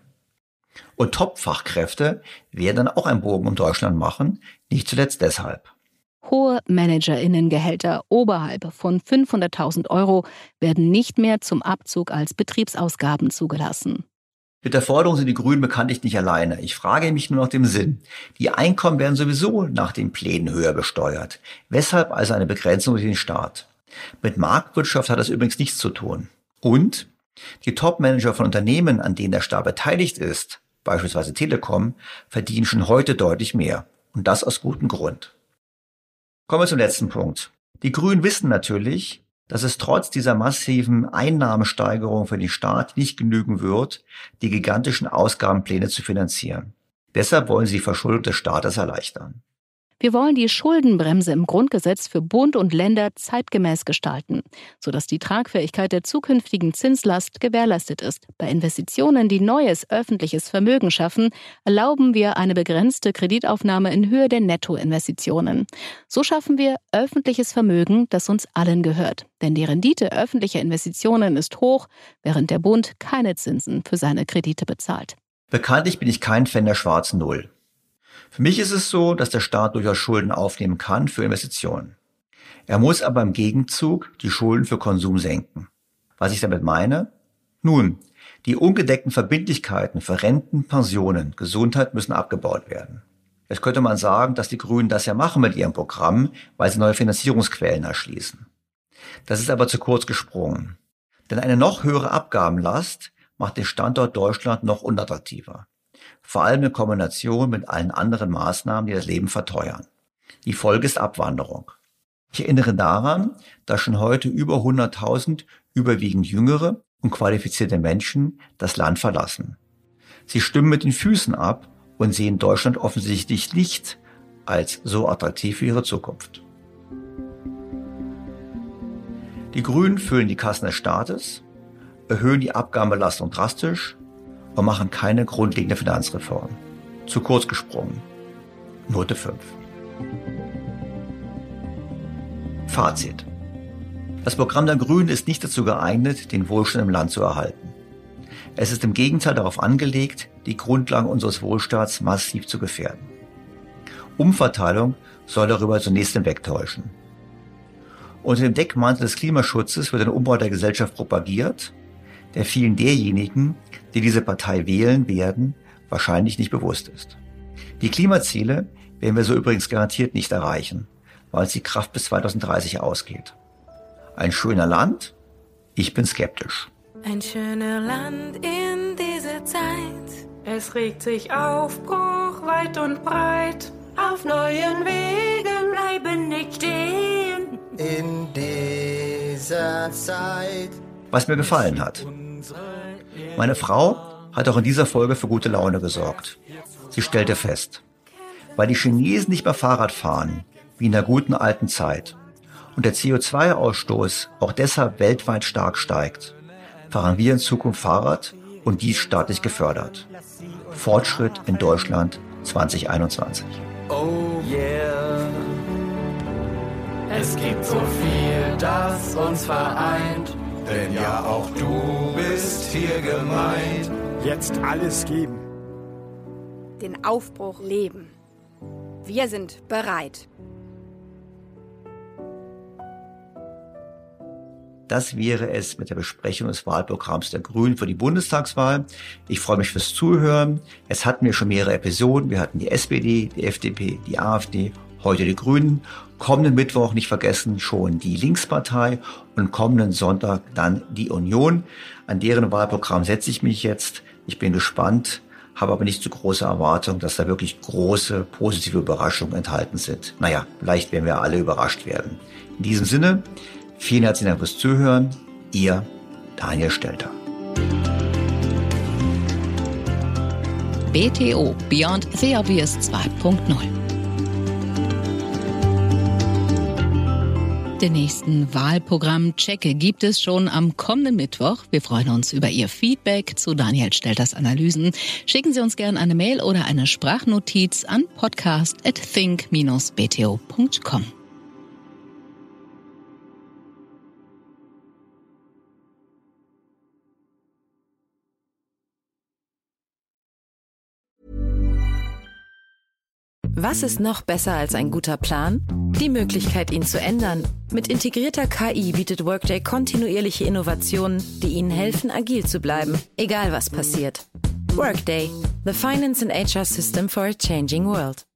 Und Top-Fachkräfte werden dann auch einen Bogen um Deutschland machen, nicht zuletzt deshalb. Hohe ManagerInnengehälter oberhalb von 500.000 € werden nicht mehr zum Abzug als Betriebsausgaben zugelassen. Mit der Forderung sind die Grünen bekanntlich nicht alleine. Ich frage mich nur nach dem Sinn. Die Einkommen werden sowieso nach den Plänen höher besteuert. Weshalb also eine Begrenzung durch den Staat? Mit Marktwirtschaft hat das übrigens nichts zu tun. Und die Top-Manager von Unternehmen, an denen der Staat beteiligt ist, beispielsweise Telekom, verdienen schon heute deutlich mehr. Und das aus gutem Grund. Kommen wir zum letzten Punkt. Die Grünen wissen natürlich, dass es trotz dieser massiven Einnahmensteigerung für den Staat nicht genügen wird, die gigantischen Ausgabenpläne zu finanzieren. Deshalb wollen sie die Verschuldung des Staates erleichtern. Wir wollen die Schuldenbremse im Grundgesetz für Bund und Länder zeitgemäß gestalten, sodass die Tragfähigkeit der zukünftigen Zinslast gewährleistet ist. Bei Investitionen, die neues öffentliches Vermögen schaffen, erlauben wir eine begrenzte Kreditaufnahme in Höhe der Nettoinvestitionen. So schaffen wir öffentliches Vermögen, das uns allen gehört. Denn die Rendite öffentlicher Investitionen ist hoch, während der Bund keine Zinsen für seine Kredite bezahlt. Bekanntlich bin ich kein Fan der schwarzen Null. Für mich ist es so, dass der Staat durchaus Schulden aufnehmen kann für Investitionen. Er muss aber im Gegenzug die Schulden für Konsum senken. Was ich damit meine? Nun, die ungedeckten Verbindlichkeiten für Renten, Pensionen, Gesundheit müssen abgebaut werden. Jetzt könnte man sagen, dass die Grünen das ja machen mit ihrem Programm, weil sie neue Finanzierungsquellen erschließen. Das ist aber zu kurz gesprungen. Denn eine noch höhere Abgabenlast macht den Standort Deutschland noch unattraktiver. Vor allem in Kombination mit allen anderen Maßnahmen, die das Leben verteuern. Die Folge ist Abwanderung. Ich erinnere daran, dass schon heute über 100.000 überwiegend jüngere und qualifizierte Menschen das Land verlassen. Sie stimmen mit den Füßen ab und sehen Deutschland offensichtlich nicht als so attraktiv für ihre Zukunft. Die Grünen füllen die Kassen des Staates, erhöhen die Abgabenbelastung drastisch und machen keine grundlegende Finanzreform. Zu kurz gesprungen. Note 5. Fazit. Das Programm der Grünen ist nicht dazu geeignet, den Wohlstand im Land zu erhalten. Es ist im Gegenteil darauf angelegt, die Grundlagen unseres Wohlstands massiv zu gefährden. Umverteilung soll darüber zunächst hinwegtäuschen. Unter dem Deckmantel des Klimaschutzes wird ein Umbau der Gesellschaft propagiert, der vielen derjenigen, die diese Partei wählen werden, wahrscheinlich nicht bewusst ist. Die Klimaziele werden wir so übrigens garantiert nicht erreichen, weil die Kraft bis 2030 ausgeht. Ein schöner Land? Ich bin skeptisch. Ein schöner Land in dieser Zeit. Es regt sich Aufbruch weit und breit. Auf neuen Wegen bleiben nicht stehen. In dieser Zeit. Was mir gefallen hat. Meine Frau hat auch in dieser Folge für gute Laune gesorgt. Sie stellte fest, weil die Chinesen nicht mehr Fahrrad fahren, wie in der guten alten Zeit, und der CO2-Ausstoß auch deshalb weltweit stark steigt, fahren wir in Zukunft Fahrrad und dies staatlich gefördert. Fortschritt in Deutschland 2021. Oh yeah. Es gibt so viel, das uns vereint. Denn ja, auch du bist hier gemeint. Jetzt alles geben. Den Aufbruch leben. Wir sind bereit. Das wäre es mit der Besprechung des Wahlprogramms der Grünen für die Bundestagswahl. Ich freue mich fürs Zuhören. Es hatten wir schon mehrere Episoden. Wir hatten die SPD, die FDP, die AfD, heute die Grünen. Kommenden Mittwoch, nicht vergessen, schon die Linkspartei und kommenden Sonntag dann die Union. An deren Wahlprogramm setze ich mich jetzt. Ich bin gespannt, habe aber nicht zu große Erwartungen, dass da wirklich große positive Überraschungen enthalten sind. Naja, vielleicht werden wir alle überrascht werden. In diesem Sinne, vielen herzlichen Dank fürs Zuhören. Ihr Daniel Stelter. BTO Beyond the Obvious 2.0. Den nächsten Wahlprogramm-Check gibt es schon am kommenden Mittwoch. Wir freuen uns über Ihr Feedback zu Daniel Stelters Analysen. Schicken Sie uns gerne eine Mail oder eine Sprachnotiz an podcast@think-bto.com. Was ist noch besser als ein guter Plan? Die Möglichkeit, ihn zu ändern. Mit integrierter KI bietet Workday kontinuierliche Innovationen, die Ihnen helfen, agil zu bleiben, egal was passiert. Workday, the finance and HR system for a changing world.